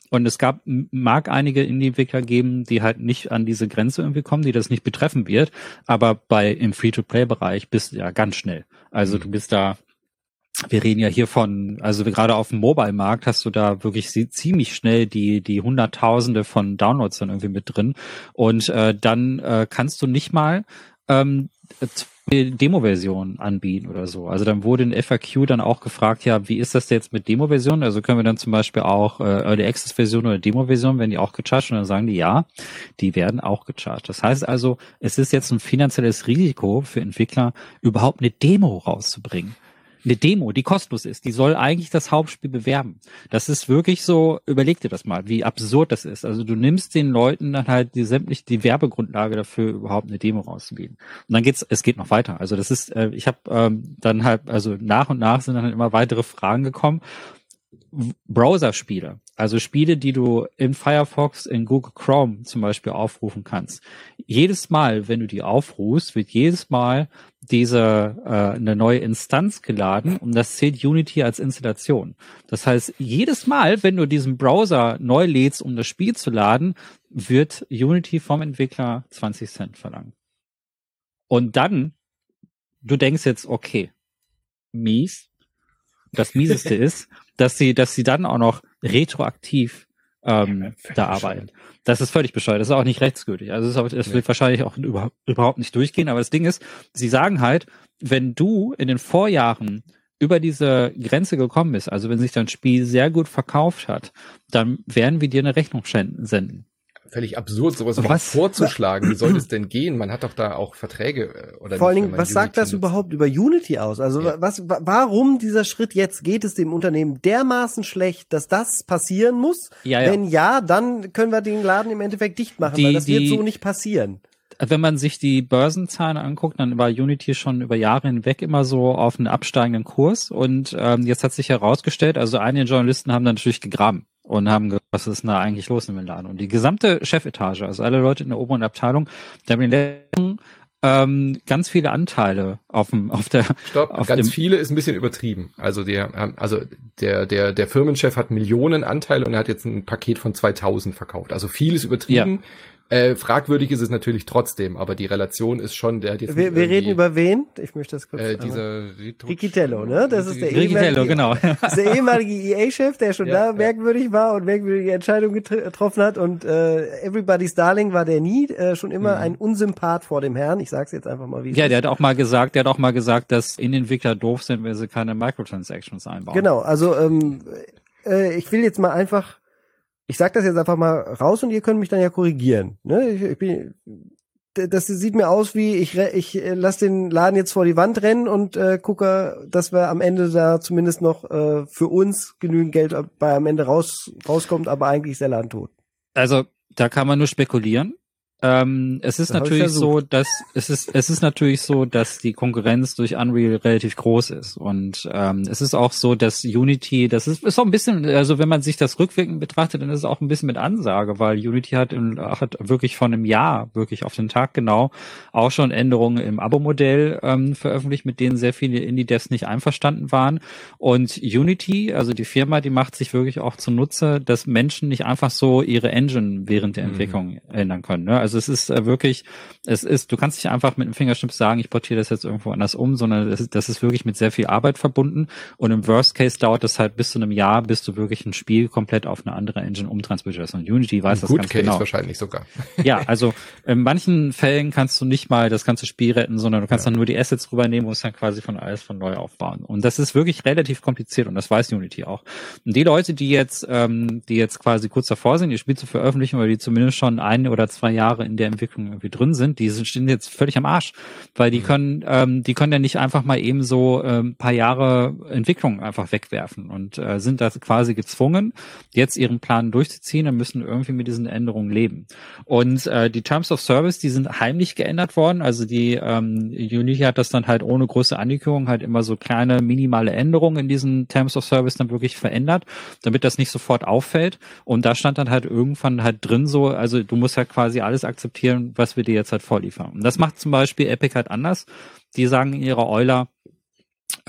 Und es gab, mag einige Indie-Entwickler geben, die halt nicht an diese Grenze irgendwie kommen, die das nicht betreffen wird. Aber bei, im Free-to-Play-Bereich bist du ja ganz schnell. Also mhm. du bist da, wir reden ja hier von, also gerade auf dem Mobile-Markt hast du da wirklich ziemlich schnell die die Hunderttausende von Downloads dann irgendwie mit drin und äh, dann äh, kannst du nicht mal ähm, Demo-Version anbieten oder so. Also dann wurde in F A Q dann auch gefragt, ja, wie ist das jetzt mit Demo-Version? Also können wir dann zum Beispiel auch äh, Early Access-Version oder Demo-Version, werden die auch gecharged? Und dann sagen die, ja, die werden auch gecharged. Das heißt also, es ist jetzt ein finanzielles Risiko für Entwickler, überhaupt eine Demo rauszubringen. Eine Demo, die kostenlos ist, die soll eigentlich das Hauptspiel bewerben. Das ist wirklich so, überleg dir das mal, wie absurd das ist. Also du nimmst den Leuten dann halt die sämtliche die Werbegrundlage dafür, überhaupt eine Demo rauszugeben. Und dann geht's, es geht noch weiter. Also das ist, äh, ich habe ähm, dann halt, also nach und nach sind dann halt immer weitere Fragen gekommen. Browser-Spiele, also Spiele, die du in Firefox, in Google Chrome zum Beispiel aufrufen kannst. Jedes Mal, wenn du die aufrufst, wird jedes Mal diese äh, eine neue Instanz geladen und das zählt Unity als Installation. Das heißt, jedes Mal, wenn du diesen Browser neu lädst, um das Spiel zu laden, wird Unity vom Entwickler zwanzig Cent verlangen. Und dann, du denkst jetzt, okay, mies. Das Mieseste ist, dass sie, dass sie dann auch noch retroaktiv ähm, ja, da arbeiten. Das ist völlig bescheuert. Das ist auch nicht rechtsgültig. Also das, ist auch, das nee. wird wahrscheinlich auch überhaupt, überhaupt nicht durchgehen. Aber das Ding ist, sie sagen halt, wenn du in den Vorjahren über diese Grenze gekommen bist, also wenn sich dein Spiel sehr gut verkauft hat, dann werden wir dir eine Rechnung senden. Völlig absurd, sowas überhaupt vorzuschlagen. Wie soll das denn gehen? Man hat doch da auch Verträge oder Vor allen Dingen, was Unity sagt das nutzt? Überhaupt über Unity aus? Also ja. was, warum dieser Schritt jetzt? Geht es dem Unternehmen dermaßen schlecht, dass das passieren muss? Ja, ja. Wenn ja, dann können wir den Laden im Endeffekt dicht machen, die, weil das die, wird so nicht passieren. Wenn man sich die Börsenzahlen anguckt, dann war Unity schon über Jahre hinweg immer so auf einen absteigenden Kurs und ähm, jetzt hat sich herausgestellt, also einige Journalisten haben dann natürlich gegraben und haben gesagt, was ist denn da eigentlich los in dem Laden? Und die gesamte Chefetage, also alle Leute in der oberen Abteilung, die haben in den letzten ähm, ganz viele Anteile auf dem, auf der, Stopp, auf ganz dem, viele ist ein bisschen übertrieben. Also der, also der, der, der Firmenchef hat Millionen Anteile und er hat jetzt ein Paket von zweitausend verkauft. Also viel ist übertrieben. Ja. Äh, fragwürdig ist es natürlich trotzdem, aber die Relation ist schon, der hat jetzt Wir, wir reden über wen? Ich möchte das kurz äh, dieser Riccitello, ne? Das ist der Riccitello, genau. Das ist der ehemalige E A-Chef, der schon ja, da merkwürdig ja. war und merkwürdige Entscheidungen getroffen hat und äh, Everybody's Darling war der nie, äh, schon immer mhm. ein Unsympath vor dem Herrn. Ich sag's jetzt einfach mal, wie es Ja, ist. der hat auch mal gesagt, der hat auch mal gesagt, dass Innenentwickler doof sind, wenn sie keine Microtransactions einbauen. Genau, also ähm, äh, ich will jetzt mal einfach Ich sag das jetzt einfach mal raus und ihr könnt mich dann ja korrigieren. Ne? Ich, ich bin, das sieht mir aus wie, ich, ich lass den Laden jetzt vor die Wand rennen und äh, gucke, dass wir am Ende da zumindest noch äh, für uns genügend Geld bei am Ende raus, rauskommt, aber eigentlich ist der Laden tot. Also da kann man nur spekulieren. Ähm, es ist das natürlich so, dass es ist es ist natürlich so, dass die Konkurrenz durch Unreal relativ groß ist und ähm, es ist auch so, dass Unity, das ist ist auch ein bisschen, also wenn man sich das rückwirkend betrachtet, dann ist es auch ein bisschen mit Ansage, weil Unity hat im, hat wirklich von einem Jahr wirklich auf den Tag genau auch schon Änderungen im Abo-Modell ähm, veröffentlicht, mit denen sehr viele Indie-Devs nicht einverstanden waren und Unity, also die Firma, die macht sich wirklich auch zunutze, dass Menschen nicht einfach so ihre Engine während der Entwicklung mhm. ändern können, ne? Also Also es ist äh, wirklich, es ist, du kannst nicht einfach mit dem Fingerschnips sagen, ich portiere das jetzt irgendwo anders um, sondern das ist, das ist wirklich mit sehr viel Arbeit verbunden und im Worst Case dauert es halt bis zu einem Jahr, bis du wirklich ein Spiel komplett auf eine andere Engine umtransportierst. Und Unity weiß das Gut ganz Case genau. wahrscheinlich sogar. Ja, also in manchen Fällen kannst du nicht mal das ganze Spiel retten, sondern du kannst ja. dann nur die Assets rübernehmen und es dann quasi von alles von neu aufbauen. Und das ist wirklich relativ kompliziert und das weiß Unity auch. Und die Leute, die jetzt, ähm, die jetzt quasi kurz davor sind, ihr Spiel zu veröffentlichen oder die zumindest schon ein oder zwei Jahre in der Entwicklung irgendwie drin sind, die sind, stehen jetzt völlig am Arsch, weil die mhm. können, ähm, die können ja nicht einfach mal eben so ähm, paar Jahre Entwicklung einfach wegwerfen und äh, sind da quasi gezwungen, jetzt ihren Plan durchzuziehen und müssen irgendwie mit diesen Änderungen leben. Und äh, die Terms of Service, die sind heimlich geändert worden, also die ähm, Unity hat das dann halt ohne große Ankündigung halt immer so kleine minimale Änderungen in diesen Terms of Service dann wirklich verändert, damit das nicht sofort auffällt und da stand dann halt irgendwann halt drin so, also du musst halt quasi alles akzeptieren, was wir dir jetzt halt vorliefern. Und das macht zum Beispiel Epic halt anders. Die sagen in ihrer Euler,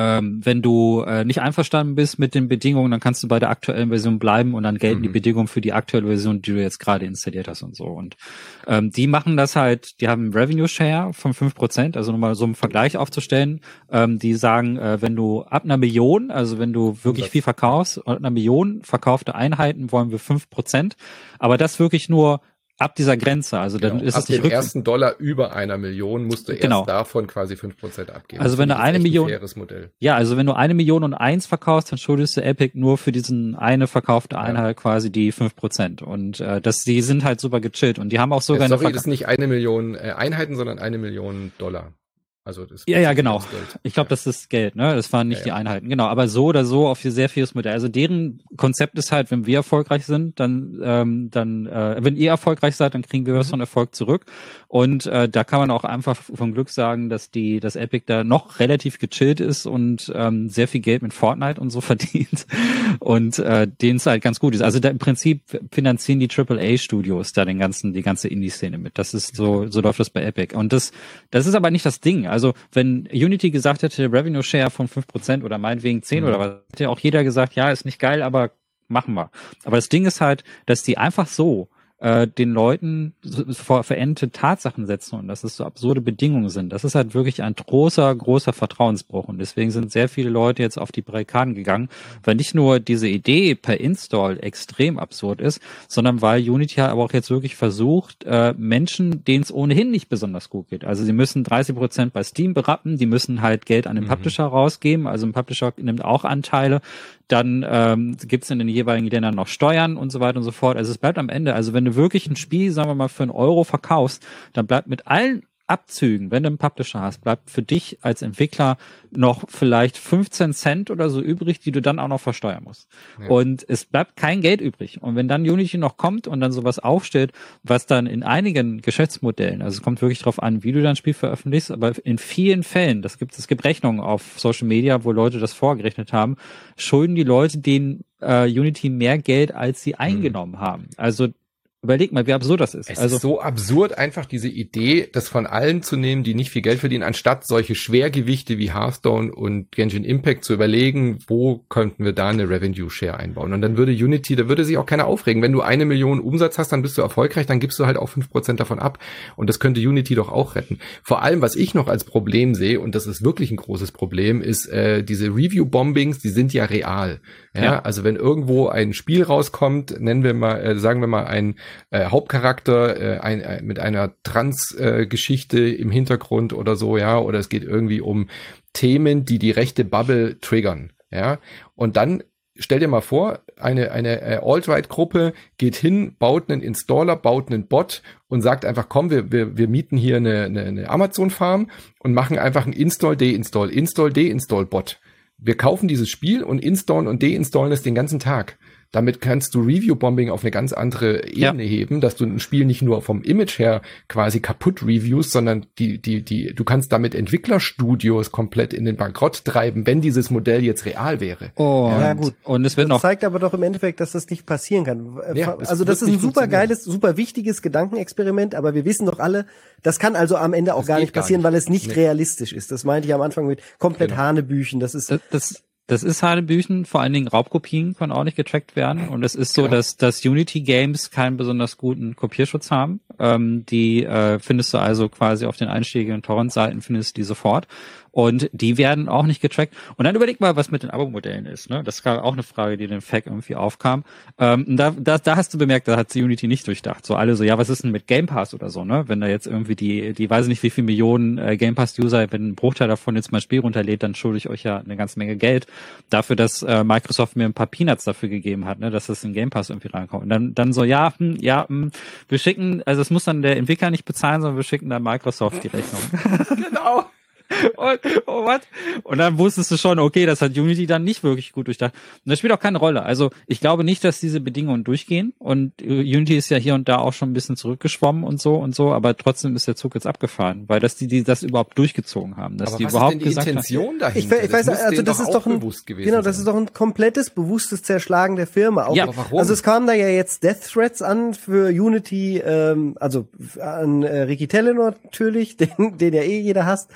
ähm, wenn du äh, nicht einverstanden bist mit den Bedingungen, dann kannst du bei der aktuellen Version bleiben und dann gelten mhm. die Bedingungen für die aktuelle Version, die du jetzt gerade installiert hast und so. Und ähm, die machen das halt, die haben einen Revenue Share von fünf Prozent, also nochmal so einen Vergleich aufzustellen. Ähm, die sagen, äh, wenn du ab einer Million, also wenn du wirklich viel verkaufst, ab einer Million verkaufte Einheiten wollen wir fünf Prozent, aber das wirklich nur ab dieser Grenze, also dann genau, ist ab es nicht dem rück- ersten Dollar über einer Million musst du erst genau. davon quasi fünf Prozent abgeben. Also wenn du eine Million, ein faires Modell. Ja, also wenn du eine Million und eins verkaufst, dann schuldest du Epic nur für diesen eine verkaufte Einheit ja. quasi die fünf Prozent und äh, das, die sind halt super gechillt und die haben auch sogar ja, sorry, eine Verka- das ist nicht eine Million äh, Einheiten, sondern eine Million Dollar. Also das ja, ja, genau. Ich glaube, das ist Geld, ne? Das waren nicht ja, die ja. Einheiten. Genau, aber so oder so auf sehr vieles Modell. Also deren Konzept ist halt, wenn wir erfolgreich sind, dann, ähm, dann, äh, wenn ihr erfolgreich seid, dann kriegen wir was von Erfolg zurück. Und äh, da kann man auch einfach vom Glück sagen, dass die, dass Epic da noch relativ gechillt ist und ähm, sehr viel Geld mit Fortnite und so verdient und äh, denen es halt ganz gut ist. Also da im Prinzip finanzieren die Triple A Studios da den ganzen, die ganze Indie-Szene mit. Das ist so, so läuft das bei Epic. Und das, das ist aber nicht das Ding. Also wenn Unity gesagt hätte, Revenue Share von fünf Prozent oder meinetwegen zehn mhm. oder was, hätte auch jeder gesagt, ja, ist nicht geil, aber machen wir. Aber das Ding ist halt, dass die einfach so äh, den Leuten vor verendete Tatsachen setzen und dass es so absurde Bedingungen sind. Das ist halt wirklich ein großer, großer Vertrauensbruch und deswegen sind sehr viele Leute jetzt auf die Barrikaden gegangen, weil nicht nur diese Idee per Install extrem absurd ist, sondern weil Unity aber auch jetzt wirklich versucht, äh, Menschen, denen es ohnehin nicht besonders gut geht. Also sie müssen dreißig Prozent bei Steam berappen, die müssen halt Geld an den Publisher mhm. rausgeben, also ein Publisher nimmt auch Anteile, dann ähm, gibt es in den jeweiligen Ländern noch Steuern und so weiter und so fort. Also es bleibt am Ende, also wenn du wirklich ein Spiel, sagen wir mal, für einen Euro verkaufst, dann bleibt mit allen Abzügen, wenn du einen Publisher hast, bleibt für dich als Entwickler noch vielleicht fünfzehn Cent oder so übrig, die du dann auch noch versteuern musst. Ja. Und es bleibt kein Geld übrig. Und wenn dann Unity noch kommt und dann sowas aufstellt, was dann in einigen Geschäftsmodellen, also es kommt wirklich drauf an, wie du dein Spiel veröffentlichst, aber in vielen Fällen, das gibt, es gibt Rechnungen auf Social Media, wo Leute das vorgerechnet haben, schulden die Leute denen äh, Unity mehr Geld, als sie eingenommen mhm. haben. Also überleg mal, wie absurd das ist. Es also ist so absurd, einfach diese Idee, das von allen zu nehmen, die nicht viel Geld verdienen, anstatt solche Schwergewichte wie Hearthstone und Genshin Impact zu überlegen, wo könnten wir da eine Revenue Share einbauen. Und dann würde Unity, da würde sich auch keiner aufregen. Wenn du eine Million Umsatz hast, dann bist du erfolgreich, dann gibst du halt auch fünf Prozent davon ab. Und das könnte Unity doch auch retten. Vor allem, was ich noch als Problem sehe, und das ist wirklich ein großes Problem, ist äh, diese Review-Bombings, die sind ja real. Ja, ja. Also wenn irgendwo ein Spiel rauskommt, nennen wir mal, äh, sagen wir mal ein Äh, Hauptcharakter äh, ein, äh, mit einer Trans-Geschichte äh, im Hintergrund oder so, ja, oder es geht irgendwie um Themen, die die rechte Bubble triggern, ja, und dann stell dir mal vor, eine eine äh, Alt-Right-Gruppe geht hin, baut einen Installer, baut einen Bot und sagt einfach, komm, wir wir wir mieten hier eine eine, eine Amazon-Farm und machen einfach einen Install, Deinstall, Install, Deinstall-Bot. Wir kaufen dieses Spiel und installen und deinstallen es den ganzen Tag. Damit kannst du Review-Bombing auf eine ganz andere Ebene ja. heben, dass du ein Spiel nicht nur vom Image her quasi kaputt reviewst, sondern die, die, die, du kannst damit Entwicklerstudios komplett in den Bankrott treiben, wenn dieses Modell jetzt real wäre. Oh, ja, ja gut. Und es wird das noch zeigt aber doch im Endeffekt, dass das nicht passieren kann. Ja, das also das ist ein super geiles, super wichtiges Gedankenexperiment, aber wir wissen doch alle, das kann also am Ende auch das gar nicht passieren, gar nicht. weil es nicht nee. realistisch ist. Das meinte ich am Anfang mit komplett genau. Hanebüchen. Das ist das, das Das ist Hanebüchen, vor allen Dingen Raubkopien können auch nicht getrackt werden. Und es ist so, genau. dass, dass Unity Games keinen besonders guten Kopierschutz haben. Ähm, die äh, findest du also quasi auf den einschlägigen Torrent-Seiten, findest du die sofort. Und die werden auch nicht getrackt. Und dann überleg mal, was mit den Abo-Modellen ist. Ne? Das war auch eine Frage, die in dem Fact irgendwie aufkam. Ähm, da, da, da hast du bemerkt, da hat Unity nicht durchdacht. So alle so, ja, was ist denn mit Game Pass oder so, ne? Wenn da jetzt irgendwie die, die weiß nicht wie viele Millionen äh, Game Pass-User, wenn ein Bruchteil davon jetzt mal ein Spiel runterlädt, dann schulde ich euch ja eine ganze Menge Geld dafür, dass äh, Microsoft mir ein paar Peanuts dafür gegeben hat, ne, dass das in Game Pass irgendwie reinkommt. Und dann, dann so, ja, hm, ja, hm, wir schicken, also es muss dann der Entwickler nicht bezahlen, sondern wir schicken dann Microsoft die Rechnung. Genau. Und, oh, what? Und dann wusstest du schon, okay, das hat Unity dann nicht wirklich gut durchdacht. Und das spielt auch keine Rolle. Also ich glaube nicht, dass diese Bedingungen durchgehen. Und Unity ist ja hier und da auch schon ein bisschen zurückgeschwommen und so und so, aber trotzdem ist der Zug jetzt abgefahren, weil dass die, die das überhaupt durchgezogen haben. Dass aber die was überhaupt ist denn die gesagt Intention haben, dahinter? Ich, ich weiß, das also das ist doch ein, genau, das ist doch ein komplettes bewusstes Zerschlagen der Firma. Auch, ja, aber warum? Also es kamen da ja jetzt Death Threats an für Unity, ähm, also an äh, Ricky Tellenor natürlich, den, den ja eh jeder hasst. Und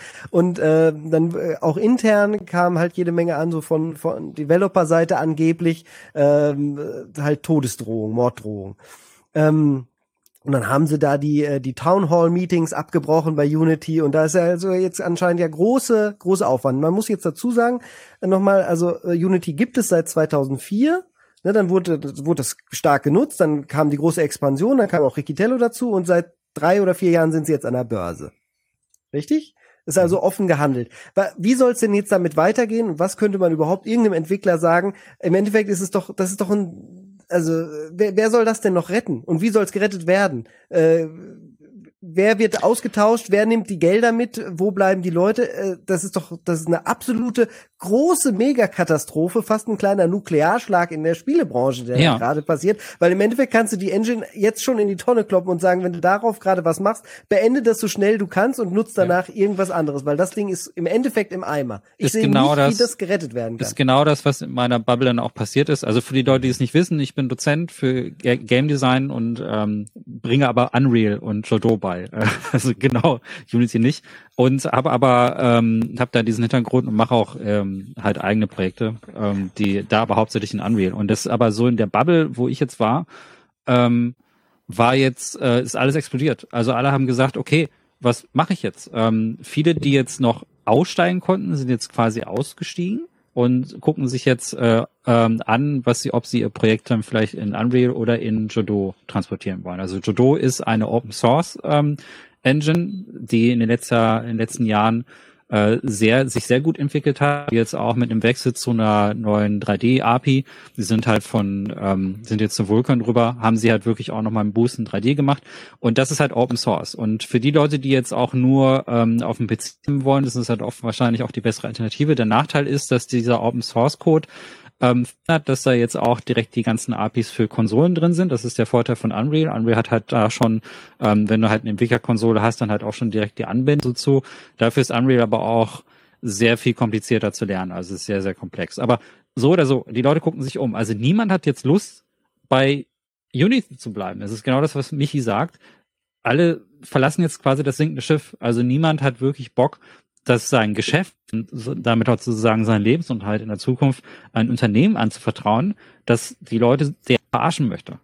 Und äh, dann äh, auch intern kam halt jede Menge an, so von von Developer-Seite angeblich ähm, halt Todesdrohung, Morddrohung. Ähm, und dann haben sie da die äh, die Town Hall Meetings abgebrochen bei Unity und da ist ja also jetzt anscheinend ja große große Aufwand. Man muss jetzt dazu sagen äh, nochmal, also äh, Unity gibt es seit zweitausendvier. Ne, dann wurde wurde das stark genutzt, dann kam die große Expansion, dann kam auch Riccitello dazu und seit drei oder vier Jahren sind sie jetzt an der Börse. Richtig? Ist also offen gehandelt. Wie soll es denn jetzt damit weitergehen und was könnte man überhaupt irgendeinem Entwickler sagen? Im Endeffekt ist es doch, das ist doch ein, also wer, wer soll das denn noch retten? Und wie soll es gerettet werden? Äh, wer wird ausgetauscht? Wer nimmt die Gelder mit? Wo bleiben die Leute? Äh, das ist doch, das ist eine absolute große Megakatastrophe, fast ein kleiner Nuklearschlag in der Spielebranche, der ja. gerade passiert. Weil im Endeffekt kannst du die Engine jetzt schon in die Tonne kloppen und sagen, wenn du darauf gerade was machst, beende das so schnell du kannst und nutzt danach ja. irgendwas anderes, weil das Ding ist im Endeffekt im Eimer. Ich sehe genau nicht, das, wie das gerettet werden kann. Das ist genau das, was in meiner Bubble dann auch passiert ist. Also für die Leute, die es nicht wissen, ich bin Dozent für G- Game Design und ähm, bringe aber Unreal und Godot bei. Also genau, Unity nicht. Und habe aber ähm, habe da diesen Hintergrund und mache auch ähm, halt eigene Projekte, ähm, die da aber hauptsächlich in Unreal. Und das aber so in der Bubble, wo ich jetzt war, ähm, war jetzt äh, ist alles explodiert. Also alle haben gesagt, okay, was mache ich jetzt? Ähm, viele, die jetzt noch aussteigen konnten, sind jetzt quasi ausgestiegen und gucken sich jetzt äh, ähm, an, was sie, ob sie ihr Projekt dann vielleicht in Unreal oder in Godot transportieren wollen. Also Godot ist eine Open Source ähm, Engine, die in den, letzter, in den letzten Jahren äh, sehr sich sehr gut entwickelt hat. Jetzt auch mit einem Wechsel zu einer neuen drei D-A P I. Die sind halt von, ähm, sind jetzt zu Vulkan drüber, haben sie halt wirklich auch nochmal einen Boost in drei D gemacht. Und das ist halt Open Source. Und für die Leute, die jetzt auch nur ähm, auf dem P C wollen, das ist halt auch wahrscheinlich auch die bessere Alternative. Der Nachteil ist, dass dieser Open Source Code Ähm, dass da jetzt auch direkt die ganzen A P Is für Konsolen drin sind. Das ist der Vorteil von Unreal. Unreal hat halt da schon, ähm, wenn du halt eine Entwicklerkonsole hast, dann halt auch schon direkt die Anbindung zu. Dafür ist Unreal aber auch sehr viel komplizierter zu lernen. Also es ist sehr, sehr komplex. Aber so oder so, die Leute gucken sich um. Also niemand hat jetzt Lust, bei Unity zu bleiben. Das ist genau das, was Michi sagt. Alle verlassen jetzt quasi das sinkende Schiff. Also niemand hat wirklich Bock, dass sein Geschäft und damit auch sozusagen sein Lebensunterhalt in der Zukunft ein Unternehmen anzuvertrauen, das die Leute sehr verarschen möchte.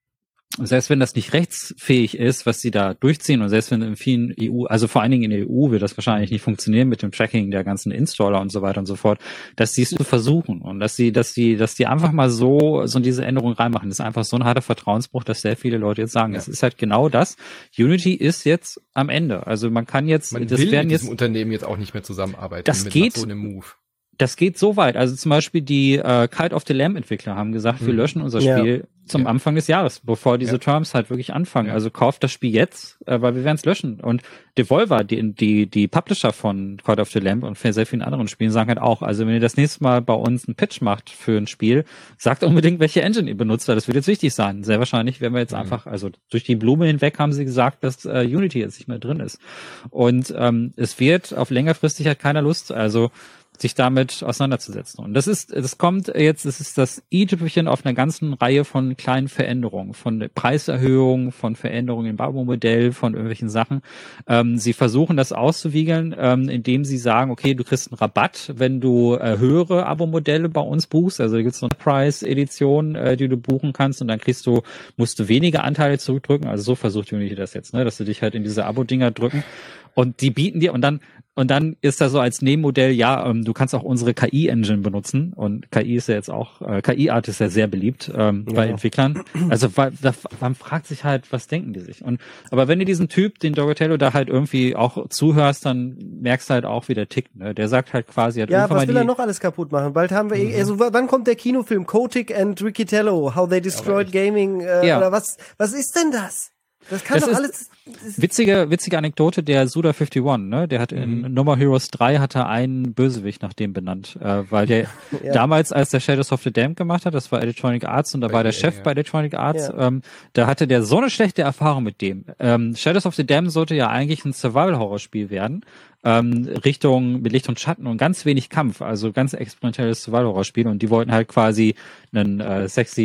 Und selbst wenn das nicht rechtsfähig ist, was sie da durchziehen, und selbst wenn in vielen E U, also vor allen Dingen in der E U wird das wahrscheinlich nicht funktionieren mit dem Tracking der ganzen Installer und so weiter und so fort, dass sie es versuchen und dass sie, dass die, dass die einfach mal so, so diese Änderung reinmachen. Das ist einfach so ein harter Vertrauensbruch, dass sehr viele Leute jetzt sagen, es ja. ist halt genau das. Unity ist jetzt am Ende. Also man kann jetzt, man das will werden mit jetzt, diesem Unternehmen jetzt auch nicht mehr zusammenarbeiten. Das mit geht. So einem Move. Das geht so weit. Also zum Beispiel die äh, Cult of the Lamb Entwickler haben gesagt, hm. wir löschen unser Spiel ja. zum ja. Anfang des Jahres, bevor diese ja. Terms halt wirklich anfangen. Ja. Also kauft das Spiel jetzt, äh, weil wir werden es löschen. Und Devolver, die, die die Publisher von Cult of the Lamb und für sehr vielen anderen Spielen, sagen halt auch, also wenn ihr das nächste Mal bei uns einen Pitch macht für ein Spiel, sagt unbedingt, welche Engine ihr benutzt, weil das wird jetzt wichtig sein. Sehr wahrscheinlich werden wir jetzt mhm. einfach, also durch die Blume hinweg haben sie gesagt, dass äh, Unity jetzt nicht mehr drin ist. Und ähm, es wird auf längerfristig halt keiner Lust, also sich damit auseinanderzusetzen. Und das ist, das kommt jetzt, das ist das i-Tüpfelchen auf einer ganzen Reihe von kleinen Veränderungen, von Preiserhöhungen, von Veränderungen im Abo-Modell, von irgendwelchen Sachen. Ähm, sie versuchen das auszuviegeln, ähm, indem sie sagen, okay, du kriegst einen Rabatt, wenn du äh, höhere Abo-Modelle bei uns buchst. Also da gibt's so eine Price-Edition, äh, die du buchen kannst und dann kriegst du, musst du weniger Anteile zurückdrücken. Also so versucht Unity das jetzt, ne, dass sie dich halt in diese Abo-Dinger drücken. Und die bieten dir, und dann Und dann ist da so als Nebenmodell, ja, ähm, du kannst auch unsere K I-Engine benutzen. Und K I ist ja jetzt auch, äh, K I-Art ist ja sehr beliebt ähm, ja. bei Entwicklern. Also weil, da, man fragt sich halt, was denken die sich? Und aber wenn du diesen Typ, den Donatello, da halt irgendwie auch zuhörst, dann merkst du halt auch, wie der tickt. Ne? Der sagt halt quasi, hat ja, was will die, er noch alles kaputt machen? Bald haben wir, mhm. also wann kommt der Kinofilm Kotick and Riccitello, How They Destroyed Gaming? Äh, ja. Oder was? Was ist denn das? Das kann das doch ist alles. Das witzige, witzige Anekdote, der Suda einundfünfzig, ne? Der hat in mhm. No More Heroes drei hat er einen Bösewicht nach dem benannt. Äh, weil der ja. damals, als der Shadows of the Damned gemacht hat, das war Electronic Arts und da bei war der Chef ja. bei Electronic Arts, ja. ähm, da hatte der so eine schlechte Erfahrung mit dem. Ähm, Shadows of the Damned sollte ja eigentlich ein Survival-Horror-Spiel werden. Ähm, Richtung mit Licht und Schatten und ganz wenig Kampf, also ganz experimentelles Survival-Horror-Spiel und die wollten halt quasi einen äh, sexy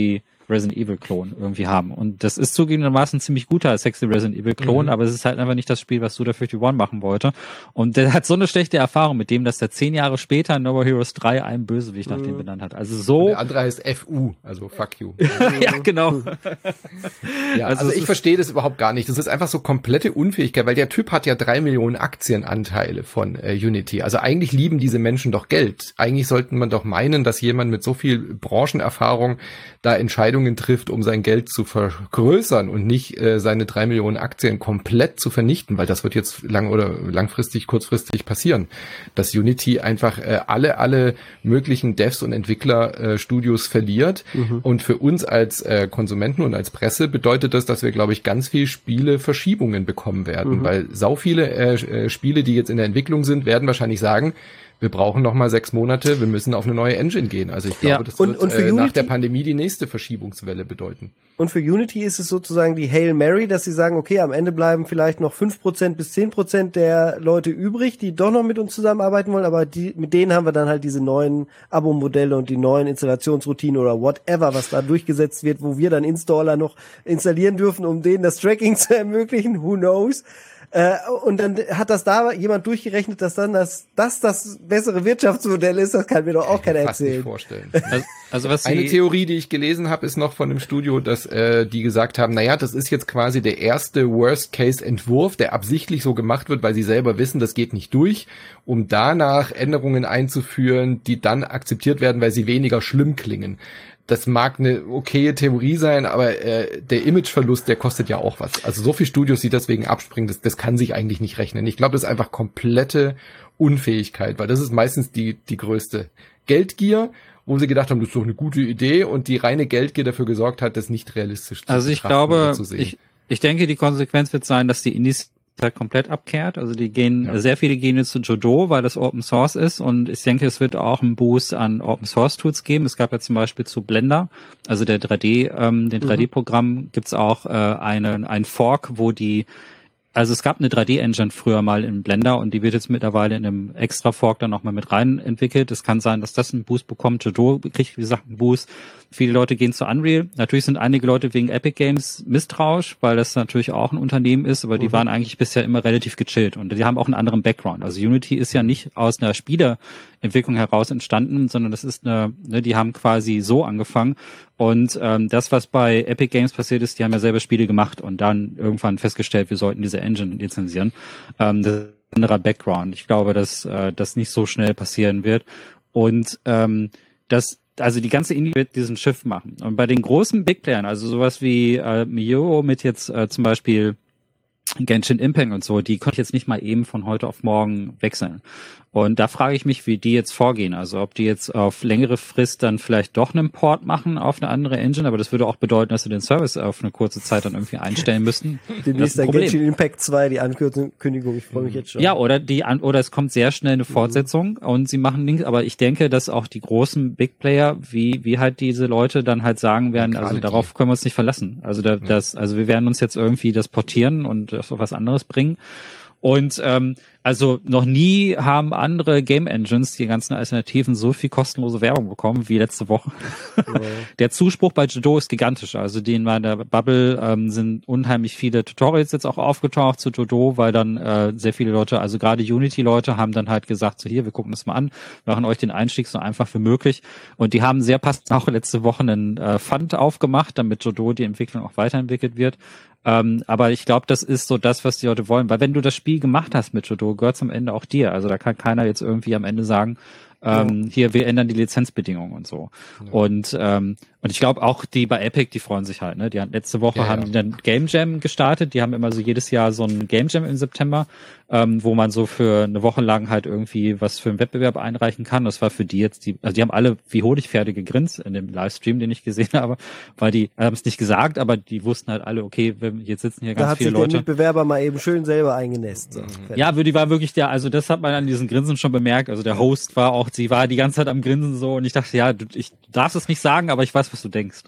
Resident Evil Klon irgendwie haben. Und das ist zugegebenermaßen ein ziemlich guter sexy Resident Evil Klon, mhm. aber es ist halt einfach nicht das Spiel, was Suda einundfünfzig machen wollte. Und der hat so eine schlechte Erfahrung mit dem, dass der zehn Jahre später in No More Heroes drei einen Bösewicht nach dem benannt hat. Also so. Und der andere heißt F U, also fuck you. Ja, genau. Ja, also, also ich verstehe das überhaupt gar nicht. Das ist einfach so komplette Unfähigkeit, weil der Typ hat ja drei Millionen Aktienanteile von äh, Unity. Also eigentlich lieben diese Menschen doch Geld. Eigentlich sollten man doch meinen, dass jemand mit so viel Branchenerfahrung da Entscheidungen trifft, um sein Geld zu vergrößern und nicht äh, seine drei Millionen Aktien komplett zu vernichten, weil das wird jetzt lang oder langfristig, kurzfristig passieren, dass Unity einfach äh, alle, alle möglichen Devs und Entwicklerstudios äh, verliert. Mhm. Und für uns als äh, Konsumenten und als Presse bedeutet das, dass wir, glaube ich, ganz viel Spieleverschiebungen bekommen werden, mhm. weil sau viele äh, Spiele, die jetzt in der Entwicklung sind, werden wahrscheinlich sagen, wir brauchen noch mal sechs Monate, wir müssen auf eine neue Engine gehen. Also ich glaube, ja. das und, wird und für äh, Unity, nach der Pandemie die nächste Verschiebungswelle bedeuten. Und für Unity ist es sozusagen die Hail Mary, dass sie sagen, okay, am Ende bleiben vielleicht noch fünf Prozent bis zehn Prozent der Leute übrig, die doch noch mit uns zusammenarbeiten wollen, aber die, mit denen haben wir dann halt diese neuen Abo-Modelle und die neuen Installationsroutinen oder whatever, was da durchgesetzt wird, wo wir dann Installer noch installieren dürfen, um denen das Tracking zu ermöglichen, who knows. Äh, und dann hat das da jemand durchgerechnet, dass dann das, das das bessere Wirtschaftsmodell ist, das kann mir doch auch keiner fast erzählen. Nicht vorstellen. Also, also was Eine Theorie, die ich gelesen habe, ist noch von einem Studio, dass äh, die gesagt haben, naja, das ist jetzt quasi der erste Worst-Case-Entwurf, der absichtlich so gemacht wird, weil sie selber wissen, das geht nicht durch, um danach Änderungen einzuführen, die dann akzeptiert werden, weil sie weniger schlimm klingen. Das mag eine okaye Theorie sein, aber äh, der Imageverlust, der kostet ja auch was. Also so viele Studios, die deswegen abspringen, das, das kann sich eigentlich nicht rechnen. Ich glaube, das ist einfach komplette Unfähigkeit, weil das ist meistens die die größte Geldgier, wo sie gedacht haben, das ist doch eine gute Idee und die reine Geldgier dafür gesorgt hat, das nicht realistisch zu Also ich glaube, ich, ich denke, die Konsequenz wird sein, dass die Indies halt komplett abkehrt. Also die gehen, ja. sehr viele gehen jetzt zu Jodo, weil das Open Source ist und ich denke, es wird auch einen Boost an Open Source Tools geben. Es gab ja zum Beispiel zu Blender, also der drei D, ähm, den drei D-Programm, gibt's auch äh, einen ein Fork, wo die Also es gab eine drei D-Engine früher mal in Blender und die wird jetzt mittlerweile in einem extra Fork dann nochmal mit rein entwickelt. Es kann sein, dass das einen Boost bekommt. Jodo kriegt, wie gesagt, einen Boost. Viele Leute gehen zu Unreal. Natürlich sind einige Leute wegen Epic Games misstrauisch, weil das natürlich auch ein Unternehmen ist, aber die mhm. waren eigentlich bisher immer relativ gechillt und die haben auch einen anderen Background. Also Unity ist ja nicht aus einer Spieleentwicklung heraus entstanden, sondern das ist eine, ne, die haben quasi so angefangen. Und ähm, das, was bei Epic Games passiert ist, die haben ja selber Spiele gemacht und dann irgendwann festgestellt, wir sollten diese Engine lizenzieren. Ähm, das ist ein anderer Background. Ich glaube, dass äh, das nicht so schnell passieren wird. Und ähm, das also die ganze Indie wird diesen Shift machen. Und bei den großen Big Playern, also sowas wie äh, Miyo mit jetzt äh, zum Beispiel Genshin Impact und so, die konnte ich jetzt nicht mal eben von heute auf morgen wechseln. Und da frage ich mich, wie die jetzt vorgehen. Also ob die jetzt auf längere Frist dann vielleicht doch einen Port machen auf eine andere Engine, aber das würde auch bedeuten, dass sie den Service auf eine kurze Zeit dann irgendwie einstellen müssten. Demnächst dann Genshin Impact zwei, die Ankündigung, ich freue mich jetzt schon. Ja, oder die an oder es kommt sehr schnell eine Fortsetzung mhm. und sie machen Links, aber ich denke, dass auch die großen Big Player, wie wie halt diese Leute dann halt sagen werden, also die. Darauf können wir uns nicht verlassen. Also da, das, also wir werden uns jetzt irgendwie das portieren und auf was anderes bringen. Und ähm, also noch nie haben andere Game Engines, die ganzen Alternativen, so viel kostenlose Werbung bekommen wie letzte Woche. Ja. Der Zuspruch bei Jodo ist gigantisch. Also die in meiner Bubble ähm, sind unheimlich viele Tutorials jetzt auch aufgetaucht zu Jodo, weil dann äh, sehr viele Leute, also gerade Unity-Leute, haben dann halt gesagt, so hier, wir gucken das mal an, machen euch den Einstieg so einfach wie möglich. Und die haben sehr passend auch letzte Woche einen äh, Fund aufgemacht, damit Jodo die Entwicklung auch weiterentwickelt wird. Ähm, aber ich glaube, das ist so das, was die Leute wollen. Weil wenn du das Spiel gemacht hast mit Jodo, gehört's am Ende auch dir. Also da kann keiner jetzt irgendwie am Ende sagen, ähm, ja. hier, wir ändern die Lizenzbedingungen und so. Ja. Und ähm, und ich glaube auch die bei Epic, die freuen sich halt. Ne? Die haben, letzte Woche ja, haben ja. die dann Game Jam gestartet. Die haben immer so jedes Jahr so ein Game Jam im September, ähm, wo man so für eine Woche lang halt irgendwie was für einen Wettbewerb einreichen kann. Das war für die jetzt die, also die haben alle wie Honigpferde gegrinst in dem Livestream, den ich gesehen habe, weil die haben es nicht gesagt, aber die wussten halt alle, okay, jetzt sitzen hier ganz viele Leute. Da hat sich der Mitbewerber mal eben schön selber eingenässt. So. Mhm. Ja, die war wirklich der, also das hat man an diesen Grinsen schon bemerkt. Also der Host war auch, sie war die ganze Zeit am Grinsen so und ich dachte, ja, du, ich darfst es nicht sagen, aber ich weiß, was du denkst.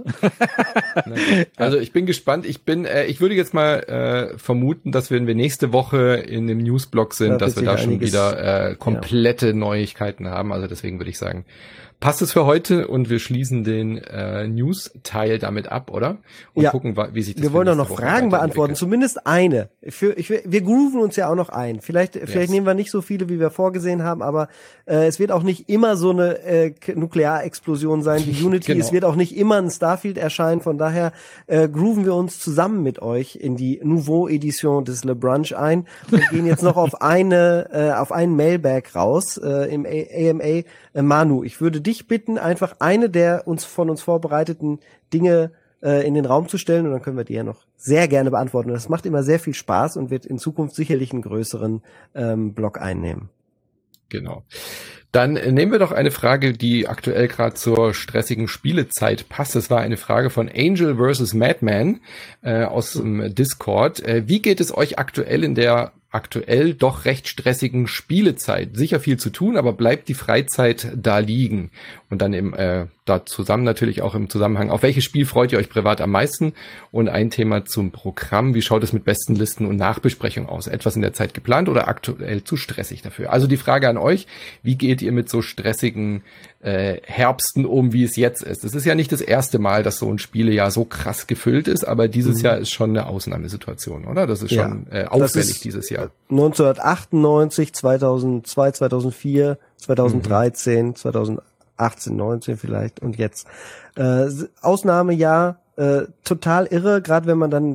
Also ich bin gespannt. Ich bin, äh, ich würde jetzt mal äh, vermuten, dass wenn wir nächste Woche in dem Newsblog sind, da dass wir da schon wieder äh, komplette ja. Neuigkeiten haben. Also deswegen würde ich sagen, passt es für heute und wir schließen den äh, News-Teil damit ab, oder? Und ja. gucken, wie sich das Wir wollen doch noch Fragen beantworten, zumindest eine. Für, ich, wir grooven uns ja auch noch ein. Vielleicht, yes. vielleicht nehmen wir nicht so viele, wie wir vorgesehen haben, aber äh, es wird auch nicht immer so eine äh, Nuklearexplosion sein wie Unity. Genau. Es wird auch nicht immer ein Starfield erscheinen. Von daher äh, grooven wir uns zusammen mit euch in die Nouveau-Edition des Le Brunch ein und gehen jetzt noch auf eine, äh, auf einen Mailbag raus äh, im A M A. Äh, Manu, ich würde dich bitten, einfach eine der uns von uns vorbereiteten Dinge äh, in den Raum zu stellen und dann können wir die ja noch sehr gerne beantworten. Das macht immer sehr viel Spaß und wird in Zukunft sicherlich einen größeren ähm, Block einnehmen. Genau. Dann nehmen wir doch eine Frage, die aktuell gerade zur stressigen Spielezeit passt. Das war eine Frage von Angel versus Madman äh, aus dem Discord. Äh, wie geht es euch aktuell in der aktuell doch recht stressigen Spielezeit? Sicher viel zu tun, aber bleibt die Freizeit da liegen? Und dann im, äh, da zusammen natürlich auch im Zusammenhang, auf welches Spiel freut ihr euch privat am meisten? Und ein Thema zum Programm, wie schaut es mit besten Listen und Nachbesprechung aus? Etwas in der Zeit geplant oder aktuell zu stressig dafür? Also die Frage an euch, wie geht ihr mit so stressigen äh, Herbsten um, wie es jetzt ist? Es ist ja nicht das erste Mal, dass so ein Spielejahr so krass gefüllt ist, aber dieses mhm. Jahr ist schon eine Ausnahmesituation, oder? Das ist schon ja. äh, auffällig dieses Jahr. neunzehnhundertachtundneunzig, zweitausendzwei, zweitausendvier, zweitausenddreizehn, mhm. zweitausendachtzehn, neunzehn vielleicht und jetzt. Äh, Ausnahmejahr, äh, total irre, gerade wenn man dann,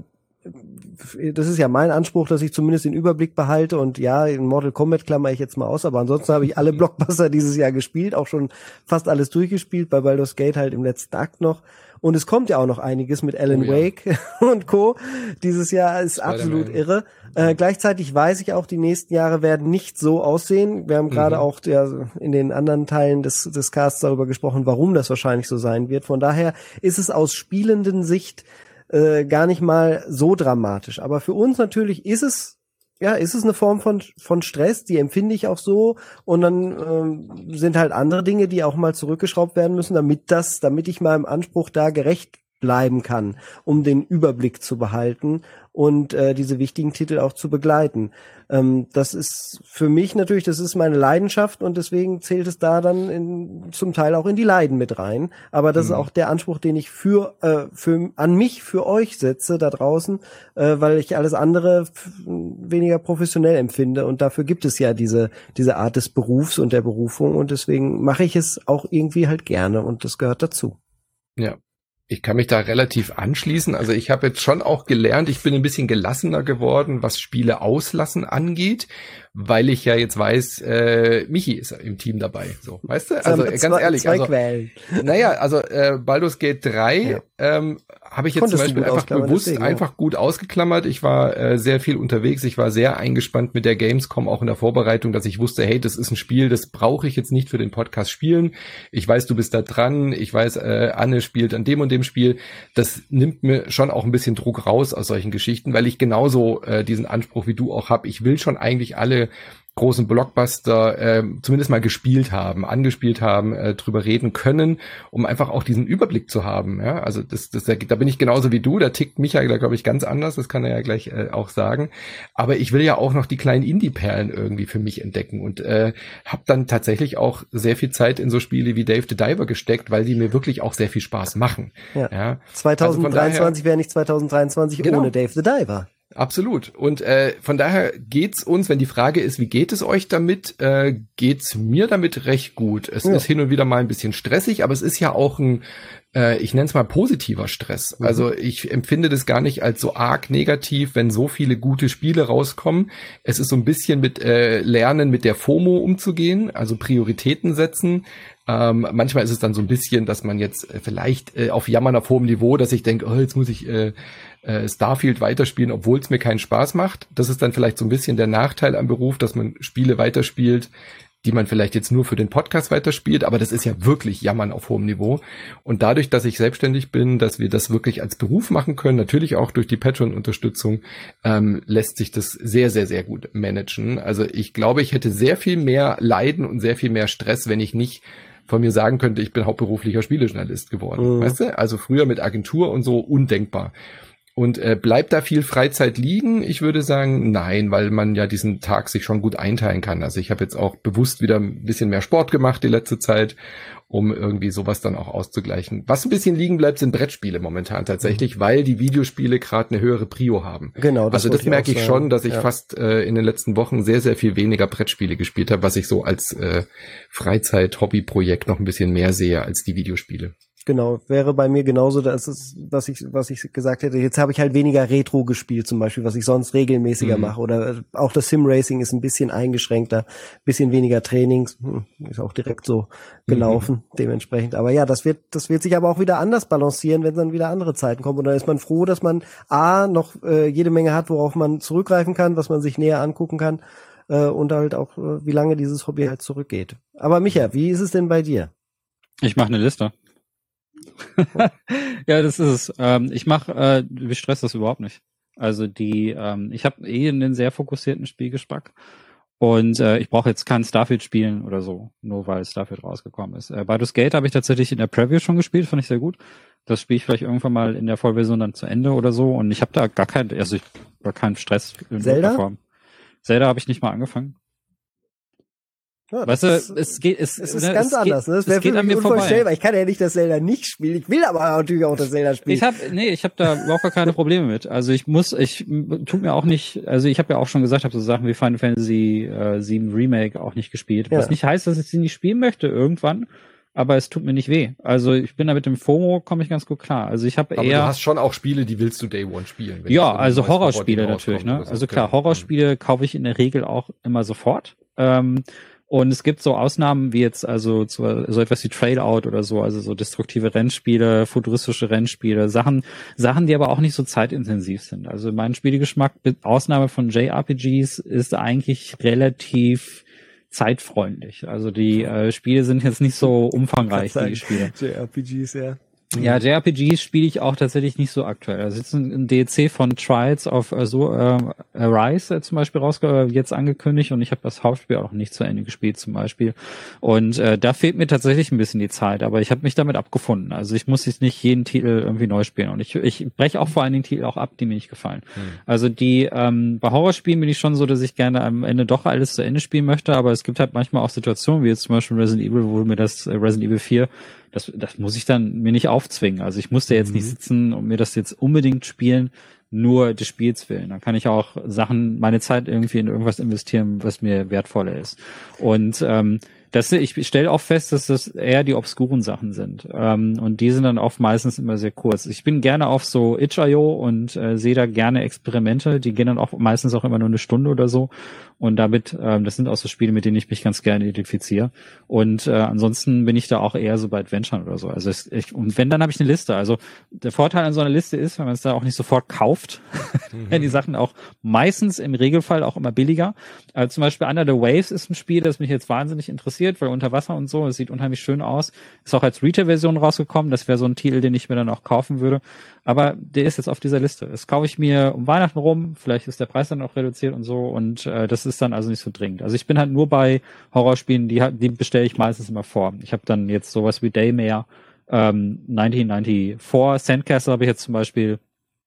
das ist ja mein Anspruch, dass ich zumindest den Überblick behalte und ja, in Mortal Kombat klammer ich jetzt mal aus, aber ansonsten habe ich alle Blockbuster dieses Jahr gespielt, auch schon fast alles durchgespielt, bei Baldur's Gate halt im letzten Akt noch. Und es kommt ja auch noch einiges mit Alan oh, ja. Wake und Co. Dieses Jahr ist absolut irre. Äh, gleichzeitig weiß ich auch, die nächsten Jahre werden nicht so aussehen. Wir haben gerade mhm. auch der, in den anderen Teilen des, des Casts darüber gesprochen, warum das wahrscheinlich so sein wird. Von daher ist es aus spielenden Sicht äh, gar nicht mal so dramatisch. Aber für uns natürlich ist es Ja, ist es eine Form von von Stress, die empfinde ich auch so und dann ähm, sind halt andere Dinge, die auch mal zurückgeschraubt werden müssen, damit das, damit ich meinem Anspruch da gerecht bleiben kann, um den Überblick zu behalten und äh, diese wichtigen Titel auch zu begleiten. Ähm, das ist für mich natürlich, das ist meine Leidenschaft und deswegen zählt es da dann in, zum Teil auch in die Leiden mit rein. Aber das mhm. ist auch der Anspruch, den ich für äh, für an mich, für euch setze da draußen, äh, weil ich alles andere f- weniger professionell empfinde und dafür gibt es ja diese diese Art des Berufs und der Berufung und deswegen mache ich es auch irgendwie halt gerne und das gehört dazu. Ja. Ich kann mich da relativ anschließen. Also ich habe jetzt schon auch gelernt, ich bin ein bisschen gelassener geworden, was Spiele auslassen angeht, weil ich ja jetzt weiß, äh, Michi ist im Team dabei. So, weißt du? Also ganz zwei, ehrlich, zwei also Quellen. Naja, also äh, Baldur's Gate drei ja. ähm, habe ich jetzt Konntest zum Beispiel einfach bewusst deswegen, einfach ja. gut ausgeklammert. Ich war äh, sehr viel unterwegs. Ich war sehr eingespannt mit der Gamescom, auch in der Vorbereitung, dass ich wusste, hey, das ist ein Spiel, das brauche ich jetzt nicht für den Podcast spielen. Ich weiß, du bist da dran. Ich weiß, äh, Anne spielt an dem und dem Spiel. Das nimmt mir schon auch ein bisschen Druck raus aus solchen Geschichten, weil ich genauso äh, diesen Anspruch wie du auch habe. Ich will schon eigentlich alle großen Blockbuster äh, zumindest mal gespielt haben, angespielt haben, äh, drüber reden können, um einfach auch diesen Überblick zu haben. Ja, also das, das, da bin ich genauso wie du. Da tickt Michael, da glaube ich, ganz anders. Das kann er ja gleich äh, auch sagen. Aber ich will ja auch noch die kleinen Indie-Perlen irgendwie für mich entdecken und äh, habe dann tatsächlich auch sehr viel Zeit in so Spiele wie Dave the Diver gesteckt, weil die mir wirklich auch sehr viel Spaß machen. Ja. ja. zweitausenddreiundzwanzig also wäre nicht zweitausenddreiundzwanzig genau. ohne Dave the Diver. Absolut. Und äh, von daher geht's uns, wenn die Frage ist, wie geht es euch damit, äh, geht's mir damit recht gut. Es ja. ist hin und wieder mal ein bisschen stressig, aber es ist ja auch ein, äh, ich nenne es mal positiver Stress. Mhm. Also ich empfinde das gar nicht als so arg negativ, wenn so viele gute Spiele rauskommen. Es ist so ein bisschen mit äh, Lernen, mit der FOMO umzugehen, also Prioritäten setzen. Ähm, manchmal ist es dann so ein bisschen, dass man jetzt äh, vielleicht äh, auf Jammern auf hohem Niveau, dass ich denke, oh, jetzt muss ich äh, äh, Starfield weiterspielen, obwohl es mir keinen Spaß macht. Das ist dann vielleicht so ein bisschen der Nachteil am Beruf, dass man Spiele weiterspielt, die man vielleicht jetzt nur für den Podcast weiterspielt, aber das ist ja wirklich Jammern auf hohem Niveau. Und dadurch, dass ich selbstständig bin, dass wir das wirklich als Beruf machen können, natürlich auch durch die Patreon-Unterstützung, ähm, lässt sich das sehr, sehr, sehr gut managen. Also ich glaube, ich hätte sehr viel mehr Leiden und sehr viel mehr Stress, wenn ich nicht von mir sagen könnte, ich bin hauptberuflicher Spielejournalist geworden. Mhm. Weißt du? Also früher mit Agentur und so undenkbar. Und äh, bleibt da viel Freizeit liegen? Ich würde sagen, nein, weil man ja diesen Tag sich schon gut einteilen kann. Also ich habe jetzt auch bewusst wieder ein bisschen mehr Sport gemacht die letzte Zeit, um irgendwie sowas dann auch auszugleichen. Was ein bisschen liegen bleibt, sind Brettspiele momentan tatsächlich, weil die Videospiele gerade eine höhere Prio haben. Genau. Das also das merke ich, ich schon, dass ich ja. fast äh, in den letzten Wochen sehr, sehr viel weniger Brettspiele gespielt habe, was ich so als äh, Freizeit-Hobby-Projekt noch ein bisschen mehr sehe als die Videospiele. Genau, wäre bei mir genauso, das ist, was ich, was ich gesagt hätte. Jetzt habe ich halt weniger Retro gespielt zum Beispiel, was ich sonst regelmäßiger mhm. mache. Oder auch das Sim-Racing ist ein bisschen eingeschränkter, bisschen weniger Trainings, hm, ist auch direkt so gelaufen, mhm. dementsprechend. Aber ja, das wird, das wird sich aber auch wieder anders balancieren, wenn dann wieder andere Zeiten kommen. Und dann ist man froh, dass man A, noch äh, jede Menge hat, worauf man zurückgreifen kann, was man sich näher angucken kann äh, und halt auch, äh, wie lange dieses Hobby halt zurückgeht. Aber Micha, wie ist es denn bei dir? Ich mache eine Liste. Ja, das ist es. Ähm, ich mache, äh, mich stresst das überhaupt nicht. Also die, ähm, ich habe eh einen sehr fokussierten Spielgeschmack und äh, ich brauche jetzt kein Starfield spielen oder so, nur weil Starfield rausgekommen ist. Äh, Baldur's Gate habe ich tatsächlich in der Preview schon gespielt, fand ich sehr gut. Das spiele ich vielleicht irgendwann mal in der Vollversion dann zu Ende oder so und ich habe da gar keinen, also ich gar keinen Stress in Zelda? Form. Zelda habe ich nicht mal angefangen. Ja, weißt du, es, es geht, es, es ist ne, ganz es anders. Geht, ne? Das wäre für mich unvorstellbar. Ich kann ja nicht das Zelda nicht spielen. Ich will aber natürlich auch das Zelda spielen. Ich habe, nee, ich habe da überhaupt gar keine Probleme mit. Also ich muss, ich tut mir auch nicht. Also ich habe ja auch schon gesagt, habe so Sachen wie Final Fantasy äh, sieben Remake auch nicht gespielt. Ja. Was nicht heißt, dass ich sie nicht spielen möchte irgendwann. Aber es tut mir nicht weh. Also ich bin da mit dem FOMO, komme ich ganz gut klar. Also ich habe eher. Aber du hast schon auch Spiele, die willst du Day One spielen. Wenn ja, also Horrorspiele natürlich. Ne? So. Also klar, Horrorspiele kaufe ich in der Regel auch immer sofort. Ähm, Und es gibt so Ausnahmen wie jetzt also so, so etwas wie Trade-Out oder so, also so destruktive Rennspiele, futuristische Rennspiele, Sachen, Sachen, die aber auch nicht so zeitintensiv sind. Also mein Spielegeschmack mit Ausnahme von J R P Gs ist eigentlich relativ zeitfreundlich. Also die äh, Spiele sind jetzt nicht so umfangreich, die Spiele. J R P Gs, ja. Ja, J R P Gs spiele ich auch tatsächlich nicht so aktuell. Also jetzt ein D L C von Trials of äh, so, äh, Arise äh, zum Beispiel rausge jetzt angekündigt und ich habe das Hauptspiel auch nicht zu Ende gespielt zum Beispiel. Und äh, da fehlt mir tatsächlich ein bisschen die Zeit, aber ich habe mich damit abgefunden. Also ich muss jetzt nicht jeden Titel irgendwie neu spielen und ich ich breche auch vor allen Dingen Titel auch ab, die mir nicht gefallen. Hm. Also die ähm, bei Horrorspielen bin ich schon so, dass ich gerne am Ende doch alles zu Ende spielen möchte, aber es gibt halt manchmal auch Situationen, wie jetzt zum Beispiel Resident Evil, wo mir das äh, Resident Evil vier Das, das muss ich dann mir nicht aufzwingen. Also ich muss da jetzt mhm. nicht sitzen und mir das jetzt unbedingt spielen, nur des Spiels willen. Dann kann ich auch Sachen, meine Zeit irgendwie in irgendwas investieren, was mir wertvoller ist. Und ähm, das, ich stelle auch fest, dass das eher die obskuren Sachen sind. Ähm, und die sind dann auch meistens immer sehr kurz. Ich bin gerne auf so itch Punkt i o und äh, sehe da gerne Experimente. Die gehen dann auch meistens auch immer nur eine Stunde oder so. Und damit, ähm, das sind auch so Spiele, mit denen ich mich ganz gerne identifiziere. Und äh, ansonsten bin ich da auch eher so bei Adventuren oder so. Also es, ich, und wenn, dann habe ich eine Liste. Also der Vorteil an so einer Liste ist, wenn man es da auch nicht sofort kauft, mhm. werden die Sachen auch meistens im Regelfall auch immer billiger. Also zum Beispiel Under the Waves ist ein Spiel, das mich jetzt wahnsinnig interessiert, weil unter Wasser und so, es sieht unheimlich schön aus. Ist auch als Retail-Version rausgekommen. Das wäre so ein Titel, den ich mir dann auch kaufen würde. Aber der ist jetzt auf dieser Liste. Das kaufe ich mir um Weihnachten rum. Vielleicht ist der Preis dann auch reduziert und so. Und äh, das ist dann also nicht so dringend. Also ich bin halt nur bei Horrorspielen, die, die bestelle ich meistens immer vor. Ich habe dann jetzt sowas wie Daymare, ähm, neunzehnhundertvierundneunzig, Sandcastle habe ich jetzt zum Beispiel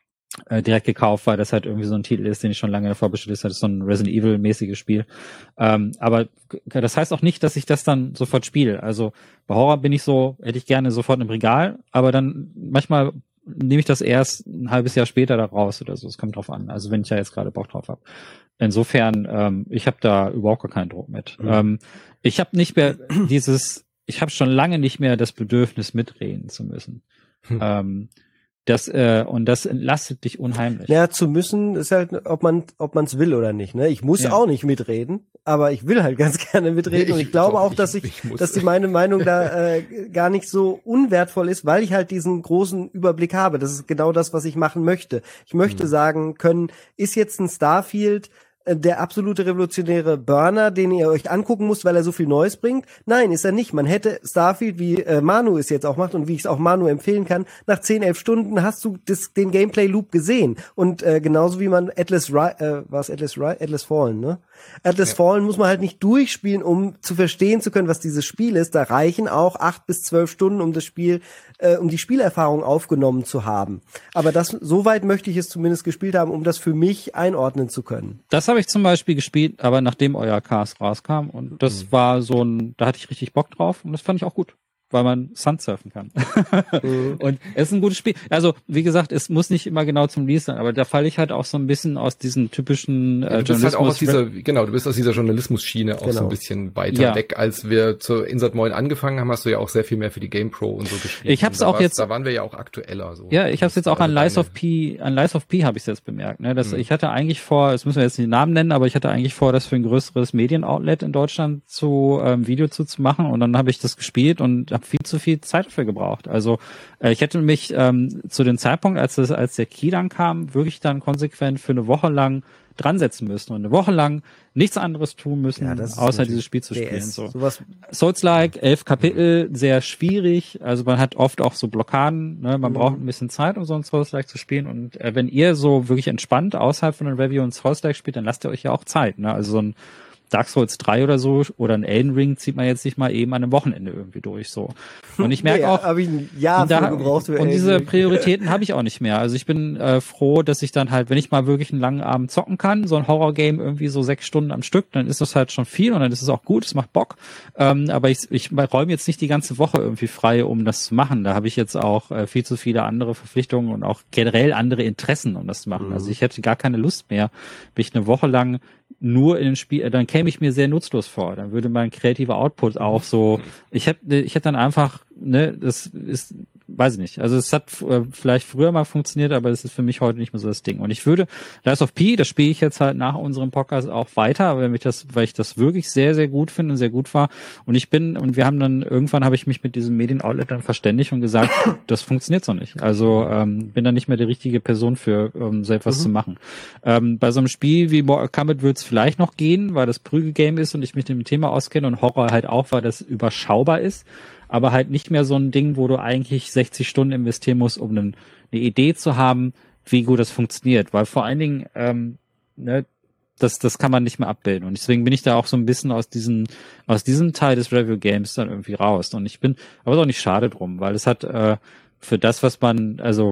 äh, direkt gekauft, weil das halt irgendwie so ein Titel ist, den ich schon lange davor bestellt habe. Das ist so ein Resident Evil-mäßiges Spiel. Ähm, aber das heißt auch nicht, dass ich das dann sofort spiele. Also bei Horror bin ich so, hätte ich gerne sofort im Regal, aber dann manchmal nehme ich das erst ein halbes Jahr später da raus oder so. Es kommt drauf an. Also wenn ich ja jetzt gerade Bock drauf habe. Insofern, ähm, ich habe da überhaupt gar keinen Druck mit. Mhm. Ähm, ich habe nicht mehr dieses, ich habe schon lange nicht mehr das Bedürfnis, mitreden zu müssen. Mhm. Ähm, das äh, und das entlastet dich unheimlich. Ja, zu müssen ist halt, ob man ob man es will oder nicht. Ne, ich muss ja. auch nicht mitreden, aber ich will halt ganz gerne mitreden ich und ich glaube auch, dass ich, ich dass die meine Meinung da äh, gar nicht so unwertvoll ist, weil ich halt diesen großen Überblick habe. Das ist genau das, was ich machen möchte. Ich möchte mhm. sagen können, ist jetzt ein Starfield der absolute revolutionäre Burner, den ihr euch angucken müsst, weil er so viel Neues bringt? Nein, ist er nicht. Man hätte Starfield, wie äh, Manu es jetzt auch macht und wie ich es auch Manu empfehlen kann, nach zehn, elf Stunden hast du das, den Gameplay-Loop gesehen. Und äh, genauso wie man Atlas, äh, war es Atlas, Atlas Fallen, ne? Atlas ja. Fallen muss man halt nicht durchspielen, um zu verstehen zu können, was dieses Spiel ist. Da reichen auch acht bis zwölf Stunden, um das Spiel, äh, um die Spielerfahrung aufgenommen zu haben. Aber das, so weit möchte ich es zumindest gespielt haben, um das für mich einordnen zu können. Das habe ich zum Beispiel gespielt, aber nachdem euer Cast rauskam und das mhm. war so ein, da hatte ich richtig Bock drauf und das fand ich auch gut, weil man Sandsurfen kann. mhm. Und es ist ein gutes Spiel. Also, wie gesagt, es muss nicht immer genau zum Release sein, aber da falle ich halt auch so ein bisschen aus diesen typischen äh, ja, du bist halt auch aus dieser, genau, du bist aus dieser Journalismus-Schiene auch genau. so ein bisschen weiter ja. weg. Als wir zur Insert Moin angefangen haben, hast du ja auch sehr viel mehr für die GamePro und so gespielt. Ich hab's auch jetzt, da waren wir ja auch aktueller. So. Ja, ich hab's jetzt auch also an Lies of P, an Lies of P habe ich jetzt bemerkt. Ne, dass mhm. ich hatte eigentlich vor, das müssen wir jetzt nicht den Namen nennen, aber ich hatte eigentlich vor, das für ein größeres Medienoutlet in Deutschland zu ähm, Video zu, zu machen und dann habe ich das gespielt und habe viel zu viel Zeit dafür gebraucht. Also äh, ich hätte mich ähm, zu dem Zeitpunkt, als das, als der Key dann kam, wirklich dann konsequent für eine Woche lang dran setzen müssen und eine Woche lang nichts anderes tun müssen, ja, außer dieses Spiel zu spielen. So. Souls-like, elf Kapitel, sehr schwierig. Also man hat oft auch so Blockaden. Ne? Man mhm. braucht ein bisschen Zeit, um so ein Souls-like zu spielen. Und äh, wenn ihr so wirklich entspannt außerhalb von einem Review ein Souls-like spielt, dann lasst ihr euch ja auch Zeit. Ne? Also so ein Dark Souls drei oder so oder ein Elden Ring zieht man jetzt nicht mal eben an einem Wochenende irgendwie durch, so. Und ich merke nee, auch, habe ich ein Jahr da, für gebraucht für und diese Prioritäten habe ich auch nicht mehr. Also ich bin äh, froh, dass ich dann halt, wenn ich mal wirklich einen langen Abend zocken kann, so ein Horror-Game irgendwie so sechs Stunden am Stück, dann ist das halt schon viel und dann ist es auch gut, es macht Bock. Ähm, aber ich, ich räume jetzt nicht die ganze Woche irgendwie frei, um das zu machen. Da habe ich jetzt auch äh, viel zu viele andere Verpflichtungen und auch generell andere Interessen, um das zu machen. Mhm. Also ich hätte gar keine Lust mehr, mich eine Woche lang nur in den Spiel, dann käme ich mir sehr nutzlos vor. Dann würde mein kreativer Output auch so, ich hätte, ich hätte dann einfach, ne, das ist, weiß ich nicht. Also es hat äh, vielleicht früher mal funktioniert, aber es ist für mich heute nicht mehr so das Ding. Und ich würde, Lies of P, das spiele ich jetzt halt nach unserem Podcast auch weiter, weil ich das, weil ich das wirklich sehr, sehr gut finde und sehr gut war. Und ich bin, und wir haben dann, irgendwann habe ich mich mit diesem Medien-Outlet dann verständigt und gesagt, das funktioniert so nicht. Also ähm, bin dann nicht mehr die richtige Person für, um so etwas mhm. zu machen. Ähm, bei so einem Spiel wie Mortal Kombat wird es vielleicht noch gehen, weil das Prügelgame ist und ich mich mit dem Thema auskenne und Horror halt auch, weil das überschaubar ist. Aber halt nicht mehr so ein Ding, wo du eigentlich sechzig Stunden investieren musst, um eine, eine Idee zu haben, wie gut das funktioniert. Weil vor allen Dingen, ähm, ne, das, das kann man nicht mehr abbilden. Und deswegen bin ich da auch so ein bisschen aus diesem, aus diesem Teil des Review Games dann irgendwie raus. Und ich bin, aber ist auch nicht schade drum, weil es hat äh, für das, was man, also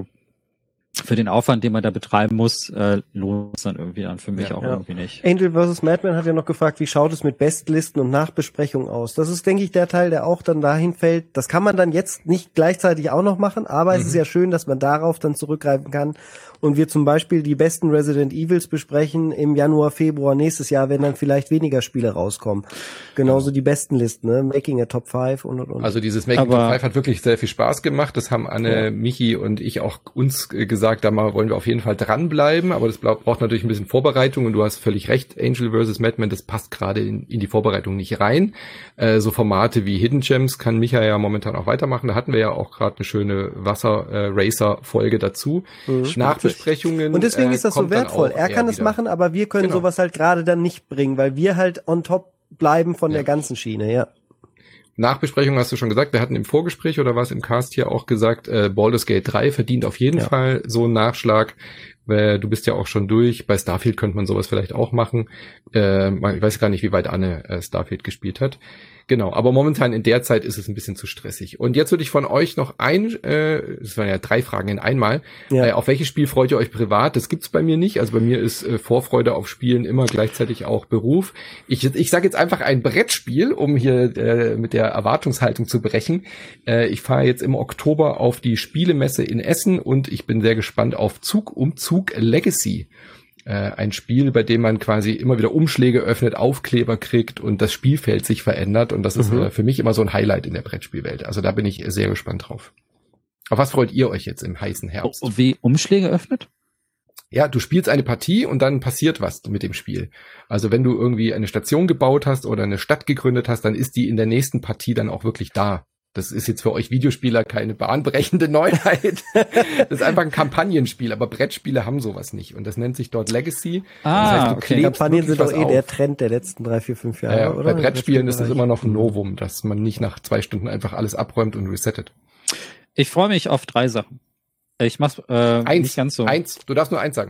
für den Aufwand, den man da betreiben muss, äh, lohnt es dann irgendwie dann für mich ja, auch ja. irgendwie nicht. Angel versus. Madman hat ja noch gefragt, wie schaut es mit Bestlisten und Nachbesprechungen aus? Das ist, denke ich, der Teil, der auch dann dahin fällt. Das kann man dann jetzt nicht gleichzeitig auch noch machen, aber mhm. es ist ja schön, dass man darauf dann zurückgreifen kann und wir zum Beispiel die besten Resident Evils besprechen im Januar, Februar nächstes Jahr, wenn dann vielleicht weniger Spiele rauskommen. Genauso ja. die besten Listen, ne? Making a Top five und und und. Also dieses Making a Top five hat wirklich sehr viel Spaß gemacht. Das haben Anne, ja. Michi und ich auch uns gesagt, da mal wollen wir auf jeden Fall dranbleiben, aber das braucht natürlich ein bisschen Vorbereitung und du hast völlig recht, Angel versus. Madman, das passt gerade in, in die Vorbereitung nicht rein. Äh, so Formate wie Hidden Gems kann Micha ja momentan auch weitermachen. Da hatten wir ja auch gerade eine schöne Wasser-Racer-Folge dazu. Mhm. Nachbesprechungen. Und deswegen äh, ist das so wertvoll. Er kann es machen, aber wir können genau. sowas halt gerade dann nicht bringen, weil wir halt on top bleiben von ja. der ganzen Schiene, ja. Nachbesprechung hast du schon gesagt, wir hatten im Vorgespräch oder was im Cast hier auch gesagt, äh, Baldur's Gate drei verdient auf jeden ja. Fall so einen Nachschlag. Äh, du bist ja auch schon durch. Bei Starfield könnte man sowas vielleicht auch machen. Äh, ich weiß gar nicht, wie weit Anne äh, Starfield gespielt hat. Genau, aber momentan in der Zeit ist es ein bisschen zu stressig. Und jetzt würde ich von euch noch ein, äh, das waren ja drei Fragen in einmal, ja. äh, auf welches Spiel freut ihr euch privat? Das gibt's bei mir nicht. Also bei mir ist äh, Vorfreude auf Spielen immer gleichzeitig auch Beruf. Ich, ich sage jetzt einfach ein Brettspiel, um hier äh, mit der Erwartungshaltung zu brechen. Äh, ich fahre jetzt im Oktober auf die Spielemesse in Essen und ich bin sehr gespannt auf Zug um Zug Legacy. Ein Spiel, bei dem man quasi immer wieder Umschläge öffnet, Aufkleber kriegt und das Spielfeld sich verändert. Und das ist mhm. für mich immer so ein Highlight in der Brettspielwelt. Also da bin ich sehr gespannt drauf. Auf was freut ihr euch jetzt im heißen Herbst? Oh, wie Umschläge öffnet? Ja, du spielst eine Partie und dann passiert was mit dem Spiel. Also wenn du irgendwie eine Station gebaut hast oder eine Stadt gegründet hast, dann ist die in der nächsten Partie dann auch wirklich da. Das ist jetzt für euch Videospieler keine bahnbrechende Neuheit. Das ist einfach ein Kampagnenspiel, aber Brettspiele haben sowas nicht. Und das nennt sich dort Legacy. Ah, das heißt, du okay. Kampagnen sind doch eh auf. Der Trend der letzten drei, vier, fünf Jahre, ja, oder? Bei Brettspielen ist das immer noch ein Novum, dass man nicht nach zwei Stunden einfach alles abräumt und resettet. Ich freue mich auf drei Sachen. Ich mach's äh, eins, nicht ganz so. Eins, du darfst nur eins sagen.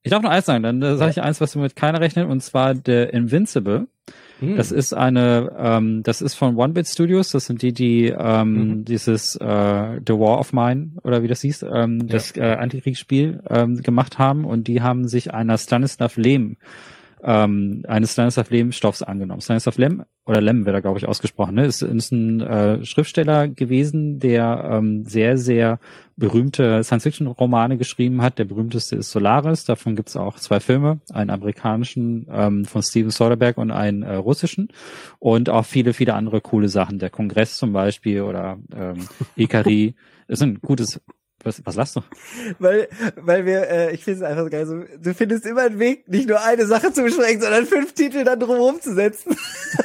Ich darf noch eins sagen, dann äh, sage ich eins, was mit keiner rechnet, und zwar der Invincible. Hm. Das ist eine, ähm, das ist von One Bit Studios, das sind die, die ähm, mhm. dieses äh, The War of Mine, oder wie das hieß, ähm, ja. das äh, Antikriegsspiel ähm, gemacht haben, und die haben sich einer Stanislav Lem ähm, eines Stanislav Lem-Stoffs angenommen. Stanislav Lem, oder Lem wird da, glaube ich, ausgesprochen, ne? Ist, ist ein äh, Schriftsteller gewesen, der ähm, sehr, sehr berühmte Science-Fiction-Romane geschrieben hat. Der berühmteste ist Solaris, davon gibt's auch zwei Filme, einen amerikanischen ähm, von Steven Soderbergh und einen äh, russischen, und auch viele, viele andere coole Sachen. Der Kongress zum Beispiel oder ähm, Ikari. Ist ein gutes... Was, was lachst du? Weil, weil wir, äh, ich finde es einfach so geil, so, du findest immer einen Weg, nicht nur eine Sache zu besprechen, sondern fünf Titel dann drum umzusetzen.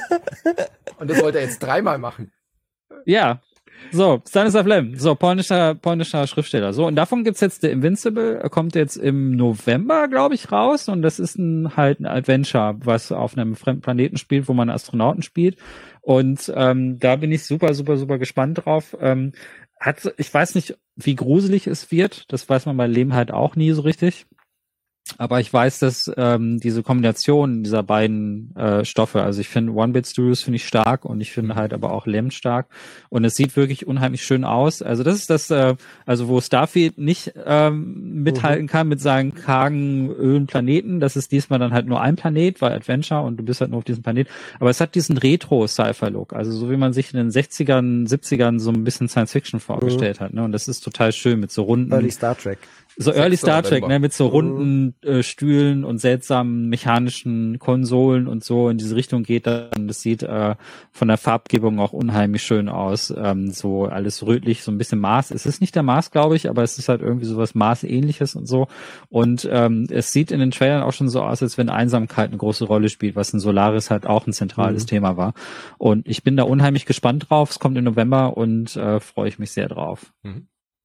Und das wollte er jetzt dreimal machen. Ja. So, Stanislav Lem, so, polnischer, polnischer Schriftsteller. So, und davon gibt's jetzt The Invincible, kommt jetzt im November, glaube ich, raus, und das ist ein, halt ein Adventure, was auf einem fremden Planeten spielt, wo man Astronauten spielt. Und ähm, da bin ich super, super, super gespannt drauf. Ähm, Hat, ich weiß nicht, wie gruselig es wird. Das weiß man bei Lem halt auch nie so richtig. Aber ich weiß, dass ähm, diese Kombination dieser beiden äh, Stoffe, also ich finde One Bit Studios finde ich stark, und ich finde halt aber auch Lem stark, und es sieht wirklich unheimlich schön aus. Also das ist das, äh, also wo Starfield nicht ähm, mithalten kann mit seinen kargen öden Planeten. Das ist diesmal dann halt nur ein Planet, weil Adventure, und du bist halt nur auf diesem Planet. Aber es hat diesen Retro-Sci-Fi-Look, also so wie man sich in den sechzigern, siebzigern so ein bisschen Science-Fiction vorgestellt mhm. hat, ne? Und das ist total schön mit so runden... Early Star Trek. So Early Star Trek, ne, mit so runden äh, Stühlen und seltsamen mechanischen Konsolen und so in diese Richtung geht dann. Das sieht äh, von der Farbgebung auch unheimlich schön aus. Ähm, so alles rötlich, so ein bisschen Mars. Es ist nicht der Mars, glaube ich, aber es ist halt irgendwie sowas Mars-ähnliches und so. Und ähm, es sieht in den Trailern auch schon so aus, als wenn Einsamkeit eine große Rolle spielt, was in Solaris halt auch ein zentrales mhm. Thema war. Und ich bin da unheimlich gespannt drauf. Es kommt im November, und äh, freue ich mich sehr drauf. Mhm.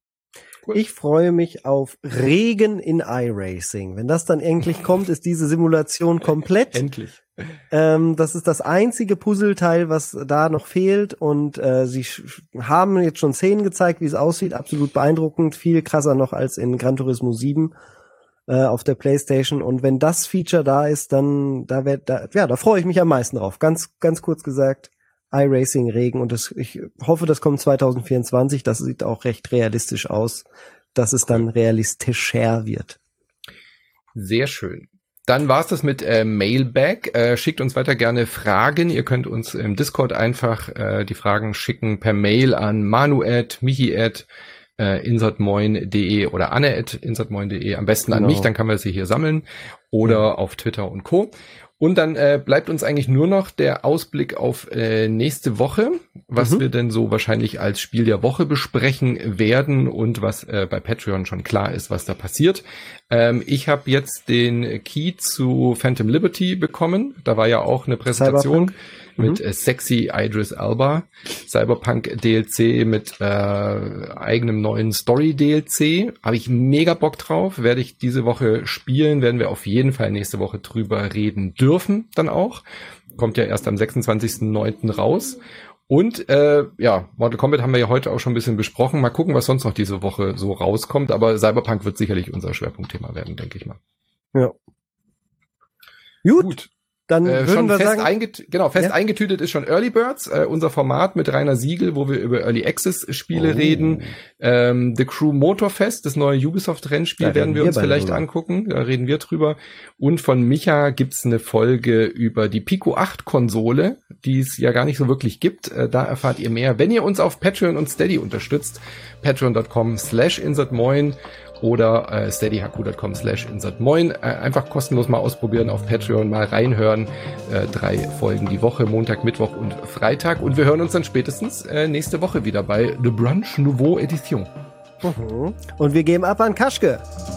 Ich freue mich auf Regen in iRacing. Wenn das dann endlich kommt, ist diese Simulation komplett. Endlich. Ähm, das ist das einzige Puzzleteil, was da noch fehlt. Und äh, sie sch- haben jetzt schon Szenen gezeigt, wie es aussieht. Absolut beeindruckend. Viel krasser noch als in Gran Turismo sieben äh, auf der PlayStation. Und wenn das Feature da ist, dann da wird da, ja, da freue ich mich am meisten drauf. Ganz, ganz kurz gesagt. iRacing Regen, und das, ich hoffe, das kommt zwanzig vierundzwanzig. Das sieht auch recht realistisch aus, dass es dann realistischer wird. Sehr schön. Dann war's das mit äh, Mailbag. Äh, schickt uns weiter gerne Fragen. Ihr könnt uns im Discord einfach äh, die Fragen schicken per Mail an manu at michi at äh, insertmoin punkt de oder anne at insertmoin punkt de. Am besten an genau. mich, dann kann man sie hier sammeln. Oder ja. auf Twitter und Co. Und dann äh, bleibt uns eigentlich nur noch der Ausblick auf äh, nächste Woche, was mhm. wir denn so wahrscheinlich als Spiel der Woche besprechen werden und was äh, bei Patreon schon klar ist, was da passiert. Ähm, ich habe jetzt den Key zu Phantom Liberty bekommen. Da war ja auch eine Präsentation mit mhm. äh, sexy Idris Elba, Cyberpunk D L C mit äh, eigenem neuen Story-D L C. Habe ich mega Bock drauf. Werde ich diese Woche spielen, werden wir auf jeden Fall nächste Woche drüber reden dürfen dann auch. Kommt ja erst am sechsundzwanzigsten neunten raus. Und äh, ja, Mortal Kombat haben wir ja heute auch schon ein bisschen besprochen. Mal gucken, was sonst noch diese Woche so rauskommt. Aber Cyberpunk wird sicherlich unser Schwerpunktthema werden, denke ich mal. Ja. Gut. Gut. Dann äh, würden schon wir fest sagen, einget- genau, fest ja? eingetütet ist schon Early Birds, äh, unser Format mit Rainer Siegel, wo wir über Early Access Spiele oh. reden. Ähm, The Crew Motorfest, das neue Ubisoft Rennspiel, da werden wir uns vielleicht drüber. angucken. Da reden wir drüber. Und von Micha gibt's eine Folge über die Pico acht Konsole, die es ja gar nicht so wirklich gibt. Äh, da erfahrt ihr mehr, wenn ihr uns auf Patreon und Steady unterstützt. patreon dot com slash insertmoin oder äh, steadyhq dot com slash insertmoin. Äh, einfach kostenlos mal ausprobieren auf Patreon, mal reinhören. Äh, drei Folgen die Woche, Montag, Mittwoch und Freitag. Und wir hören uns dann spätestens äh, nächste Woche wieder bei Le Brunch Nouveau Edition. Mhm. Und wir geben ab an Kaschke.